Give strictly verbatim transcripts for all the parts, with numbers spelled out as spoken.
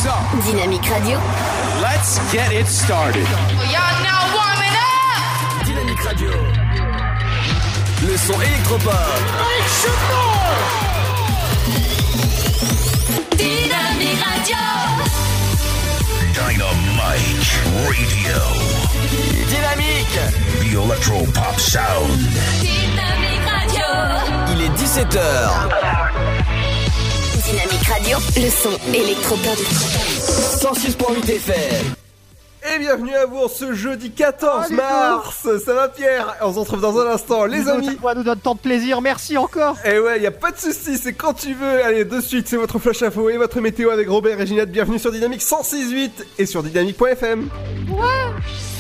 So, Dynamique Radio. Let's get it started. Well, y'all now warming up. Dynamique Radio. Le son électropop. Make some noise. Dynamique Radio. Dynamite Radio. Dynamique. The Electropop Sound. Dynamique Radio. Il est dix-sept heures. Dynamique Radio, le son électropop. cent six point huit F M. Et bienvenue à vous en ce jeudi quatorze mars. Ça va Pierre? On se retrouve dans un instant les amis. Ça nous donne tant de plaisir, merci encore. Et ouais, y a pas de soucis, c'est quand tu veux. Allez, de suite, c'est votre flash info et votre météo avec Robert et Ginette. Bienvenue sur Dynamique cent six point huit et sur dynamique point F M. Ouais.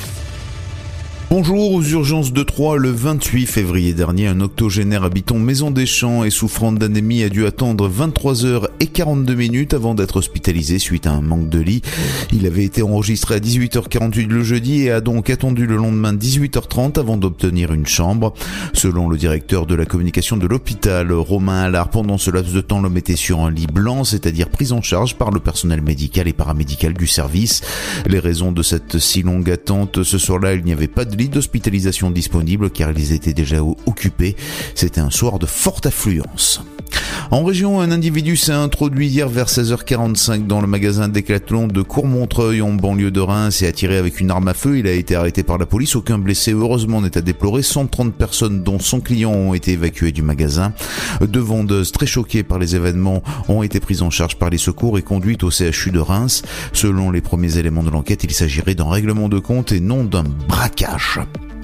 Bonjour, aux urgences de Troyes, le vingt-huit février dernier, un octogénaire habitant Maison des Champs et souffrant d'anémie a dû attendre vingt-trois heures et quarante-deux minutes avant d'être hospitalisé suite à un manque de lit. Il avait été enregistré à dix-huit heures quarante-huit le jeudi et a donc attendu le lendemain dix-huit heures trente avant d'obtenir une chambre. Selon le directeur de la communication de l'hôpital, Romain Allard, pendant ce laps de temps, l'homme était sur un lit blanc, c'est-à-dire pris en charge par le personnel médical et paramédical du service. Les raisons de cette si longue attente, ce soir-là, il n'y avait pas de lit d'hospitalisation disponible car ils étaient déjà occupés. C'était un soir de forte affluence. En région, un individu s'est introduit hier vers seize heures quarante-cinq dans le magasin Decathlon de Courmontreuil en banlieue de Reims et a tiré avec une arme à feu. Il a été arrêté par la police. Aucun blessé, heureusement, n'est à déplorer. cent trente personnes, dont son client, ont été évacuées du magasin. Deux vendeuses très choquées par les événements ont été prises en charge par les secours et conduites au C H U de Reims. Selon les premiers éléments de l'enquête, il s'agirait d'un règlement de compte et non d'un braquage.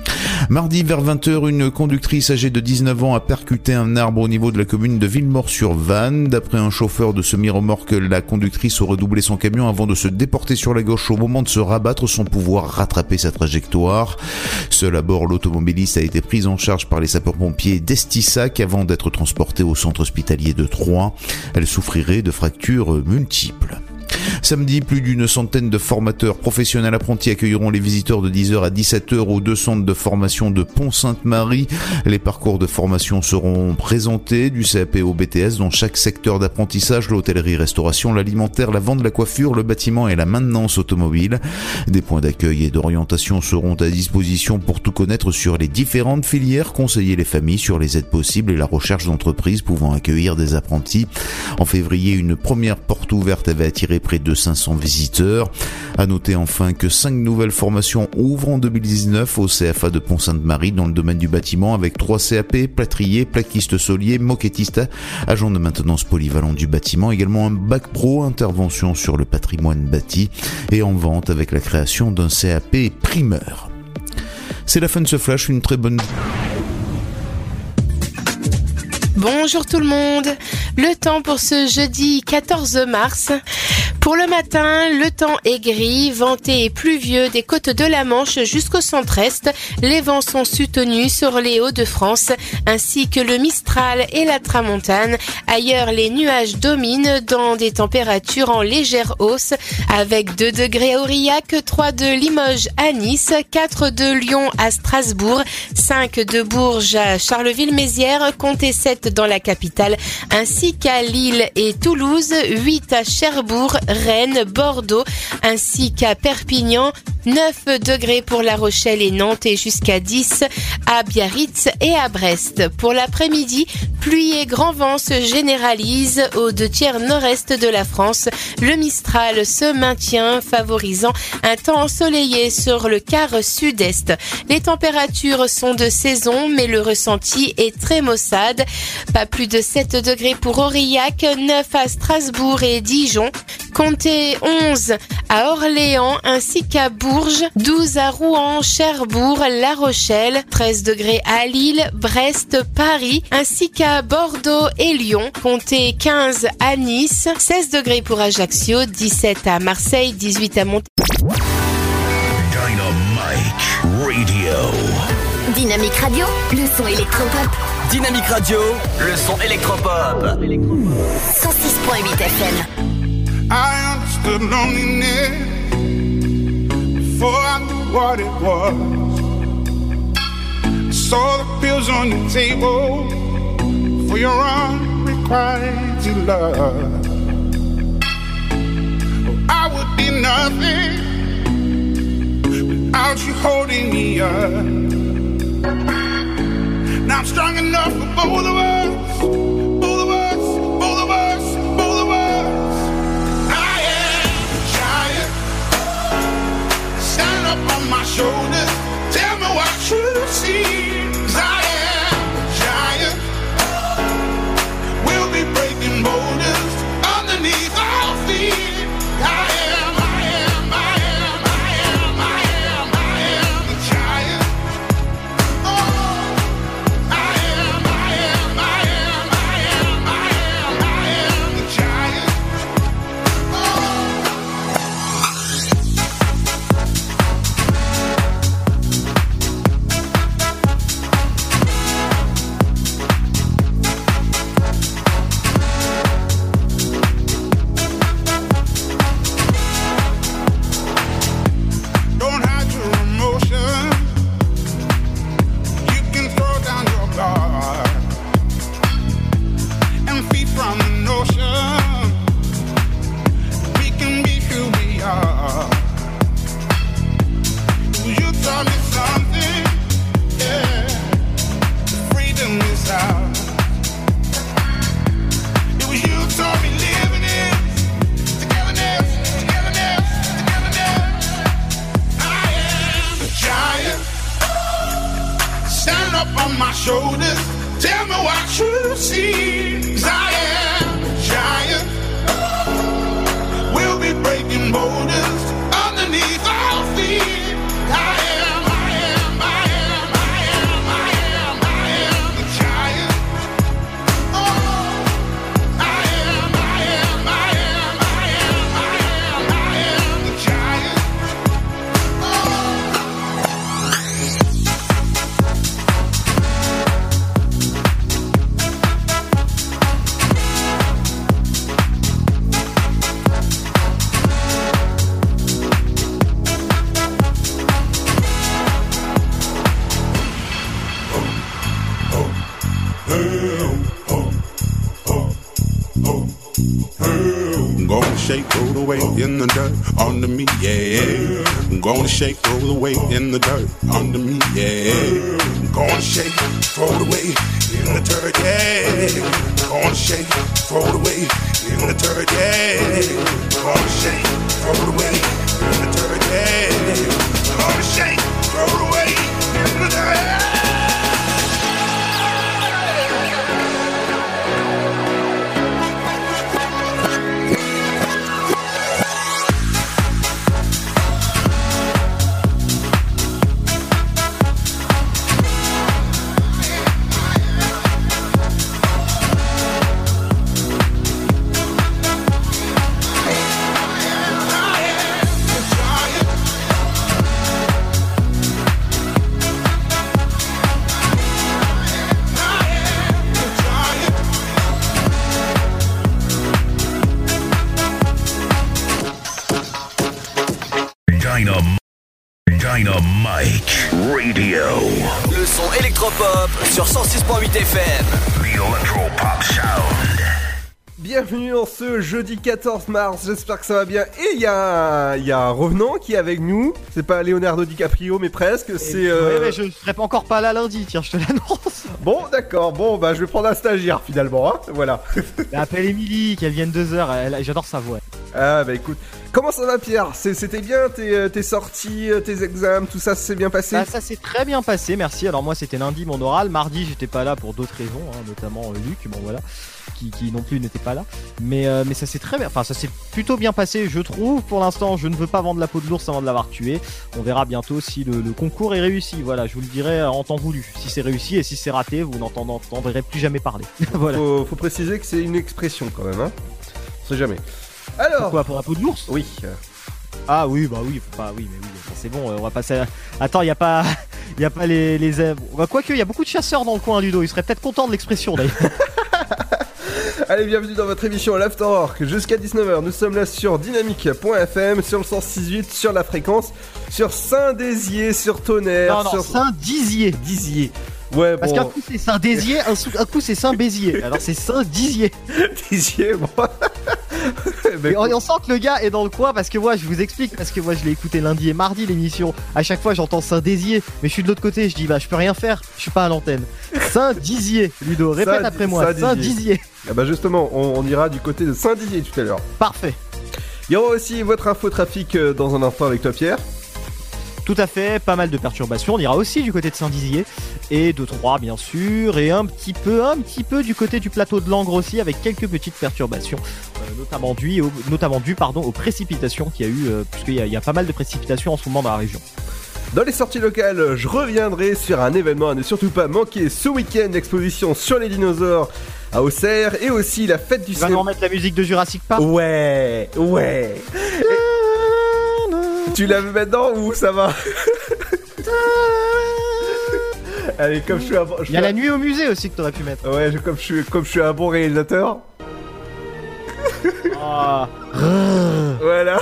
Mardi vers vingt heures, une conductrice âgée de dix-neuf ans a percuté un arbre au niveau de la commune de Villemort-sur-Vanne. D'après un chauffeur de semi-remorque, la conductrice aurait doublé son camion avant de se déporter sur la gauche au moment de se rabattre sans pouvoir rattraper sa trajectoire. Seul à bord, l'automobiliste a été prise en charge par les sapeurs-pompiers d'Estissac avant d'être transportée au centre hospitalier de Troyes. Elle souffrirait de fractures multiples. Samedi, plus d'une centaine de formateurs professionnels apprentis accueilleront les visiteurs de dix heures à dix-sept heures aux deux centres de formation de Pont-Sainte-Marie. Les parcours de formation seront présentés du C A P au B T S dans chaque secteur d'apprentissage, l'hôtellerie, restauration, l'alimentaire, la vente, la coiffure, le bâtiment et la maintenance automobile. Des points d'accueil et d'orientation seront à disposition pour tout connaître sur les différentes filières, conseiller les familles sur les aides possibles et la recherche d'entreprises pouvant accueillir des apprentis. En février, une première porte ouverte avait attiré près de cinq cents visiteurs. À noter enfin que cinq nouvelles formations ouvrent en deux mille dix-neuf au C F A de Pont-Sainte-Marie dans le domaine du bâtiment avec trois C A P, plâtrier, plaquiste solier, moquettiste, agent de maintenance polyvalent du bâtiment, également un bac pro, intervention sur le patrimoine bâti et en vente avec la création d'un C A P primeur. C'est la fin de ce flash, une très bonne... Bonjour tout le monde, le temps pour ce jeudi quatorze mars. Pour le matin, le temps est gris, venté et pluvieux des côtes de la Manche jusqu'au centre-est. Les vents sont soutenus sur les Hauts-de-France ainsi que le Mistral et la Tramontane. Ailleurs, les nuages dominent dans des températures en légère hausse avec deux degrés à Aurillac, trois de Limoges à Nice, quatre de Lyon à Strasbourg, cinq de Bourges à Charleville-Mézières, comptez sept dans la capitale, ainsi qu'à Lille et Toulouse, huit à Cherbourg, Rennes, Bordeaux, ainsi qu'à Perpignan, neuf degrés pour La Rochelle et Nantes et jusqu'à dix à Biarritz et à Brest. Pour l'après-midi, pluie et grand vent se généralisent aux deux tiers nord-est de la France. Le Mistral se maintient, favorisant un temps ensoleillé sur le quart sud-est. Les températures sont de saison, mais le ressenti est très maussade. Pas plus de sept degrés pour Aurillac, neuf à Strasbourg et Dijon. Comptez onze à Orléans ainsi qu'à Bourges, douze à Rouen, Cherbourg, La Rochelle, treize degrés à Lille, Brest, Paris, ainsi qu'à Bordeaux et Lyon. Comptez quinze à Nice, seize degrés pour Ajaccio, dix-sept à Marseille, dix-huit à Montpellier. Dynamite Radio. Dynamique Radio, le son électropop. Dynamique Radio, le son électropop. cent six point huit F M. I understood loneliness before I knew what it was. I saw the pills on the table for your unrequited love. Oh, I I would be nothing without you holding me up. Now I'm strong enough for both of us, both of us, both of us, both of us. I am a giant. Stand up on my shoulders. Tell me what you see. 'Cause I am a giant. We'll be breaking boulders underneath our feet. I am, I am, I am, I am, I am, I am a giant. Oh, I am, I am, I am, I am, I am, I am a giant. Don't hide your emotion. You can throw down your guard and feed from the notion. We can be who we are. You taught me something, yeah. Freedom is ours. It was you taught me living it. Togetherness, togetherness, togetherness. I am a giant. Stand up on my shoulders. Tell me what you see. 'Cause I am a giant. We'll be breaking boulders underneath our feet. I am, I am, I am, I am, I am, I am a giant. Oh, I am, I am, I am, I am, I am, I am a giant. I'm gonna shake, roll the weight in the dirt under me, yeah. I'm gonna shake, roll the weight in the dirt under me, yeah. I'm gonna shake, throw the weight in the dirt, yeah. I'm gonna shake, throw the weight in the dirt, yeah. I'm gonna shake, throw the weight in the dirt, yeah. I'm gonna shake, throw the weight in the dirt. Dynamite Radio. Le son électropop sur cent six point huit F M. The Electropop Sound. Bienvenue en ce jeudi quatorze mars, j'espère que ça va bien. Et il y, y a un revenant qui est avec nous. C'est pas Leonardo DiCaprio, mais presque. C'est. Euh... Ouais, mais je serai pas encore pas là lundi, tiens, je te l'annonce. Bon, d'accord, bon, bah je vais prendre un stagiaire finalement, hein. Voilà. Appelle Émilie, qu'elle vienne deux heures, elle, j'adore sa voix. Ah, bah écoute. Comment ça va, Pierre? C'était bien tes, tes sorties, tes examens, tout ça, ça s'est bien passé? Bah, ça s'est très bien passé, merci. Alors, moi, c'était lundi mon oral. Mardi, j'étais pas là pour d'autres raisons, hein, notamment euh, Luc, bon voilà, qui, qui non plus n'était pas là. Mais, euh, mais ça s'est très bien, enfin, ça s'est plutôt bien passé, je trouve. Pour l'instant, je ne veux pas vendre la peau de l'ours avant de l'avoir tué. On verra bientôt si le, le concours est réussi. Voilà, je vous le dirai en temps voulu. Si c'est réussi et si c'est raté, vous n'entendrez plus jamais parler. Voilà. Faut, faut préciser que c'est une expression quand même, hein. On sait jamais. Alors. Pourquoi, pour la peau de l'ours? Oui. Ah oui, bah oui, faut pas, oui, mais oui, c'est bon, on va passer à... Attends, y a pas, y a pas les, les... Bah, quoique, y a beaucoup de chasseurs dans le coin, Ludo, ils seraient peut-être contents de l'expression, d'ailleurs. Allez, bienvenue dans votre émission l'Afterwork, jusqu'à dix-neuf heures, nous sommes là sur dynamique point F M, sur le cent six virgule huit, sur la fréquence, sur Saint-Dézier, sur Tonnerre, non, non, sur... Saint-Dizier. Dizier. Ouais, parce bon... qu'un coup c'est Saint-Dézier, un, sou... un coup c'est Saint-Bézier, alors c'est Saint-Dizier. Dizier, bon... ben, Et on, on sent que le gars est dans le coin parce que moi je vous explique, parce que moi je l'ai écouté lundi et mardi l'émission. À chaque fois j'entends Saint-Dizier, mais je suis de l'autre côté, je dis bah je peux rien faire, je suis pas à l'antenne. Saint-Dizier, Ludo, répète Saint- après moi. Saint-Dizier. Saint-Dizier. Ah bah justement, on, on ira du côté de Saint-Dizier tout à l'heure. Parfait. Il y aura aussi votre infotrafic euh, dans un instant avec toi Pierre. Tout à fait, pas mal de perturbations. On ira aussi du côté de Saint-Dizier et de Troyes bien sûr, et un petit peu, un petit peu du côté du plateau de Langres aussi, avec quelques petites perturbations, euh, notamment dues, au, notamment dues pardon, aux précipitations qu'il y a eu, euh, puisqu'il y a, il y a pas mal de précipitations en ce moment dans la région. Dans les sorties locales, je reviendrai sur un événement à ne surtout pas manquer ce week-end, l'exposition sur les dinosaures à Auxerre et aussi la fête du Tu vas nous remettre la musique de Jurassic Park ? Ouais, ouais. Et... Tu la veux maintenant ou ça va? Allez, comme je suis un bon... Il y a la nuit au musée aussi que t'aurais pu mettre. Ouais, je, comme, je suis, comme je suis un bon réalisateur. Oh. Voilà.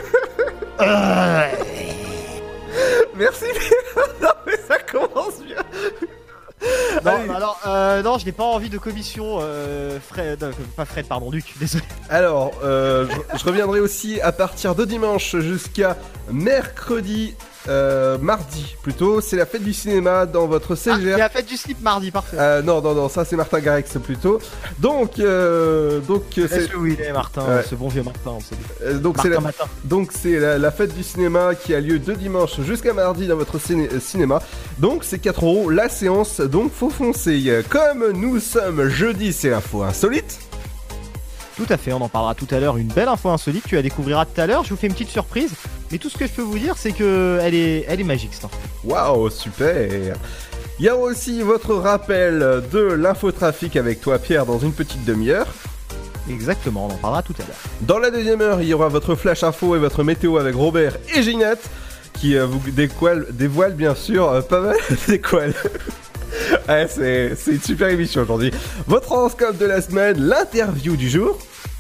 Merci. Non mais ça commence bien. Non, Allez. alors, euh, non, je n'ai pas envie de commission euh, Fred, euh, pas Fred, pardon, Luc, désolé. Alors, euh, je, je reviendrai aussi à partir de dimanche jusqu'à mercredi, euh, mardi plutôt. C'est la fête du cinéma dans votre C G R. Ah, c'est la fête du slip mardi, parfait. Euh, non, non, non, ça c'est Martin Garrix plutôt. Donc, euh, donc euh, c'est Laisse-le où il est, Martin, Ouais. ce bon vieux Martin, on sait. euh, donc c'est Martin la, Matin. donc c'est la, la fête du cinéma qui a lieu de dimanche jusqu'à mardi dans votre ciné- euh, cinéma. Donc c'est quatre euros la séance, donc faut foncer. Comme nous sommes jeudi, c'est l'info insolite. Tout à fait, on en parlera tout à l'heure. Une belle info insolite, tu la découvriras tout à l'heure. Je vous fais une petite surprise, mais tout ce que je peux vous dire, c'est que elle est, elle est magique, cette info. Waouh, super. Il y a aussi votre rappel de l'infotrafic avec toi Pierre dans une petite demi-heure. Exactement, on en parlera tout à l'heure. Dans la deuxième heure, il y aura votre flash info et votre météo avec Robert et Ginette qui euh, vous décoile, dévoile bien sûr euh, pas mal d'écoiles. Ouais, c'est, c'est une super émission aujourd'hui. Votre horoscope de la semaine, l'interview du jour.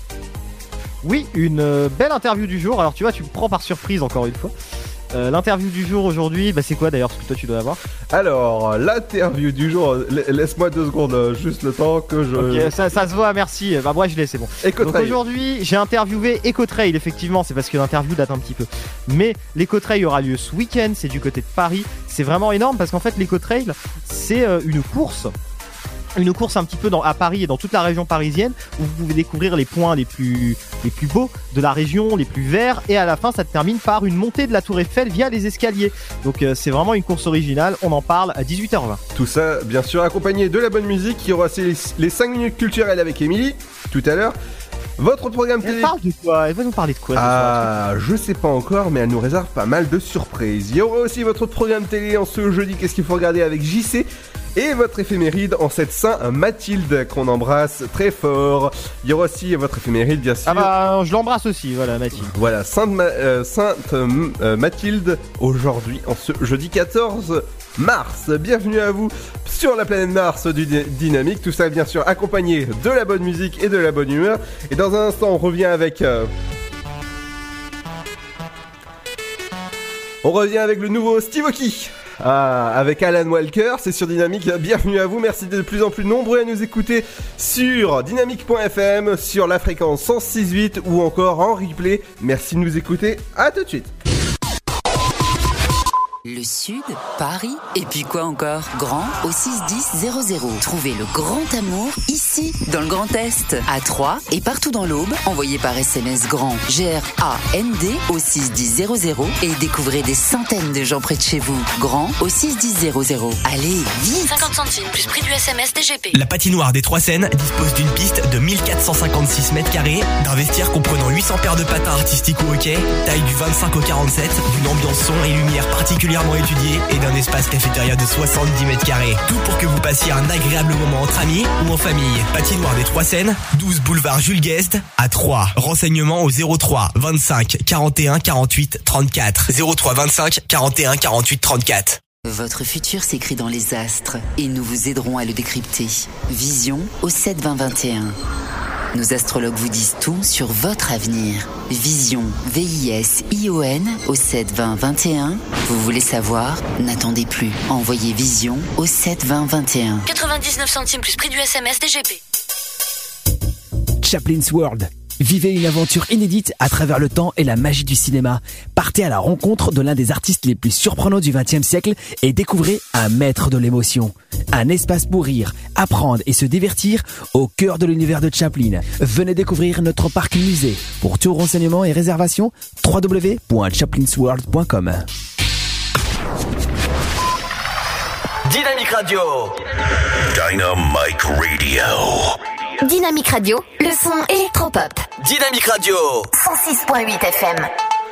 Oui, une euh, belle interview du jour. Alors tu vois, tu me prends par surprise encore une fois. Euh, l'interview du jour aujourd'hui, bah c'est quoi d'ailleurs, parce que toi tu dois avoir. Alors, l'interview du jour, la- laisse-moi deux secondes, euh, juste le temps que je... Ok, ça, ça se voit, merci. Bah moi je l'ai, c'est bon. Donc Ecotrail. aujourd'hui, j'ai interviewé Ecotrail, effectivement, c'est parce que l'interview date un petit peu. Mais l'Ecotrail aura lieu ce week-end, c'est du côté de Paris. C'est vraiment énorme parce qu'en fait l'Ecotrail, c'est euh, une course. Une course un petit peu dans, à Paris et dans toute la région parisienne où vous pouvez découvrir les points les plus, les plus beaux de la région, les plus verts, et à la fin ça se termine par une montée de la Tour Eiffel via les escaliers. Donc euh, c'est vraiment une course originale, on en parle à dix-huit heures vingt. Tout ça, bien sûr, accompagné de la bonne musique. Il y aura ces- les cinq minutes culturelles avec Émilie, tout à l'heure. Votre programme Elle télé... parle de quoi? Elle va nous parler de quoi ce soir? Ah, je sais pas encore, mais elle nous réserve pas mal de surprises. Il y aura aussi votre programme télé en ce jeudi, qu'est-ce qu'il faut regarder avec J C. Et votre éphéméride en cette Saint Mathilde qu'on embrasse très fort. Il y aura aussi votre éphéméride, bien sûr. Ah bah je l'embrasse aussi, voilà Mathilde. Voilà, Sainte, Ma- euh, Sainte euh, euh, Mathilde aujourd'hui, en ce jeudi quatorze mars. Bienvenue à vous sur la planète Mars du Dé- Dynamique. Tout ça, bien sûr, accompagné de la bonne musique et de la bonne humeur. Et dans un instant, on revient avec... euh, On revient avec le nouveau Steve Aoki. Ah, avec Alan Walker, c'est sur Dynamique. Bienvenue à vous, merci d'être de plus en plus nombreux à nous écouter sur dynamique point f m, sur la fréquence cent six virgule huit ou encore en replay. Merci de nous écouter, à tout de suite. Le Sud, Paris, et puis quoi encore? Grand au six dix zéro zéro. Trouvez le grand amour ici, dans le Grand Est, à Troyes et partout dans l'Aube. Envoyez par S M S grand G R A N D au six dix zéro zéro et découvrez des centaines de gens près de chez vous. Grand au six dix zéro zéro. Allez, vite! cinquante centimes plus prix du S M S D G P. La patinoire des Trois Seines dispose d'une piste de mille quatre cent cinquante-six mètres carrés, d'un vestiaire comprenant huit cents paires de patins artistiques au hockey, taille du vingt-cinq au quarante-sept, d'une ambiance son et lumière particulièrement étudiée et d'un espace cafétéria de soixante-dix mètres carrés. Tout pour que vous passiez un agréable moment entre amis ou en famille. Patinoire des Trois Seines, douze boulevard Jules Guest à Troyes. Renseignements au zéro trois vingt-cinq quarante et un quarante-huit trente-quatre. zéro trois vingt-cinq quarante et un quarante-huit trente-quatre. Votre futur s'écrit dans les astres et nous vous aiderons à le décrypter. Vision au sept vingt vingt et un. Nos astrologues vous disent tout sur votre avenir. Vision, V I S I O N au sept vingt vingt et un. Vous voulez savoir? N'attendez plus. Envoyez Vision au sept vingt vingt et un. quatre-vingt-dix-neuf centimes plus prix du S M S D G P. Chaplin's World, Vivez une aventure inédite à travers le temps et la magie du cinéma. Partez à la rencontre de l'un des artistes les plus surprenants du vingtième siècle et découvrez un maître de l'émotion. Un espace pour rire, apprendre et se divertir au cœur de l'univers de Chaplin. Venez découvrir notre parc musée. Pour tout renseignement et réservation, w w w point chaplinsworld point com. Dynamique Radio. Dynamique Radio. Dynamique Radio, le son électropop. Dynamique Radio. cent six point huit F M.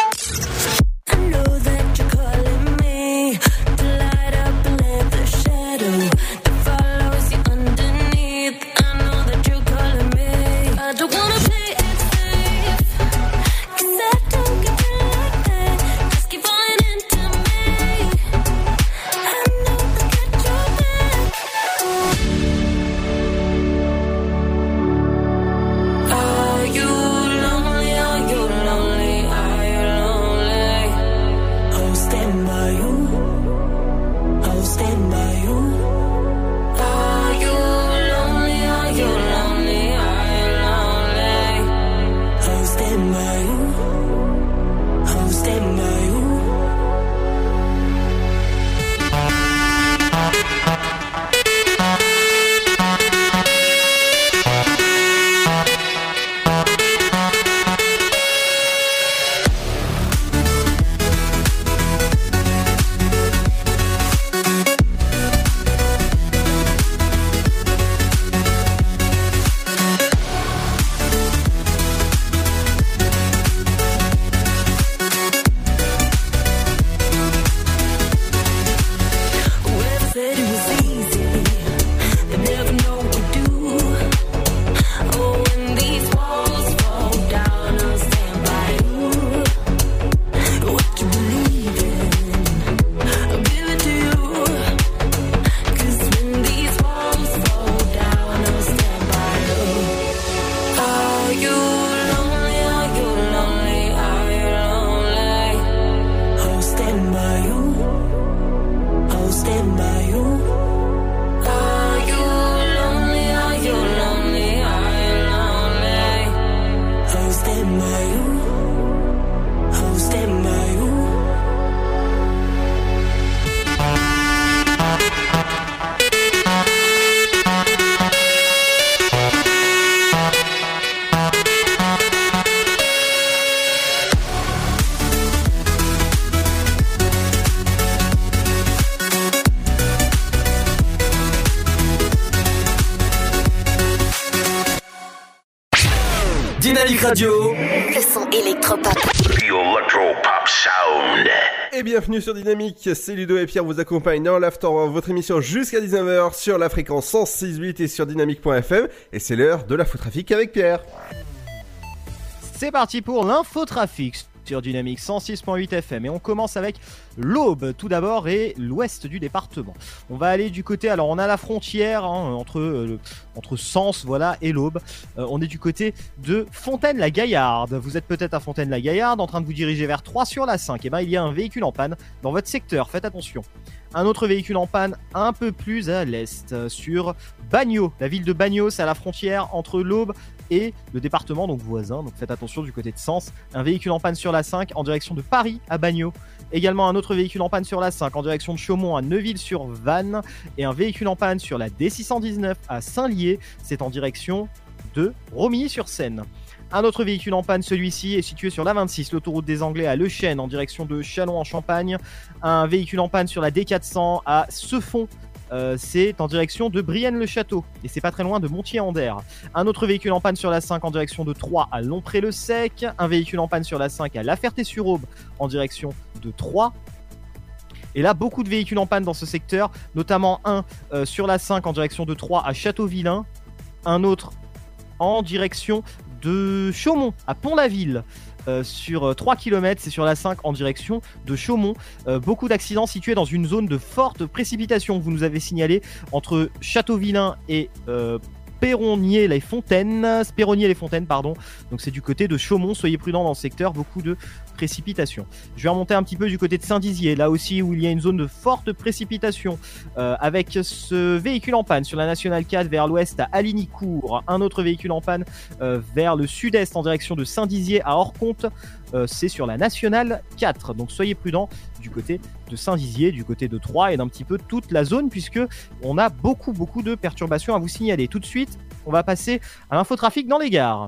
Dynamique Radio. Le son électropop. The Electropop Sound. Et bienvenue sur Dynamique, c'est Ludo et Pierre vous accompagnent dans l'After, votre émission jusqu'à dix-neuf heures sur la fréquence cent six virgule huit et sur dynamique point f m. Et c'est l'heure de l'infotrafic avec Pierre. C'est parti pour l'infotrafic sur Dynamique cent six point huit F M et on commence avec l'Aube tout d'abord et l'ouest du département. On va aller du côté, alors on a la frontière hein, entre, euh, entre Sens voilà, et l'Aube. Euh, on est du côté de Fontaine-la-Gaillarde. Vous êtes peut-être à Fontaine-la-Gaillarde en train de vous diriger vers trois sur la cinq. Et bien il y a un véhicule en panne dans votre secteur, faites attention. Un autre véhicule en panne un peu plus à l'est, euh, sur Bagnols, la ville de Bagnols, c'est à la frontière entre l'Aube et le département, donc voisin, donc faites attention du côté de Sens. Un véhicule en panne sur la cinq en direction de Paris à Bagnols. Également un autre véhicule en panne sur la cinq en direction de Chaumont à Neuville-sur-Vanne. Et un véhicule en panne sur la D six cent dix-neuf à Saint-Lié, c'est en direction de Romilly-sur-Seine. Un autre véhicule en panne, celui-ci, est situé sur la vingt-six, l'autoroute des Anglais à Le Chêne en direction de Châlons-en-Champagne. Un véhicule en panne sur la D quatre cents à Sefond. Euh, c'est en direction de Brienne-le-Château et c'est pas très loin de Montier-en-Der. Un autre véhicule en panne sur la cinq en direction de Troyes à Lompré-le-Sec. Un véhicule en panne sur la cinq à La Ferté-sur-Aube en direction de Troyes. Et là, beaucoup de véhicules en panne dans ce secteur, notamment un euh, sur la cinq en direction de Troyes à Châteauvillain. Un autre en direction de Chaumont à Pont-la-Ville. Euh, sur euh, trois kilomètres, c'est sur la cinq en direction de Chaumont. Euh, beaucoup d'accidents situés dans une zone de forte précipitation que vous nous avez signalé entre Châteauvillain et euh, Spéronnier-les-Fontaines, Spéronnier-les-Fontaines, pardon. Donc c'est du côté de Chaumont, soyez prudents dans le secteur, beaucoup de précipitations. Je vais remonter un petit peu du côté de Saint-Dizier, là aussi où il y a une zone de forte précipitation, euh, avec ce véhicule en panne sur la Nationale quatre vers l'ouest à Alinicourt, un autre véhicule en panne euh, vers le sud-est en direction de Saint-Dizier à Orconte, euh, c'est sur la Nationale quatre, donc soyez prudents du côté de Saint-Dizier, du côté de Troyes et d'un petit peu toute la zone, puisque on a beaucoup beaucoup de perturbations à vous signaler. Tout de suite, on va passer à l'infotrafic dans les gares.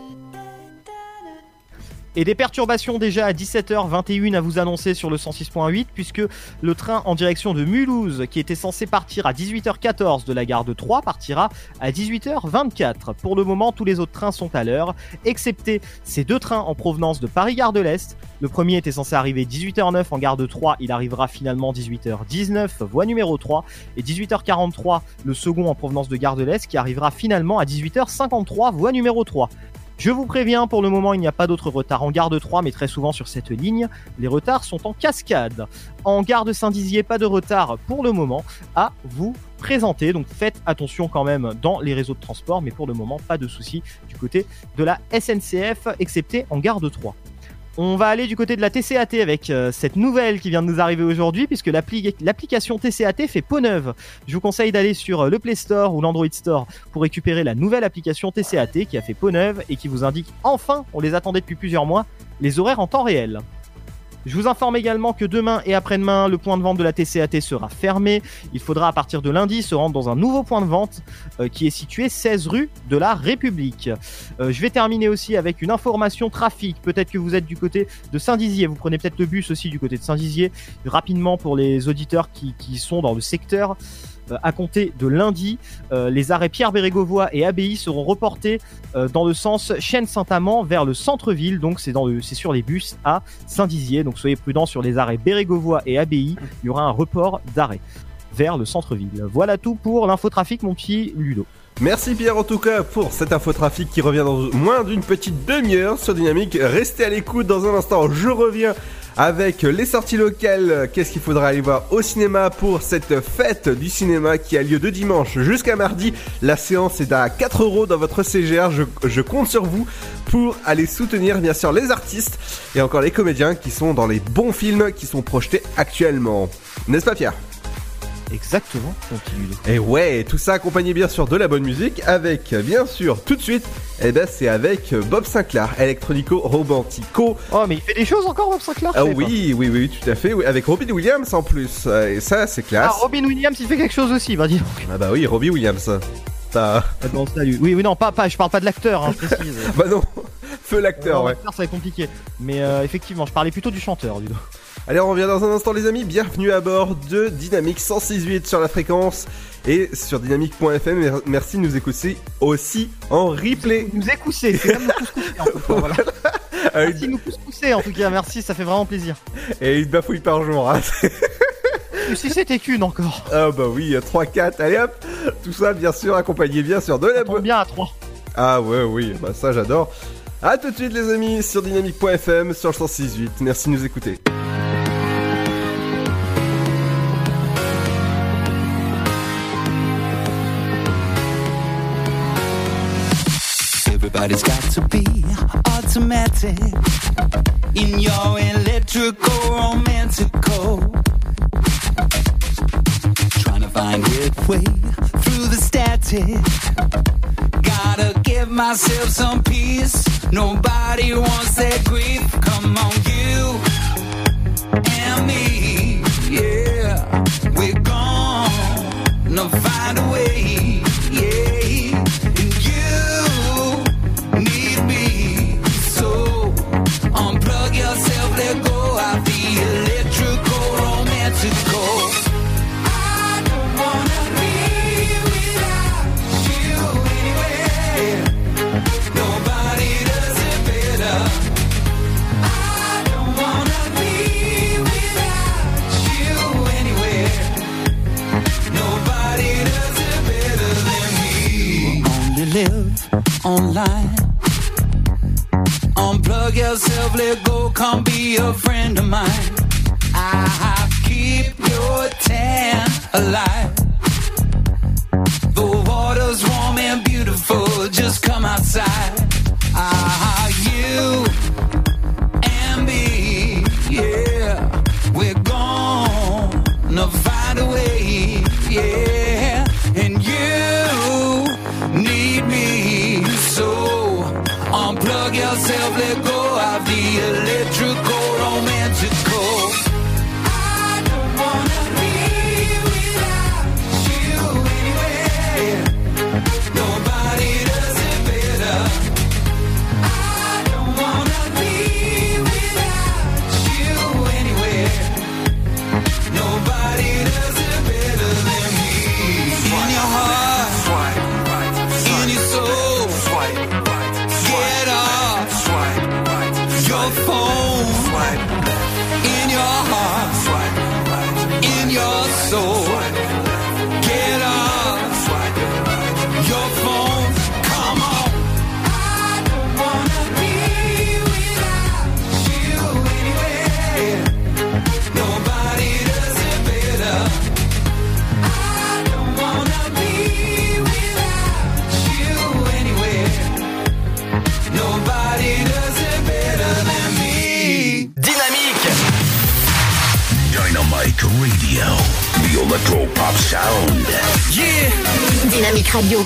Et des perturbations déjà à dix-sept heures vingt et une à vous annoncer sur le cent six point huit, puisque le train en direction de Mulhouse, qui était censé partir à dix-huit heures quatorze de la gare de Troyes, partira à dix-huit heures vingt-quatre. Pour le moment, tous les autres trains sont à l'heure, excepté ces deux trains en provenance de Paris-Gare de l'Est. Le premier était censé arriver dix-huit heures neuf en gare de Troyes, il arrivera finalement dix-huit heures dix-neuf, voie numéro trois, et dix-huit heures quarante-trois, le second en provenance de Gare de l'Est, qui arrivera finalement à dix-huit heures cinquante-trois, voie numéro trois. Je vous préviens, pour le moment, il n'y a pas d'autres retards en gare de Troyes, mais très souvent sur cette ligne, les retards sont en cascade. En gare de Saint-Dizier, pas de retard pour le moment à vous présenter, donc faites attention quand même dans les réseaux de transport, mais pour le moment, pas de soucis du côté de la S N C F, excepté en gare de Troyes. On va aller du côté de la T C A T avec euh, cette nouvelle qui vient de nous arriver aujourd'hui, puisque l'appli- l'application T C A T fait peau neuve. Je vous conseille d'aller sur euh, le Play Store ou l'Android Store pour récupérer la nouvelle application T C A T qui a fait peau neuve et qui vous indique enfin, on les attendait depuis plusieurs mois, les horaires en temps réel. Je vous informe également que demain et après-demain, le point de vente de la T C A T sera fermé. Il faudra à partir de lundi se rendre dans un nouveau point de vente euh, qui est situé seize rue de la République. Euh, je vais terminer aussi avec une information trafic. Peut-être que vous êtes du côté de Saint-Dizier. Vous prenez peut-être le bus aussi du côté de Saint-Dizier. Rapidement pour les auditeurs qui, qui sont dans le secteur. À compter de lundi, euh, les arrêts Pierre Bérégovoy et Abbaye seront reportés euh, dans le sens Chêne-Saint-Amand vers le centre-ville. Donc c'est, dans le, c'est sur les bus à Saint-Dizier. Donc soyez prudents sur les arrêts Bérégovoy et Abbaye. Il y aura un report d'arrêt vers le centre-ville. Voilà tout pour l'infotrafic, mon petit Ludo. Merci Pierre en tout cas pour cet infotrafic qui revient dans moins d'une petite demi-heure sur Dynamique. Restez à l'écoute, dans un instant je reviens avec les sorties locales. Qu'est-ce qu'il faudra aller voir au cinéma pour cette fête du cinéma qui a lieu de dimanche jusqu'à mardi. La séance est à quatre euros dans votre C G R. Je, je compte sur vous pour aller soutenir bien sûr les artistes et encore les comédiens qui sont dans les bons films qui sont projetés actuellement. N'est-ce pas Pierre ? Exactement, continue. Et ouais, tout ça accompagné bien sûr de la bonne musique avec bien sûr tout de suite, eh ben c'est avec Bob Sinclair, Electronico Romantico. Oh mais il fait des choses encore Bob Sinclair. Ah oui, oui, oui, tout à fait, oui, avec Robbie Williams en plus, et ça c'est classe. Ah Robin Williams il fait quelque chose aussi, va dire. Ah bah oui, Robbie Williams. T'as... Bon, salut. Oui, oui, non, pas, pas, je parle pas de l'acteur, hein, je précise. Bah non, feu l'acteur, ouais. L'acteur ça va être compliqué, mais euh, effectivement, je parlais plutôt du chanteur, du coup. Allez, on revient dans un instant les amis, bienvenue à bord de Dynamique cent six virgule huit sur la fréquence et sur dynamique point f m. Merci de nous écouter aussi en replay. Nous écouter, c'est même nous couscousser en tout cas, voilà. Merci de nous couscousser en tout cas, merci, ça fait vraiment plaisir. Et une bafouille par jour, hein. Si c'était qu'une encore. Ah bah oui, trois quatre, allez hop. Tout ça bien sûr accompagné bien sûr de la bonne. Bien à trois. Ah ouais, oui, bah ça j'adore. A tout de suite les amis sur dynamique point f m sur le cent six virgule huit. Merci de nous écouter. Everybody's got to be automatic in your electrical romantical. Trying to find its way through the static. Gotta give myself some peace. Nobody wants that grief. Come on, you and me. Yeah, we're gonna find a way. Yeah. Unplug yourself, let go of the electrical romantical. I don't wanna be without you anywhere. Nobody does it better. I don't wanna be without you anywhere. Nobody does it better than me. Only live online. Unplug yourself, let go, come be a friend of mine. I keep your tan alive. The water's warm and beautiful. outside. Ah, you and me, yeah, we're gonna find a way, yeah, and you need me, so unplug yourself, let go of the electrical, romantical. I don't wanna be without you anyway. Nobody does it better. I don't wanna be without you anyway. Nobody does it better than me. In your heart, swipe right. In your soul, swipe right. Get off, swipe right. Your phone, swipe left. In your heart, swipe right. In your soul, swipe left. Get off, swipe right. Your phone, come on. I don't wanna be without you anyway. Nobody does it better. I don't wanna be without you anyway. Nobody does it better than me. Dynamique. Dynamite Radio. The Electro Pop Sound. Yeah. Dynamique Radio.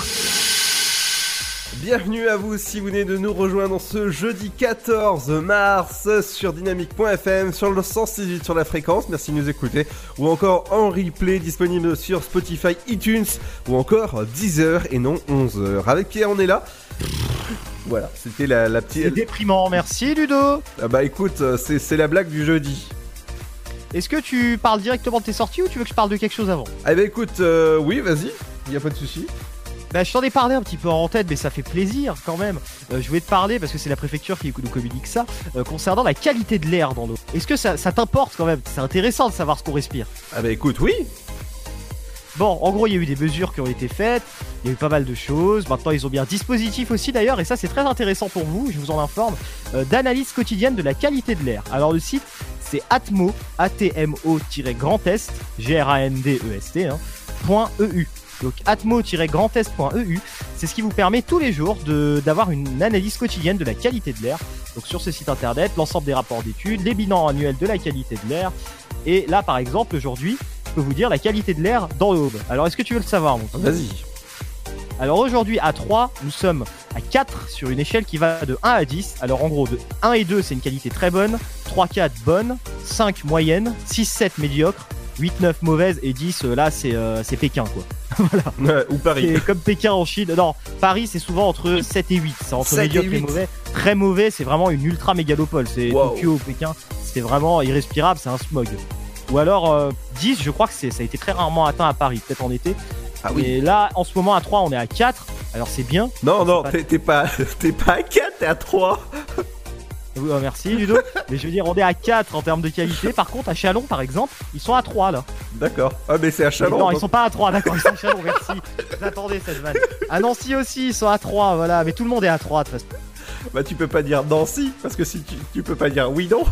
Bienvenue à vous si vous venez de nous rejoindre ce jeudi quatorze mars sur dynamique point f m, sur le cent six virgule huit sur la fréquence, merci de nous écouter, ou encore en replay disponible sur Spotify, iTunes, ou encore dix heures et non onze heures. Avec Pierre, on est là. Voilà, c'était la, la petite... C'est déprimant, merci Ludo. Ah bah écoute, c'est, c'est la blague du jeudi. Est-ce que tu parles directement de tes sorties ou tu veux que je parle de quelque chose avant? Ah bah écoute, euh, oui, vas-y, y a pas de souci. Bah, je t'en ai parlé un petit peu en tête, mais ça fait plaisir quand même. Euh, je voulais te parler, parce que c'est la préfecture qui nous communique ça, euh, concernant la qualité de l'air dans l'eau. Est-ce que ça, ça t'importe quand même? C'est intéressant de savoir ce qu'on respire. Ah bah écoute, oui. Bon, en gros, il y a eu des mesures qui ont été faites, il y a eu pas mal de choses. Maintenant, ils ont mis un dispositif aussi d'ailleurs, et ça c'est très intéressant pour vous, je vous en informe, euh, d'analyse quotidienne de la qualité de l'air. Alors le site, c'est Atmo, A T M O-Grand Est, G R A N D E S T, hein, .eu. Donc atmo-grandest point e u, c'est ce qui vous permet tous les jours de, d'avoir une analyse quotidienne de la qualité de l'air. Donc sur ce site internet, l'ensemble des rapports d'études, les bilans annuels de la qualité de l'air. Et là par exemple, aujourd'hui, je peux vous dire la qualité de l'air dans l'Aube. Alors est-ce que tu veux le savoir, mon petit ? Vas-y. Alors aujourd'hui à trois, nous sommes à quatre sur une échelle qui va de un à dix. Alors en gros, de un et deux c'est une qualité très bonne, trois quatre bonne, cinq moyenne, six sept médiocre, huit neuf mauvaise et dix là c'est, euh, c'est Pékin quoi. Voilà. Ouais, ou Paris. C'est comme Pékin en Chine. Non, Paris c'est souvent entre sept et huit. C'est entre médiocre et, et mauvais. Très mauvais, c'est vraiment une ultra mégalopole. C'est wow. Tokyo, Pékin, c'était vraiment irrespirable, c'est un smog. Ou alors euh, dix, je crois que c'est, ça a été très rarement atteint à Paris, peut-être en été. Ah oui. Et là, en ce moment à trois, on est à quatre. Alors c'est bien. Non, non, pas... T'es, t'es, pas, t'es pas à quatre, t'es à trois. Oui, oh, merci Ludo. Mais je veux dire, on est à quatre en termes de qualité. Par contre, à Chalon, par exemple, ils sont à trois là. D'accord. Ah, mais c'est à Chalon. Non, donc... ils sont pas à trois, d'accord, ils sont à Chalon, merci. Vous attendez cette vanne. À Nancy aussi, ils sont à trois, voilà. Mais tout le monde est à trois de toute façon. Bah, tu peux pas dire Nancy, parce que si tu, tu peux pas dire oui, non.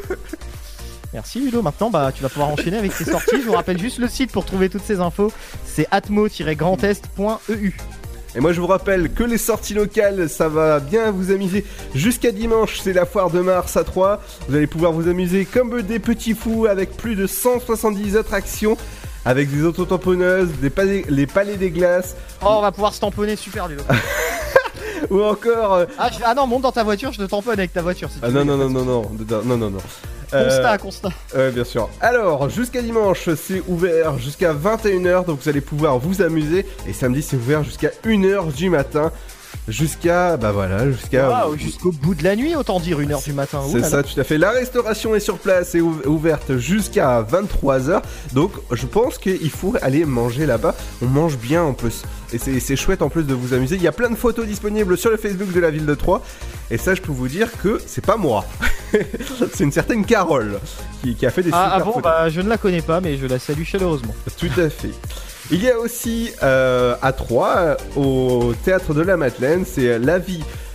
Merci Ludo, maintenant bah, tu vas pouvoir enchaîner avec tes sorties. Je vous rappelle juste le site pour trouver toutes ces infos. C'est atmo-grandest point e u. Et moi je vous rappelle que les sorties locales, ça va bien vous amuser. Jusqu'à dimanche, c'est la foire de Mars à Troyes. Vous allez pouvoir vous amuser comme des petits fous avec plus de cent soixante-dix attractions, avec des autotamponneuses, des palais, les palais des glaces. Oh, on va pouvoir se tamponner, super Ludo. Ou encore... Euh... Ah, je... ah non, monte dans ta voiture, je te tamponne avec ta voiture. Si ah tu non, veux, non, non, non, non, non, non, non, non. Constat, euh, constat. Ouais, bien sûr. Alors, jusqu'à dimanche, c'est ouvert jusqu'à vingt et une heures, donc vous allez pouvoir vous amuser. Et samedi, c'est ouvert jusqu'à une heure du matin. Jusqu'à, bah voilà, jusqu'à... Wow, jusqu'au bout de la nuit, autant dire une heure du matin. C'est ça, tout à fait. La restauration est sur place et ouv- ouverte jusqu'à vingt-trois heures. Donc, je pense qu'il faut aller manger là-bas. On mange bien en plus. Et c'est, c'est chouette en plus de vous amuser. Il y a plein de photos disponibles sur le Facebook de la ville de Troyes. Et ça, je peux vous dire que c'est pas moi. C'est une certaine Carole qui, qui a fait des ah, super ah bon, photos. Bah, je ne la connais pas, mais je la salue chaleureusement. Tout à fait. Il y a aussi euh, à Troyes, au Théâtre de la Madeleine, c'est La Vie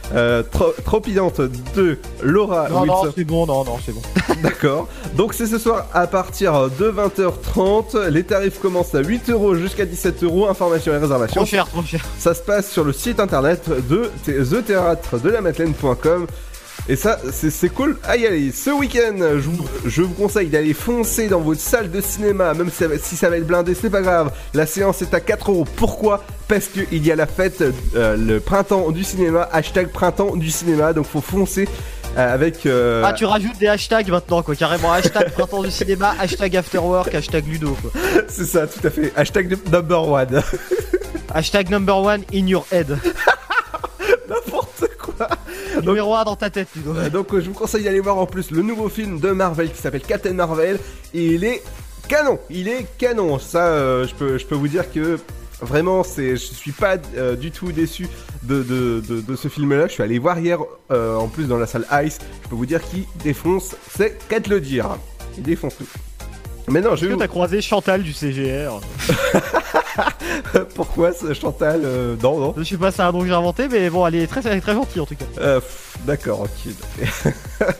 Euh, Tro- Tropidante de Laura Non, non, Wilson. c'est bon, non, non, c'est bon. D'accord. Donc c'est ce soir à partir de vingt heures trente. Les tarifs commencent à huit euros jusqu'à dix-sept euros. Informations et réservations. Trop cher, trop cher. Ça se passe sur le site internet de the théâtre de la madeleine point com. Et ça, c'est, c'est cool à y aller. Ce week-end, je vous, je vous conseille d'aller foncer dans votre salle de cinéma, même si ça va, si ça va être blindé, c'est pas grave. La séance est à quatre euros. Pourquoi ? Parce qu'il y a la fête, euh, le printemps du cinéma, hashtag printemps du cinéma, donc faut foncer euh, avec... Euh... Ah, tu rajoutes des hashtags maintenant, quoi, carrément. Hashtag printemps du cinéma, hashtag afterwork, hashtag ludo, quoi. C'est ça, tout à fait. Hashtag number one. Hashtag number one in your head. N'importe quoi. Numéro un dans ta tête, Ludo. Euh, donc euh, je vous conseille d'aller voir en plus le nouveau film de Marvel qui s'appelle Captain Marvel. Et il est canon, il est canon. Ça, euh, je peux, je peux vous dire que vraiment, c'est, je suis pas euh, du tout déçu de, de, de, de ce film-là. Je suis allé voir hier, euh, en plus dans la salle Ice. Je peux vous dire qu'il défonce, c'est qu'à te le dire. Il défonce tout. Mais non, je Est-ce que t'as croisé Chantal du C G R? Pourquoi ce Chantal euh, Non, non. Je sais pas, c'est un nom que j'ai inventé, mais bon, elle est très, elle est très gentille en tout cas. Euh, pff, d'accord, ok.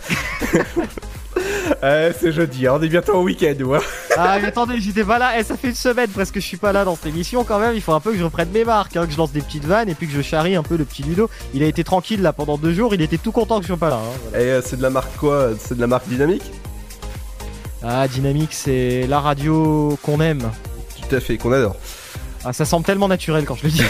euh, c'est jeudi, hein, on est bientôt au week-end, ouais. Ah, mais attendez, j'étais pas là. Eh, ça fait une semaine presque que je suis pas là dans cette émission quand même. Il faut un peu que je reprenne mes marques, hein, que je lance des petites vannes et puis que je charrie un peu le petit Ludo. Il a été tranquille là pendant deux jours, il était tout content que je sois pas là. Hein, voilà. Et euh, c'est de la marque quoi? C'est de la marque Dynamique? Ah, Dynamique, c'est la radio qu'on aime. Tout à fait, qu'on adore. Ah, ça semble tellement naturel quand je le dis.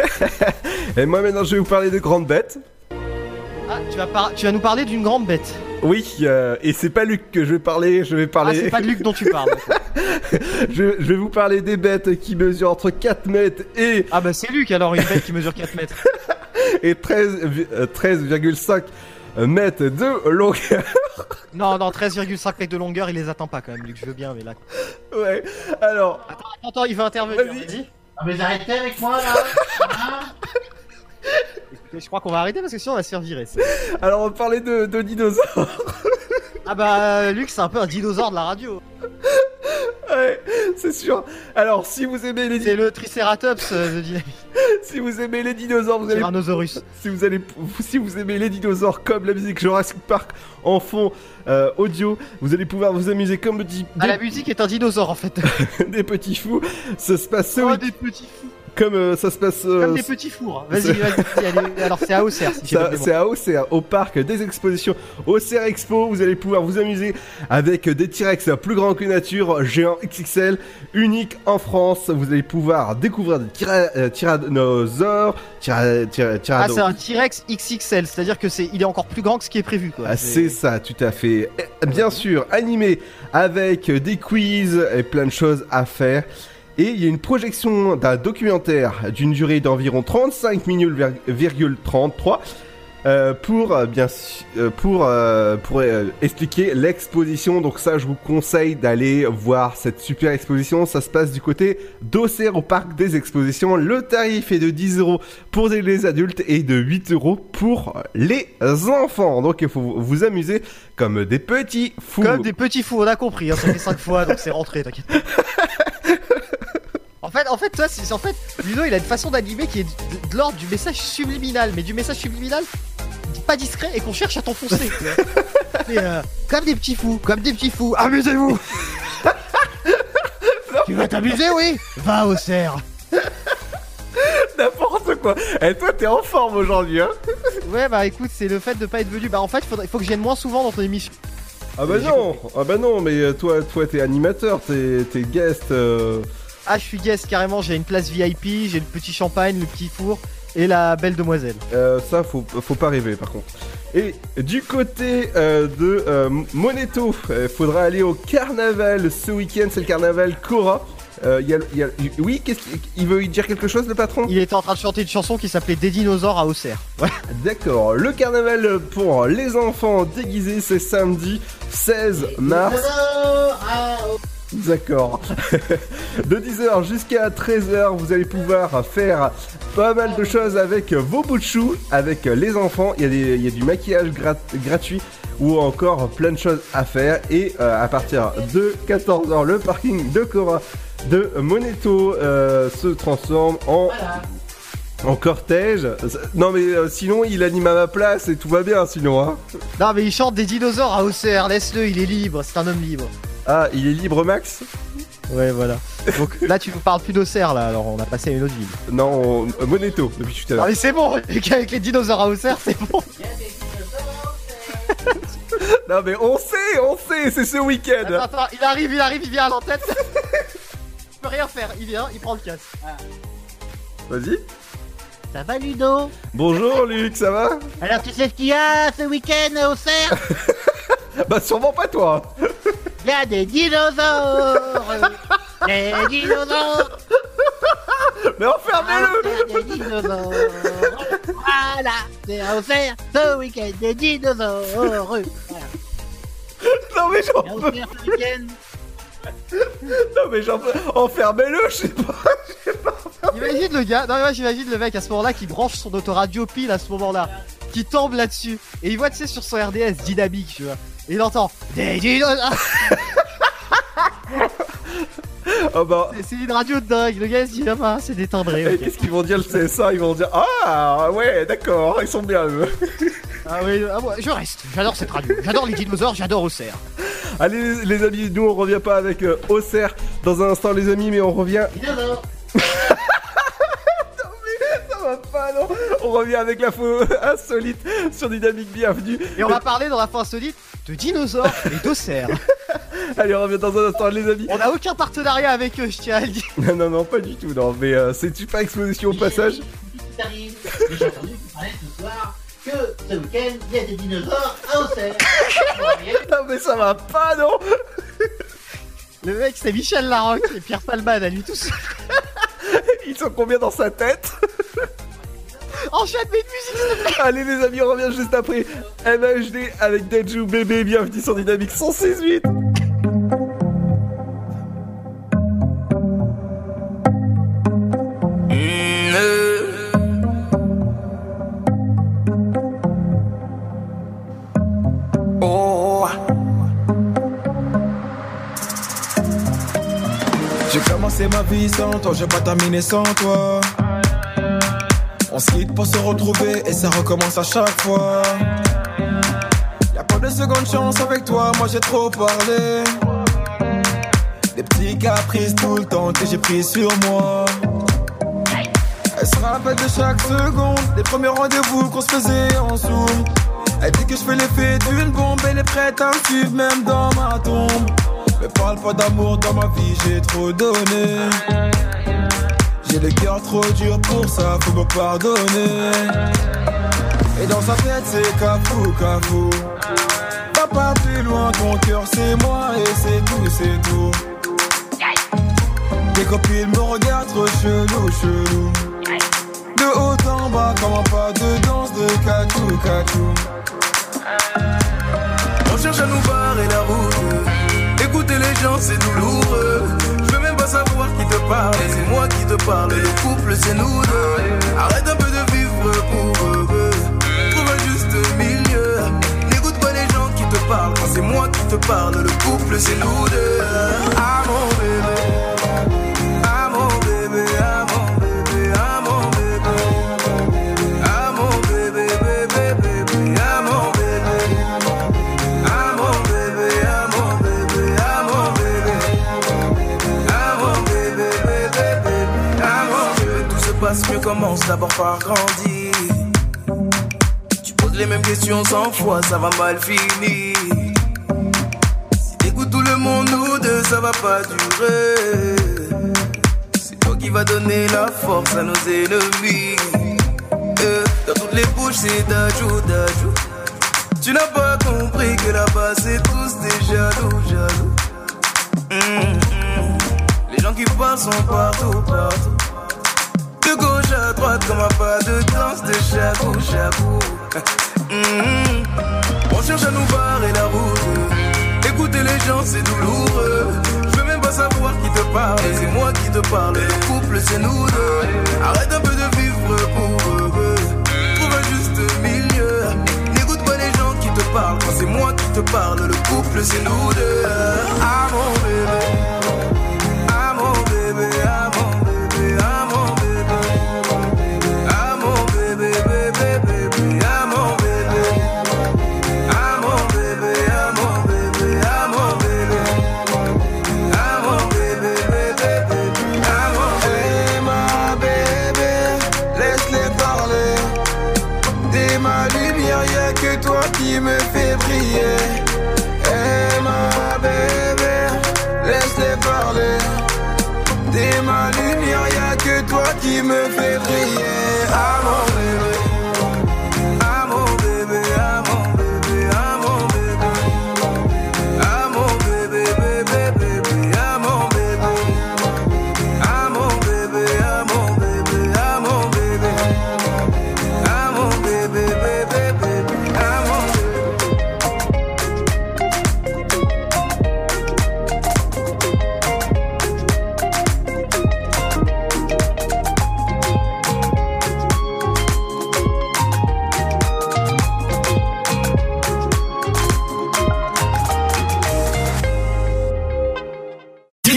Et moi maintenant je vais vous parler de grandes bêtes. Ah, tu vas, par... tu vas nous parler d'une grande bête. Oui, euh, et c'est pas Luc que je vais parler, je vais parler... Ah, c'est pas de Luc dont tu parles. je, je vais vous parler des bêtes qui mesurent entre quatre mètres et... Ah bah c'est Luc alors, une bête qui mesure quatre mètres. Et treize virgule cinq mètres de longueur. Non, non, treize virgule cinq mètres de longueur, il les atteint pas quand même, Luc, je veux bien, mais là... Ouais, alors... Attends, attends, attends, il va intervenir, vas-y. vas-y. Ah mais arrêtez avec moi là. Hein? Écoutez, je crois qu'on va arrêter parce que sinon on va se faire virer. Ça. Alors on va parler de, de dinosaures. Ah bah Luc c'est un peu un dinosaure de la radio. Ouais, c'est sûr. Alors si vous aimez les C'est le Triceratops euh, de Dynamique. Si vous aimez les dinosaures, vous allez Tyrannosaurus. Si vous allez si vous aimez les dinosaures comme la musique Jurassic Park en fond euh, audio, vous allez pouvoir vous amuser comme des, Ah, la musique est un dinosaure en fait. des petits fous. Ça se passe ce Oh, week- des petits fous. comme euh, ça se passe euh, Comme des petits fours. Vas-y, vas-y, allez. Alors c'est à Auxerre si j'ai Ça, pas de c'est à Auxerre, au parc des expositions Auxerre Expo. Vous allez pouvoir vous amuser avec des T-Rex plus grands que nature, géants X X L, uniques en France. Vous allez pouvoir découvrir des tyra- euh, tyrannosaures, tyra- tyra- Ah, tyranno- c'est un T-Rex X X L, c'est-à-dire que c'est, il est encore plus grand que ce qui est prévu quoi. Ah, c'est ça, tout à fait. Et, bien sûr, animé avec des quiz et plein de choses à faire. Et il y a une projection d'un documentaire d'une durée d'environ trente-cinq minutes virgule trente-trois euh, pour euh, bien su- euh, pour euh, pour euh, expliquer l'exposition. Donc ça, je vous conseille d'aller voir cette super exposition. Ça se passe du côté d'Auxerre au parc des expositions. Le tarif est de dix euros pour les adultes et de huit euros pour les enfants. Donc il faut vous amuser comme des petits fous. Comme des petits fous, on a compris, hein, ça fait cinq fois donc c'est rentré, t'inquiète pas. En fait, en fait, toi, c'est en fait, Ludo, il a une façon d'animer qui est de, de l'ordre du message subliminal, mais du message subliminal pas discret et qu'on cherche à t'enfoncer. Tu vois. Mais, euh, comme des petits fous, comme des petits fous, amusez-vous. Tu vas t'amuser, oui. Va au cerf. N'importe quoi. Et toi, t'es en forme aujourd'hui, hein? Ouais, bah écoute, c'est le fait de pas être venu. Bah en fait, il faudrait- il faut que je vienne moins souvent dans ton émission. Ah bah non, ah bah non, mais euh, toi, toi, t'es animateur, t'es, t'es guest. Euh... Ah, je suis guest carrément. J'ai une place V I P, j'ai le petit champagne, le petit four et la belle demoiselle. Euh, ça, faut, faut pas rêver par contre. Et du côté euh, de euh, Moneto, il faudra aller au carnaval ce week-end, c'est le carnaval Cora. Euh, y a, y a, oui, qu'est-ce qu'il il veut y dire quelque chose, le patron? Il était en train de chanter une chanson qui s'appelait Des dinosaures à Auxerre. Ouais. D'accord, le carnaval pour les enfants déguisés, c'est samedi seize mars. D'accord. De dix heures jusqu'à treize heures, vous allez pouvoir faire pas mal de choses avec vos bouts de choux, avec les enfants. Il y a, des, il y a du maquillage grat- gratuit ou encore plein de choses à faire. Et euh, à partir de quatorze heures, le parking de Cora de Moneto euh, se transforme en... En cortège. Non mais euh, sinon il anime à ma place et tout va bien sinon hein. Non mais il chante des dinosaures à Auxerre, laisse-le, il est libre, c'est un homme libre. Ah, il est libre Max? Ouais voilà. Donc là tu nous parles plus d'Auxerre là, alors on a passé à une autre ville. Non, on... euh, Moneto depuis tout à l'heure. Ah mais c'est bon, avec les dinosaures à Auxerre c'est bon. Non mais on sait, on sait, c'est ce week-end. Attends, attends, il arrive, il arrive, il vient à l'entête. Il peut rien faire, il vient, il prend le casque. Ah. Vas-y. Ça va Ludo? Bonjour Luc, ça va? Alors tu sais ce qu'il y a ce week-end à Auxerre? Bah sûrement pas toi. Il y a des dinosaures. Des dinosaures. Mais enfermez-le. Des dinosaures. Voilà, c'est à Auxerre ce week-end des dinosaures. Voilà. Non mais j'en peux. Auxerre ce week-end. Non mais j'en peux. Enfermez-le, je sais pas. Je sais pas. Imagine le gars, non mais moi j'imagine le mec à ce moment-là qui branche son autoradio pile à ce moment-là, qui tombe là-dessus, et il voit tu sais sur son R D S dynamique, tu vois, et il entend des dinosaures. Oh bah... c'est, c'est une radio de dingue, le gars il se dit ah bah c'est des timbrés. Okay. Qu'est-ce qu'ils vont dire le C S A? Ils vont dire ah ouais d'accord, ils sont bien eux. Ah oui, ah, ouais, je reste, j'adore cette radio, j'adore les dinosaures, j'adore Auxerre. Allez les amis, nous on revient pas avec euh, Auxerre dans un instant les amis, mais on revient... Dinosaures. Pas, non. On revient avec l'info insolite sur Dynamique, bienvenue. Et on va parler dans l'info insolite de dinosaures et d'Auxerre. Allez, on revient dans un instant, les amis. On n'a aucun partenariat avec eux, je tiens à le dire. Non, non, non, pas du tout, non. Mais euh, c'est super exposition au passage. J'ai entendu parler ce soir que ce week-end il y a des dinosaures à Auxerre. Non, mais ça va pas, non. Le mec, c'est Michel Larocque et Pierre Palmade à lui tout seul. Ils sont combien dans sa tête? Enchaîne mes musiques s'il te plaît. Allez les amis, on revient juste après M H D avec Deju Bébé. Bienvenue sur Dynamique cent six huit. Oh. J'ai commencé ma vie sans toi, j'ai pas terminé sans toi. On se quitte pour se retrouver et ça recommence à chaque fois. Y'a pas de seconde chance avec toi, moi j'ai trop parlé. Des petits caprices tout le temps que j'ai pris sur moi. Elle se rappelle de chaque seconde, des premiers rendez-vous qu'on se faisait en zoom. Elle dit que je fais l'effet d'une bombe, elle est prête à me suivre même dans ma tombe. Mais parle pas d'amour dans ma vie, j'ai trop donné. J'ai le cœur trop dur pour ça, faut me pardonner. Et dans sa tête c'est cafou, cafou. Va pas plus loin, ton cœur c'est moi et c'est tout, c'est tout. Tes copines me regardent trop chelou, chelou. De haut en bas, comment pas de danse de cacou, cacou. On cherche à nous barrer la route. Écouter les gens c'est douloureux. Savoir qui te parle, c'est moi qui te parle. Le couple c'est nous deux. Arrête un peu de vivre pour eux. Trouve un juste milieu. N'écoute pas les gens qui te parlent. Quand c'est moi qui te parle, le couple c'est nous deux. Ah mon bébé, ah mon bébé, ah mon bébé, ah mon bébé, ah mon bébé, bébé, bébé, ah mon bébé, ah mon bébé, ah mon bébé, ah mon bébé. Mieux commence d'abord par grandir. Tu poses les mêmes questions cent fois, ça va mal finir. Si t'écoutes tout le monde, nous deux, ça va pas durer. C'est toi qui vas donner la force à nos ennemis. Euh, dans toutes les bouches, c'est d'ajout, d'ajout. Tu n'as pas compris que là-bas, c'est tous des jaloux, jaloux. Mmh, mmh. Les gens qui parlent sont partout, partout. De gauche à droite comme un pas de danse de chabou, chabou. Mmh. On cherche à nous barrer la route. Écouter les gens c'est douloureux. Je veux même pas savoir qui te parle, c'est moi qui te parle. Le couple c'est nous deux. Arrête un peu de vivre pour eux. Trouve un juste milieu. N'écoute pas les gens qui te parlent. Quand c'est moi qui te parle, le couple c'est nous deux. Ah mon bébé, ah mon bébé, ah mon bébé, ah mon bébé.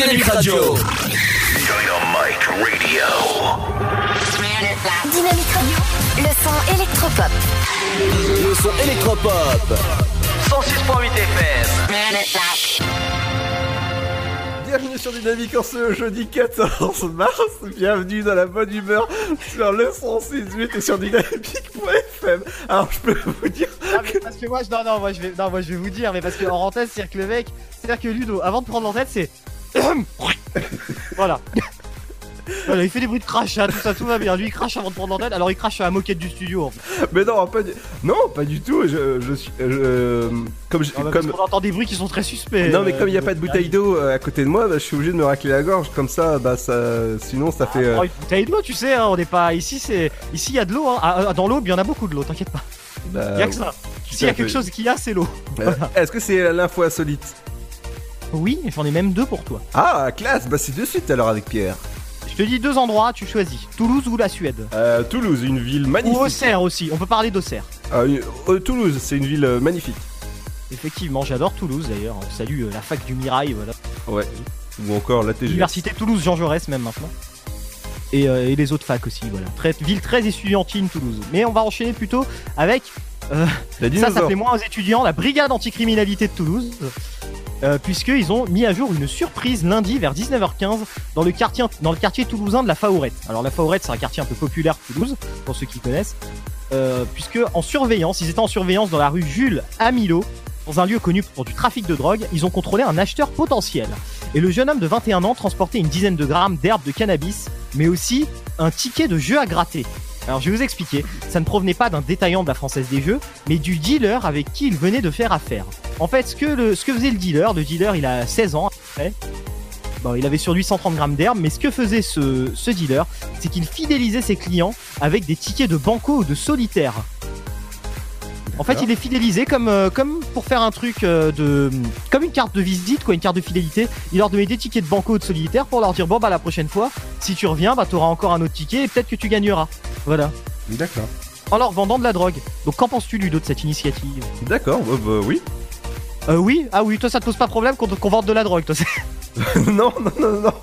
Dynamique Radio. Dynamite Radio. Dynamique Radio, le son électropop. Le son électropop. cent six virgule huit F M. Bienvenue sur Dynamique en ce jeudi quatorze mars. Bienvenue dans la bonne humeur sur le cent six virgule huit et sur dynamique point F M. Alors je peux vous dire. Ah, mais parce que moi, je, non, non, moi je vais, non, moi je vais vous dire, mais parce qu'en rentelle, c'est-à-dire que le mec, c'est-à-dire que Ludo, avant de prendre l'antenne, c'est. Voilà. Voilà, il fait des bruits de crachat, tout ça, tout va bien. Lui, il crache avant de prendre l'antenne, alors il crache sur la moquette du studio. En fait. Mais non, pas du... non, pas du tout. Je, je suis, je, comme, je, ah bah, comme... on entend des bruits qui sont très suspects. Non, mais euh, comme il n'y a pas de bouteille d'eau à côté de moi, bah, je suis obligé de me racler la gorge. Comme ça, bah ça, sinon ça fait. Ah, Euh... une bouteille d'eau, tu sais, hein, on n'est pas ici. C'est ici, il y a de l'eau. Hein. Ah, dans l'aube, il y en a beaucoup de l'eau. T'inquiète pas. Bah, il y a que ça. S'il y a quelque chose qu'il y a, c'est l'eau. Euh, Voilà. Est-ce que c'est l'info insolite? Oui, j'en ai même deux pour toi. Ah, classe. Bah c'est de suite alors avec Pierre. Je te dis deux endroits, tu choisis. Toulouse ou la Suède. Euh, Toulouse, une ville magnifique. Ou Auxerre aussi, on peut parler d'Auxerre. Euh, euh, Toulouse, c'est une ville euh, magnifique. Effectivement, j'adore Toulouse d'ailleurs. Salut euh, la fac du Mirail, voilà. Ouais. Ou encore la T G. Université Toulouse Jean Jaurès même maintenant. Et, euh, et les autres facs aussi, voilà. Très, ville très estudiantine Toulouse. Mais on va enchaîner plutôt avec... Euh, ça, ça plaît moins aux étudiants, la brigade anticriminalité de Toulouse. Euh, puisqu'ils ont mis à jour une surprise lundi vers dix-neuf heures quinze dans le quartier, dans le quartier toulousain de la Faourette. Alors la Faourette, c'est un quartier un peu populaire de Toulouse, pour ceux qui connaissent. Euh, puisque en surveillance, ils étaient en surveillance dans la rue Jules à Millau, dans un lieu connu pour du trafic de drogue. Ils ont contrôlé un acheteur potentiel. Et le jeune homme de vingt et un ans transportait une dizaine de grammes d'herbe de cannabis, mais aussi un ticket de jeu à gratter. Alors je vais vous expliquer, ça ne provenait pas d'un détaillant de la Française des Jeux, mais du dealer avec qui il venait de faire affaire. En fait, ce que, le, ce que faisait le dealer, le dealer il a seize ans, après, bon, il avait sur lui cent trente grammes d'herbe, mais ce que faisait ce, ce dealer, c'est qu'il fidélisait ses clients avec des tickets de banco ou de solitaire. En fait, il les fidélisait comme, euh, comme pour faire un truc euh, de... Comme une carte de visite, quoi, une carte de fidélité. Il leur donnait des tickets de banco ou de solitaire pour leur dire, bon bah la prochaine fois, si tu reviens, bah t'auras encore un autre ticket et peut-être que tu gagneras. Voilà. D'accord. En leur vendant de la drogue. Donc qu'en penses-tu, Ludo, de cette initiative? D'accord, bah, bah oui. Euh oui, ah oui, toi ça te pose pas de problème qu'on, qu'on vende de la drogue, toi. non, non, non, non.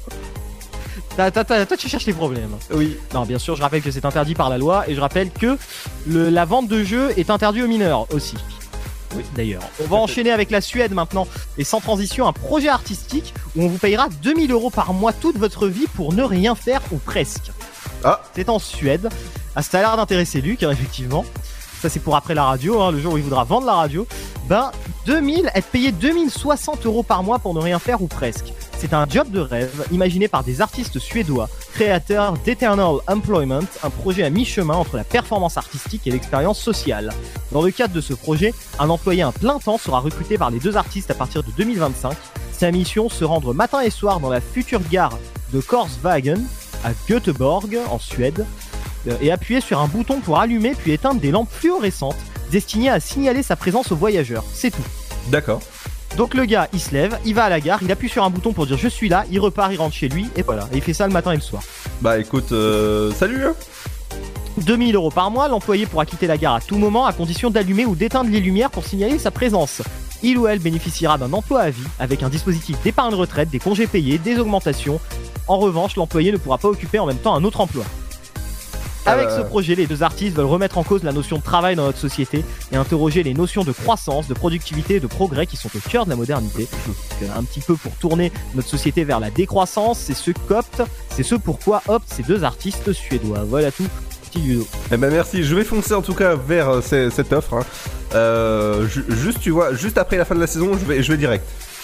Toi, toi, toi, toi, tu cherches les problèmes. Oui. Non, bien sûr, je rappelle que c'est interdit par la loi et je rappelle que le, la vente de jeux est interdite aux mineurs aussi. Oui, d'ailleurs. On va enchaîner avec la Suède maintenant. Et sans transition, un projet artistique où on vous payera deux mille euros par mois toute votre vie pour ne rien faire ou presque. Ah. C'est en Suède. Ah, ça a l'air d'intéresser Luc, hein, effectivement. Ça, c'est pour après la radio, hein, le jour où il voudra vendre la radio. Ben, deux mille, être payé deux mille soixante euros par mois pour ne rien faire ou presque. C'est un job de rêve imaginé par des artistes suédois, créateurs d'Eternal Employment, un projet à mi-chemin entre la performance artistique et l'expérience sociale. Dans le cadre de ce projet, un employé à plein temps sera recruté par les deux artistes à partir de deux mille vingt-cinq. Sa mission, se rendre matin et soir dans la future gare de Korsvägen, à Göteborg, en Suède, et appuyer sur un bouton pour allumer puis éteindre des lampes fluorescentes destinées à signaler sa présence aux voyageurs. C'est tout. D'accord. Donc le gars, il se lève, il va à la gare, il appuie sur un bouton pour dire je suis là, il repart, il rentre chez lui, et voilà. Et il fait ça le matin et le soir. Bah écoute, euh, salut hein. deux mille euros par mois, l'employé pourra quitter la gare à tout moment à condition d'allumer ou d'éteindre les lumières pour signaler sa présence. Il ou elle bénéficiera d'un emploi à vie avec un dispositif d'épargne retraite, des congés payés, des augmentations. En revanche, l'employé ne pourra pas occuper en même temps un autre emploi. Avec ce projet, les deux artistes veulent remettre en cause la notion de travail dans notre société et interroger les notions de croissance, de productivité et de progrès qui sont au cœur de la modernité. Donc, un petit peu pour tourner notre société vers la décroissance, c'est ce qu'optent, c'est ce pourquoi optent ces deux artistes suédois. Voilà tout. Petit Ludo. Eh ben merci, je vais foncer en tout cas vers euh, c- cette offre. Hein. Euh, ju- juste tu vois, juste après la fin de la saison, je vais, je vais direct.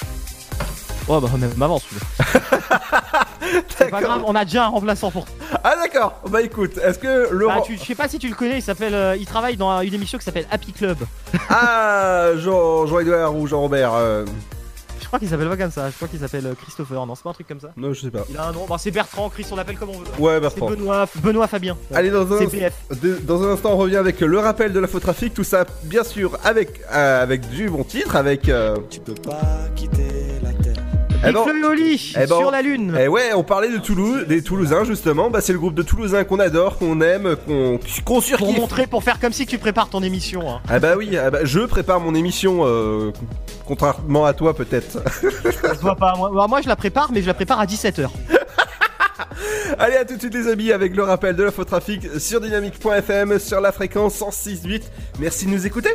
Oh bah même avant celui-là. C'est pas grave, on a déjà un remplaçant pour. Ah d'accord. Bah écoute, est-ce que Laurent... Bah, tu, je sais pas si tu le connais, il s'appelle, euh, il travaille dans une émission qui s'appelle Happy Club. Ah Jean, Jean-Edouard ou Jean-Robert. Euh... Je crois qu'il s'appelle pas comme ça. Je crois qu'il s'appelle euh, Christopher. Non, c'est pas un truc comme ça. Non, je sais pas. Il a un nom. Bah c'est Bertrand. Chris, on l'appelle comme on veut. Ouais, Bertrand. C'est Benoît, Benoît Fabien. Allez, dans un, c'est B F. de- dans un instant, on revient avec le rappel de l'infotrafic. Tout ça, bien sûr, avec euh, avec du bon titre, avec. Euh... Tu peux pas quitter la terre. Big Flo et Oli, eh ben, sur la lune. Et ouais, on parlait de Toulouse, des Toulousains justement. Bah c'est le groupe de Toulousains qu'on adore, qu'on aime, qu'on qu'on surkiffe. Pour montrer, pour faire comme si tu prépares ton émission. Hein. Ah bah oui, ah bah, je prépare mon émission euh, Contrairement à toi, peut-être. Ça se voit pas. Moi, moi, je la prépare, mais je la prépare à dix-sept heures. Allez, à tout de suite les amis avec le rappel de l'infotrafic sur dynamique point f m sur la fréquence cent six virgule huit. Merci de nous écouter.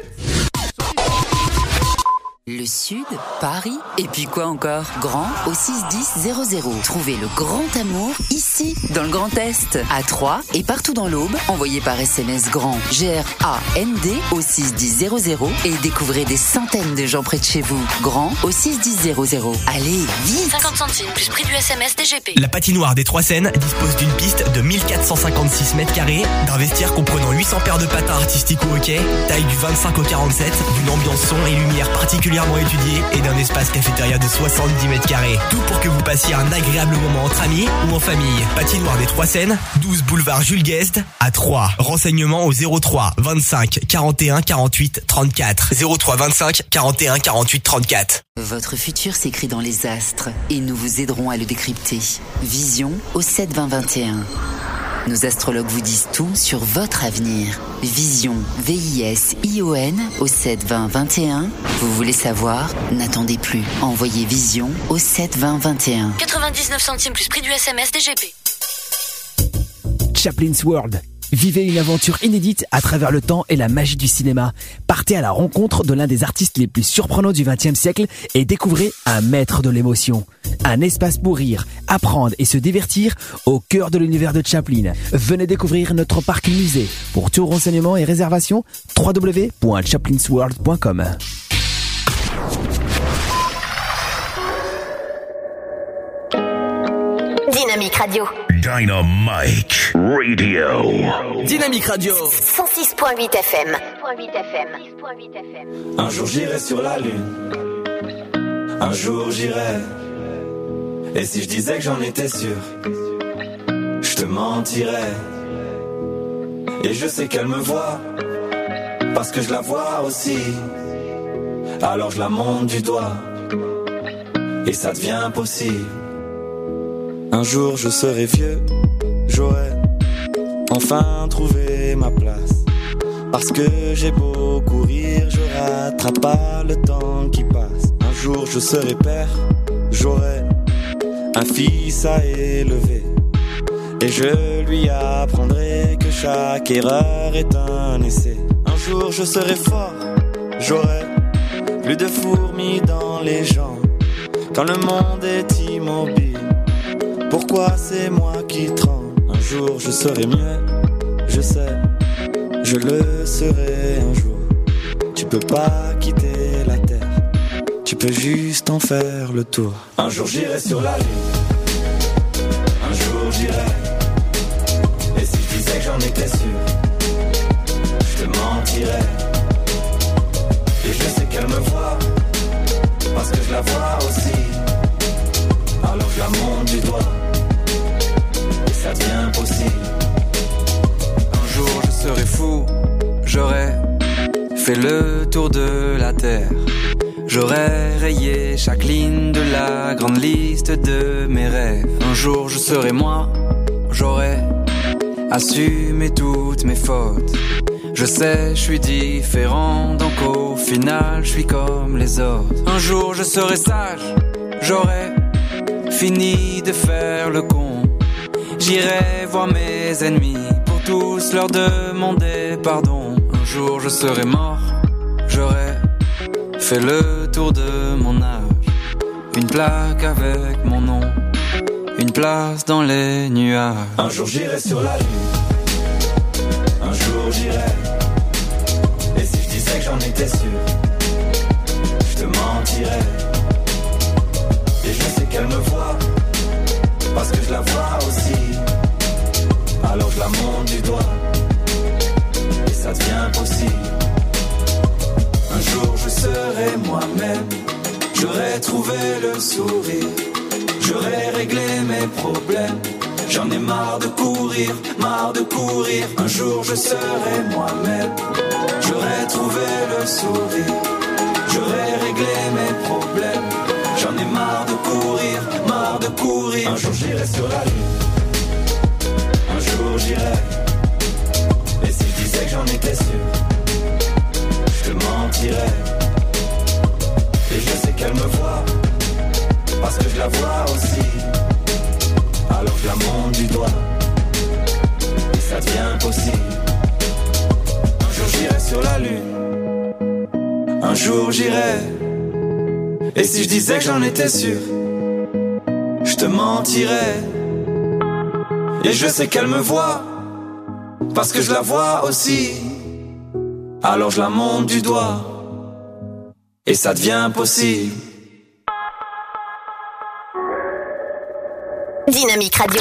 Le Sud, Paris, et puis quoi encore? Grand au six dix zéro zéro. Trouvez le grand amour ici, dans le Grand Est, à Troyes et partout dans l'Aube. Envoyez par S M S grand G R A N D au six dix zéro zéro et découvrez des centaines de gens près de chez vous. Grand au six dix zéro zéro. Allez, vite! cinquante centimes plus prix du S M S D G P. La patinoire des Trois Seines dispose d'une piste de mille quatre cent cinquante-six mètres carrés, d'un vestiaire comprenant huit cents paires de patins artistiques ou hockey, taille du vingt-cinq au quarante-sept, d'une ambiance son et lumière particulièrement étudié et d'un espace cafétéria de soixante-dix mètres carrés. Tout pour que vous passiez un agréable moment entre amis ou en famille. Patinoire des Trois Seines, douze boulevard Jules Guest à Troyes. Renseignements au zéro trois vingt-cinq quarante et un quarante-huit trente-quatre. zéro trois vingt-cinq quarante et un quarante-huit trente-quatre. Votre futur s'écrit dans les astres et nous vous aiderons à le décrypter. Vision au sept vingt vingt et un. Nos astrologues vous disent tout sur votre avenir. Vision, V I S I O N au sept vingt vingt et un. Vous voulez savoir? N'attendez plus. Envoyez Vision au sept vingt vingt et un. quatre-vingt-dix-neuf centimes plus prix du S M S D G P. Chaplin's World. Vivez une aventure inédite à travers le temps et la magie du cinéma. Partez à la rencontre de l'un des artistes les plus surprenants du vingtième siècle et découvrez un maître de l'émotion. Un espace pour rire, apprendre et se divertir au cœur de l'univers de Chaplin. Venez découvrir notre parc musée. Pour tout renseignement et réservation, w w w point chaplinsworld point com. Dynamique Radio. Dynamique Radio. Dynamique Radio. cent six virgule huit F M. Un jour j'irai sur la lune. Un jour j'irai. Et si je disais que j'en étais sûr, je te mentirais. Et je sais qu'elle me voit, parce que je la vois aussi. Alors je la monte du doigt, et ça devient possible. Un jour je serai vieux, j'aurai enfin trouvé ma place. Parce que j'ai beau courir, je rattrape pas le temps qui passe. Un jour je serai père, j'aurai un fils à élever. Et je lui apprendrai que chaque erreur est un essai. Un jour je serai fort, j'aurai plus de fourmis dans les jambes. Quand le monde est immobile, pourquoi c'est moi qui tremble? Un jour je serai mieux, je sais, je le serai un jour. Tu peux pas quitter la terre, tu peux juste en faire le tour. Un jour j'irai sur la lune, un jour j'irai. Et si je disais que j'en étais sûr, je te mentirais. Et je sais qu'elle me voit, parce que je la vois aussi. Alors je la monte du doigt, et ça devient possible. Un jour je serai fou, j'aurai fait le tour de la terre. J'aurai rayé chaque ligne de la grande liste de mes rêves. Un jour je serai moi, j'aurai assumé toutes mes fautes. Je sais, je suis différent, donc au final je suis comme les autres. Un jour je serai sage, j'aurai fini de faire le con. J'irai voir mes ennemis pour tous leur demander pardon. Un jour je serai mort, j'aurai fait le tour de mon âge. Une plaque avec mon nom, une place dans les nuages. Un jour j'irai sur la lune, un jour j'irai. Et si je disais que j'en étais sûr, je te mentirais. Et je sais qu'elle me voit, parce que je la vois aussi. Alors je la monte du doigt, et ça devient possible. Un jour je serai moi-même, j'aurai trouvé le sourire, j'aurai réglé mes problèmes. J'en ai marre de courir, marre de courir. Un jour je serai moi-même, j'aurai trouvé le sourire, j'aurai réglé mes problèmes. J'en ai marre de courir, marre de courir. Un jour j'irai sur la lune, un jour j'irai. Et si je disais que j'en étais sûr, je te mentirais. Et je la vois aussi. Alors je la monte du doigt et ça devient possible. Un jour j'irai sur la lune, un jour j'irai. Et si je disais que j'en étais sûr, je te mentirais. Et je sais qu'elle me voit, parce que je la vois aussi. Alors je la monte du doigt et ça devient possible. Dynamique Radio.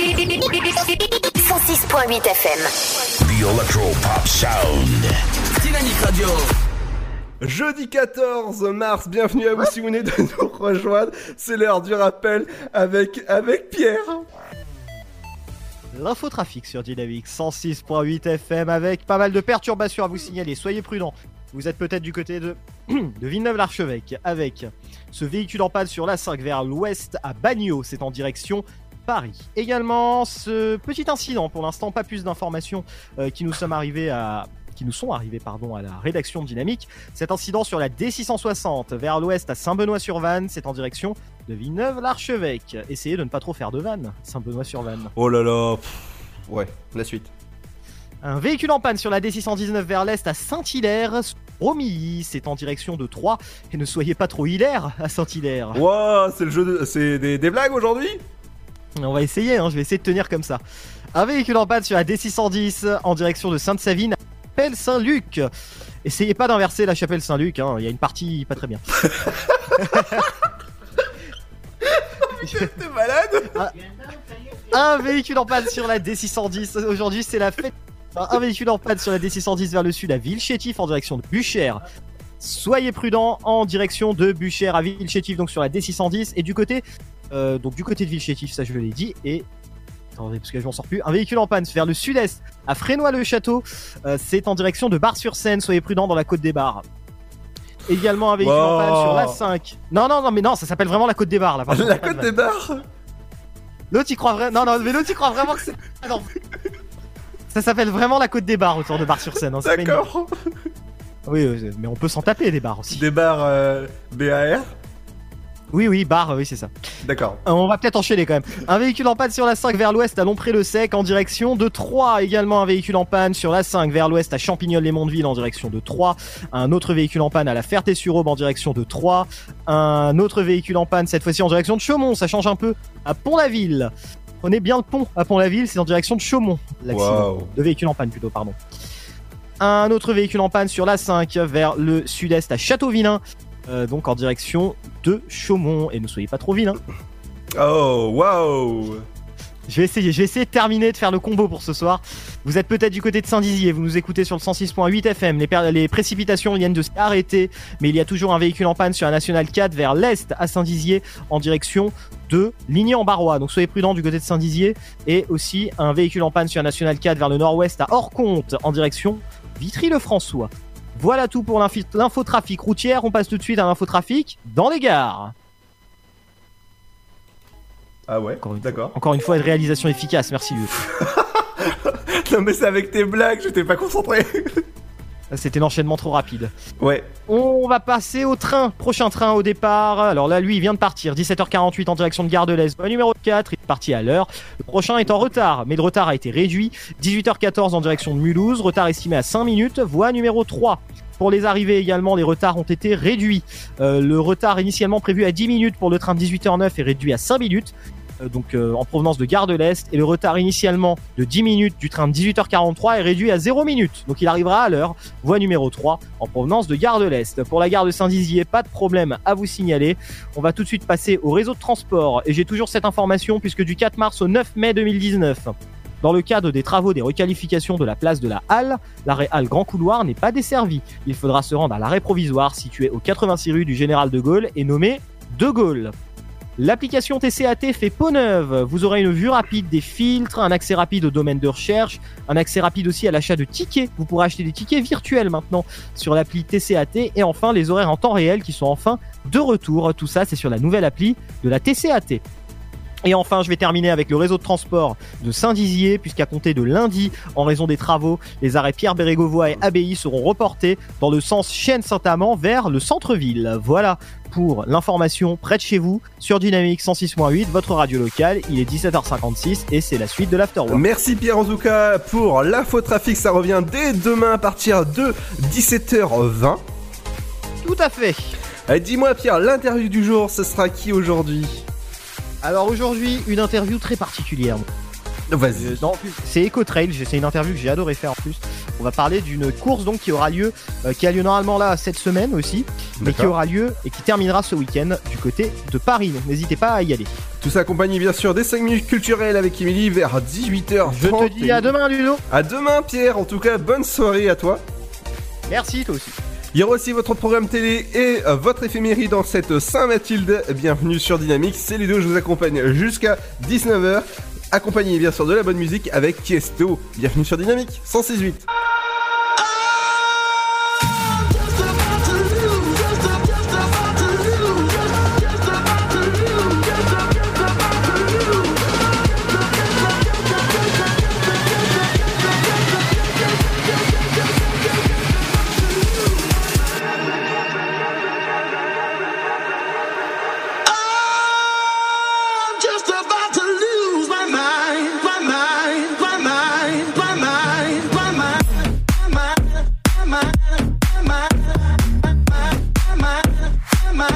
cent six point huit F M. The Electropop Sound. Dynamique Radio. Jeudi quatorze mars, bienvenue à vous si vous venez de nous rejoindre. C'est l'heure du rappel avec, avec Pierre. L'infotrafic sur Dynamique cent six point huit F M avec pas mal de perturbations à vous signaler. Soyez prudents. Vous êtes peut-être du côté de, de Villeneuve-l'Archevêque avec ce véhicule en panne sur l'A cinq vers l'ouest à Bagnols. C'est en direction Paris. Également, ce petit incident, pour l'instant, pas plus d'informations euh, qui nous sommes arrivés à... qui nous sont arrivés pardon, à la rédaction de Dynamique. Cet incident sur la D six cent soixante vers l'ouest à Saint-Benoît-sur-Vanne, c'est en direction de Villeneuve-l'Archevêque. Essayez de ne pas trop faire de vannes, Saint-Benoît-sur-Vanne. Oh là là, pff, ouais, la suite. Un véhicule en panne sur la D six cent dix-neuf vers l'est à Saint-Hilaire, Romilly, c'est en direction de Troyes. Et ne soyez pas trop hilaire à Saint-Hilaire. Wow, c'est le jeu de... c'est des, des blagues aujourd'hui ? On va essayer, hein, je vais essayer de tenir comme ça. Un véhicule en panne sur la D six cent dix en direction de Sainte-Savine, Chapelle Saint-Luc. Essayez pas d'inverser la Chapelle Saint-Luc, hein, il y a une partie pas très bien. T'es malade ? Un véhicule en panne sur la D six cent dix, aujourd'hui c'est la fête. Un véhicule en panne sur la D six cent dix vers le sud à Villechétif en direction de Buchères. Soyez prudents en direction de Buchères à Villechétif, donc sur la D six cent dix. Et du côté, euh, donc du côté de Villechétif, ça je l'ai dit. Et attendez, parce que je m'en sors plus. Un véhicule en panne vers le sud-est à Frénois-le-Château. Euh, c'est en direction de Bar-sur-Seine. Soyez prudents dans la Côte des Bars. Également un véhicule wow. en panne sur l'A cinq. Non, non, non, mais non, ça s'appelle vraiment la Côte des Bars là. Pardon, la Côte des Bars. L'autre, il croit vraiment. Non, non, mais l'autre, il croit vraiment que c'est. Ah, non. Ça s'appelle vraiment la Côte des Bars autour de Bar-sur-Seine. Hein. D'accord. Une... Oui, oui, mais on peut s'en taper des bars aussi. Des bars euh, B A R. Oui, oui, bar, oui, c'est ça. D'accord. Euh, on va peut-être enchaîner quand même. Un véhicule en panne sur la cinq vers l'ouest à Lompré-le-Sec en direction de Troyes. Également un véhicule en panne sur la cinq vers l'ouest à Champignol-les-Mondeville en direction de Troyes. Un autre véhicule en panne à la Ferté-sur-Aube en direction de Troyes. Un autre véhicule en panne, cette fois-ci en direction de Chaumont. Ça change un peu, à Pont-la-Ville. Prenez bien le pont à Pont-la-Ville, c'est en direction de Chaumont. L'accident. Wow. De véhicule en panne plutôt, pardon. Un autre véhicule en panne sur l'A cinq vers le sud-est à Châteauvillain. Euh, donc en direction de Chaumont. Et ne soyez pas trop vilains. Oh, waouh! Je vais essayer, je vais essayer de terminer, de faire le combo pour ce soir. Vous êtes peut-être du côté de Saint-Dizier, vous nous écoutez sur le cent six point huit F M. Les, per- les précipitations viennent de s'arrêter, mais il y a toujours un véhicule en panne sur la Nationale quatre vers l'est à Saint-Dizier en direction de Ligny-en-Barrois. Donc soyez prudents du côté de Saint-Dizier. Et aussi un véhicule en panne sur la Nationale quatre vers le nord-ouest à Orconte en direction Vitry-le-François. Voilà tout pour l'infi- l'infotrafic routière. On passe tout de suite à l'infotrafic dans les gares. Ah ouais, encore une d'accord. Fois, encore une fois, une réalisation efficace, merci Luc. Non mais c'est avec tes blagues, j'étais pas concentré. C'était l'enchaînement trop rapide. Ouais. On va passer au train, prochain train au départ. Alors là, lui, il vient de partir, dix-sept heures quarante-huit en direction de Gare de l'Est. Bon, numéro quatre, il est parti à l'heure. Le prochain est en retard, mais le retard a été réduit. dix-huit heures quatorze en direction de Mulhouse, retard estimé à cinq minutes. Voie numéro trois. Pour les arrivées également, les retards ont été réduits. Euh, le retard initialement prévu à dix minutes pour le train de dix-huit heures neuf est réduit à cinq minutes. Donc euh, en provenance de Gare de l'Est, et le retard initialement de dix minutes du train de dix-huit heures quarante-trois est réduit à zéro minutes, donc il arrivera à l'heure. Voie numéro trois en provenance de Gare de l'Est. Pour la gare de Saint-Dizier, pas de problème à vous signaler. On va tout de suite passer au réseau de transport, et j'ai toujours cette information puisque du quatre mars au neuf mai deux mille dix-neuf, dans le cadre des travaux des requalifications de la place de la Halle, l'arrêt Halle Grand Couloir n'est pas desservi. Il faudra se rendre à l'arrêt provisoire situé au quatre-vingt-six rue du Général de Gaulle et nommé De Gaulle. L'application T C A T fait peau neuve. Vous aurez une vue rapide des filtres, un accès rapide au domaine de recherche, un accès rapide aussi à l'achat de tickets. Vous pourrez acheter des tickets virtuels maintenant sur l'appli T C A T. Et enfin, les horaires en temps réel qui sont enfin de retour. Tout ça, c'est sur la nouvelle appli de la T C A T. Et enfin, je vais terminer avec le réseau de transport de Saint-Dizier, puisqu'à compter de lundi, en raison des travaux, les arrêts Pierre-Bérégovoy et Abbaye seront reportés dans le sens Chêne-Saint-Amand vers le centre-ville. Voilà pour l'information près de chez vous sur Dynamique cent six point huit, votre radio locale. Il est dix-sept heures cinquante-six et c'est la suite de l'Afterwork. Merci Pierre en tout cas pour l'infotrafic, ça revient dès demain à partir de dix-sept heures vingt. Tout à fait. Allez, dis-moi Pierre, l'interview du jour, ce sera qui aujourd'hui ? Alors aujourd'hui, une interview très particulière. Vas-y. Euh, non, c'est Ecotrail, c'est une interview que j'ai adoré faire en plus. On va parler d'une course donc qui aura lieu, euh, qui a lieu normalement là cette semaine aussi, mais D'accord. qui aura lieu et qui terminera ce week-end du côté de Paris. Donc n'hésitez pas à y aller. Tout ça accompagné bien sûr des cinq minutes culturelles avec Émilie vers dix-huit heures trente. Je te dis à demain Ludo. À demain Pierre, en tout cas bonne soirée à toi. Merci toi aussi. Il y aura aussi votre programme télé et euh, votre éphémérie dans cette Saint-Mathilde. Bienvenue sur Dynamique, c'est Ludo, je vous accompagne jusqu'à dix-neuf heures. Accompagné bien sûr de la bonne musique avec Tiesto. Bienvenue sur Dynamique cent six virgule huit. Just about to lose my mind, my mind, my mind, my mind, my mind, my mind, my mind, my mind, my mind, my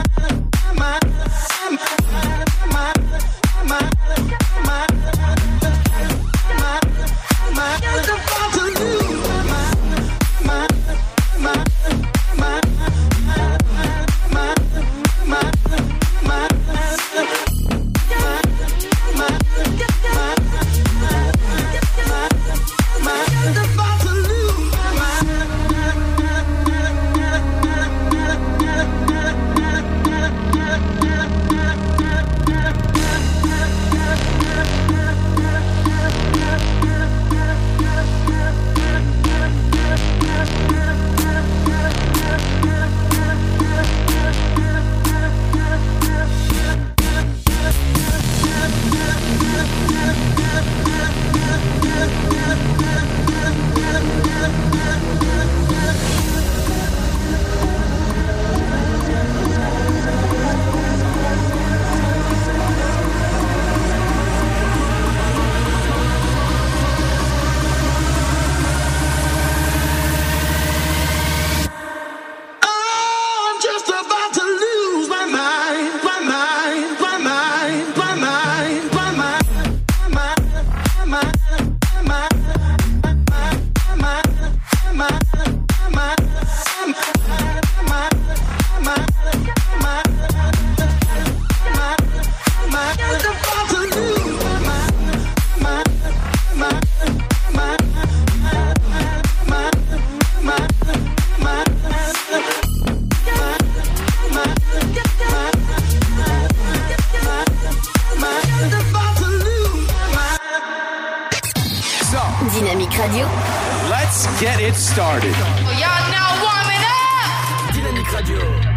Dynamique Radio. Let's get it started. Y'all now warming up. Dynamique Radio.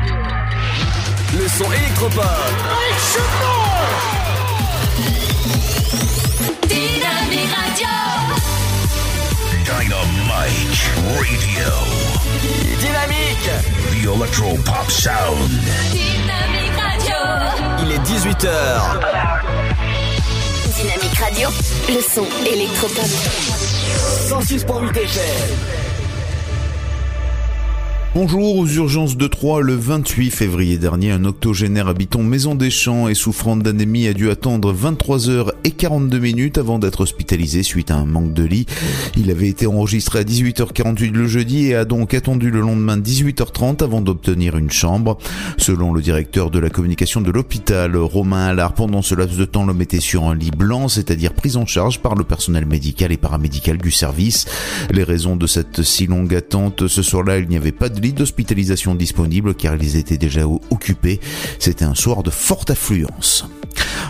Le son électropop. Make some noise. Dynamique Radio. Dynamite Radio. Dynamique. The Electro Pop Sound. Dynamique Radio. Il est dix-huit heures. Dynamique Radio, le son électropop. cent six virgule huit F M. Bonjour, aux urgences de Troyes, le vingt-huit février dernier, un octogénaire habitant Maison des Champs et souffrant d'anémie a dû attendre vingt-trois heures quarante-deux minutes avant d'être hospitalisé suite à un manque de lit. Il avait été enregistré à dix-huit heures quarante-huit le jeudi et a donc attendu le lendemain dix-huit heures trente avant d'obtenir une chambre. Selon le directeur de la communication de l'hôpital, Romain Allard, pendant ce laps de temps, l'homme était sur un lit blanc, c'est-à-dire pris en charge par le personnel médical et paramédical du service. Les raisons de cette si longue attente, ce soir-là, il n'y avait pas de lit d'hospitalisation disponible car ils étaient déjà occupés. C'était un soir de forte affluence.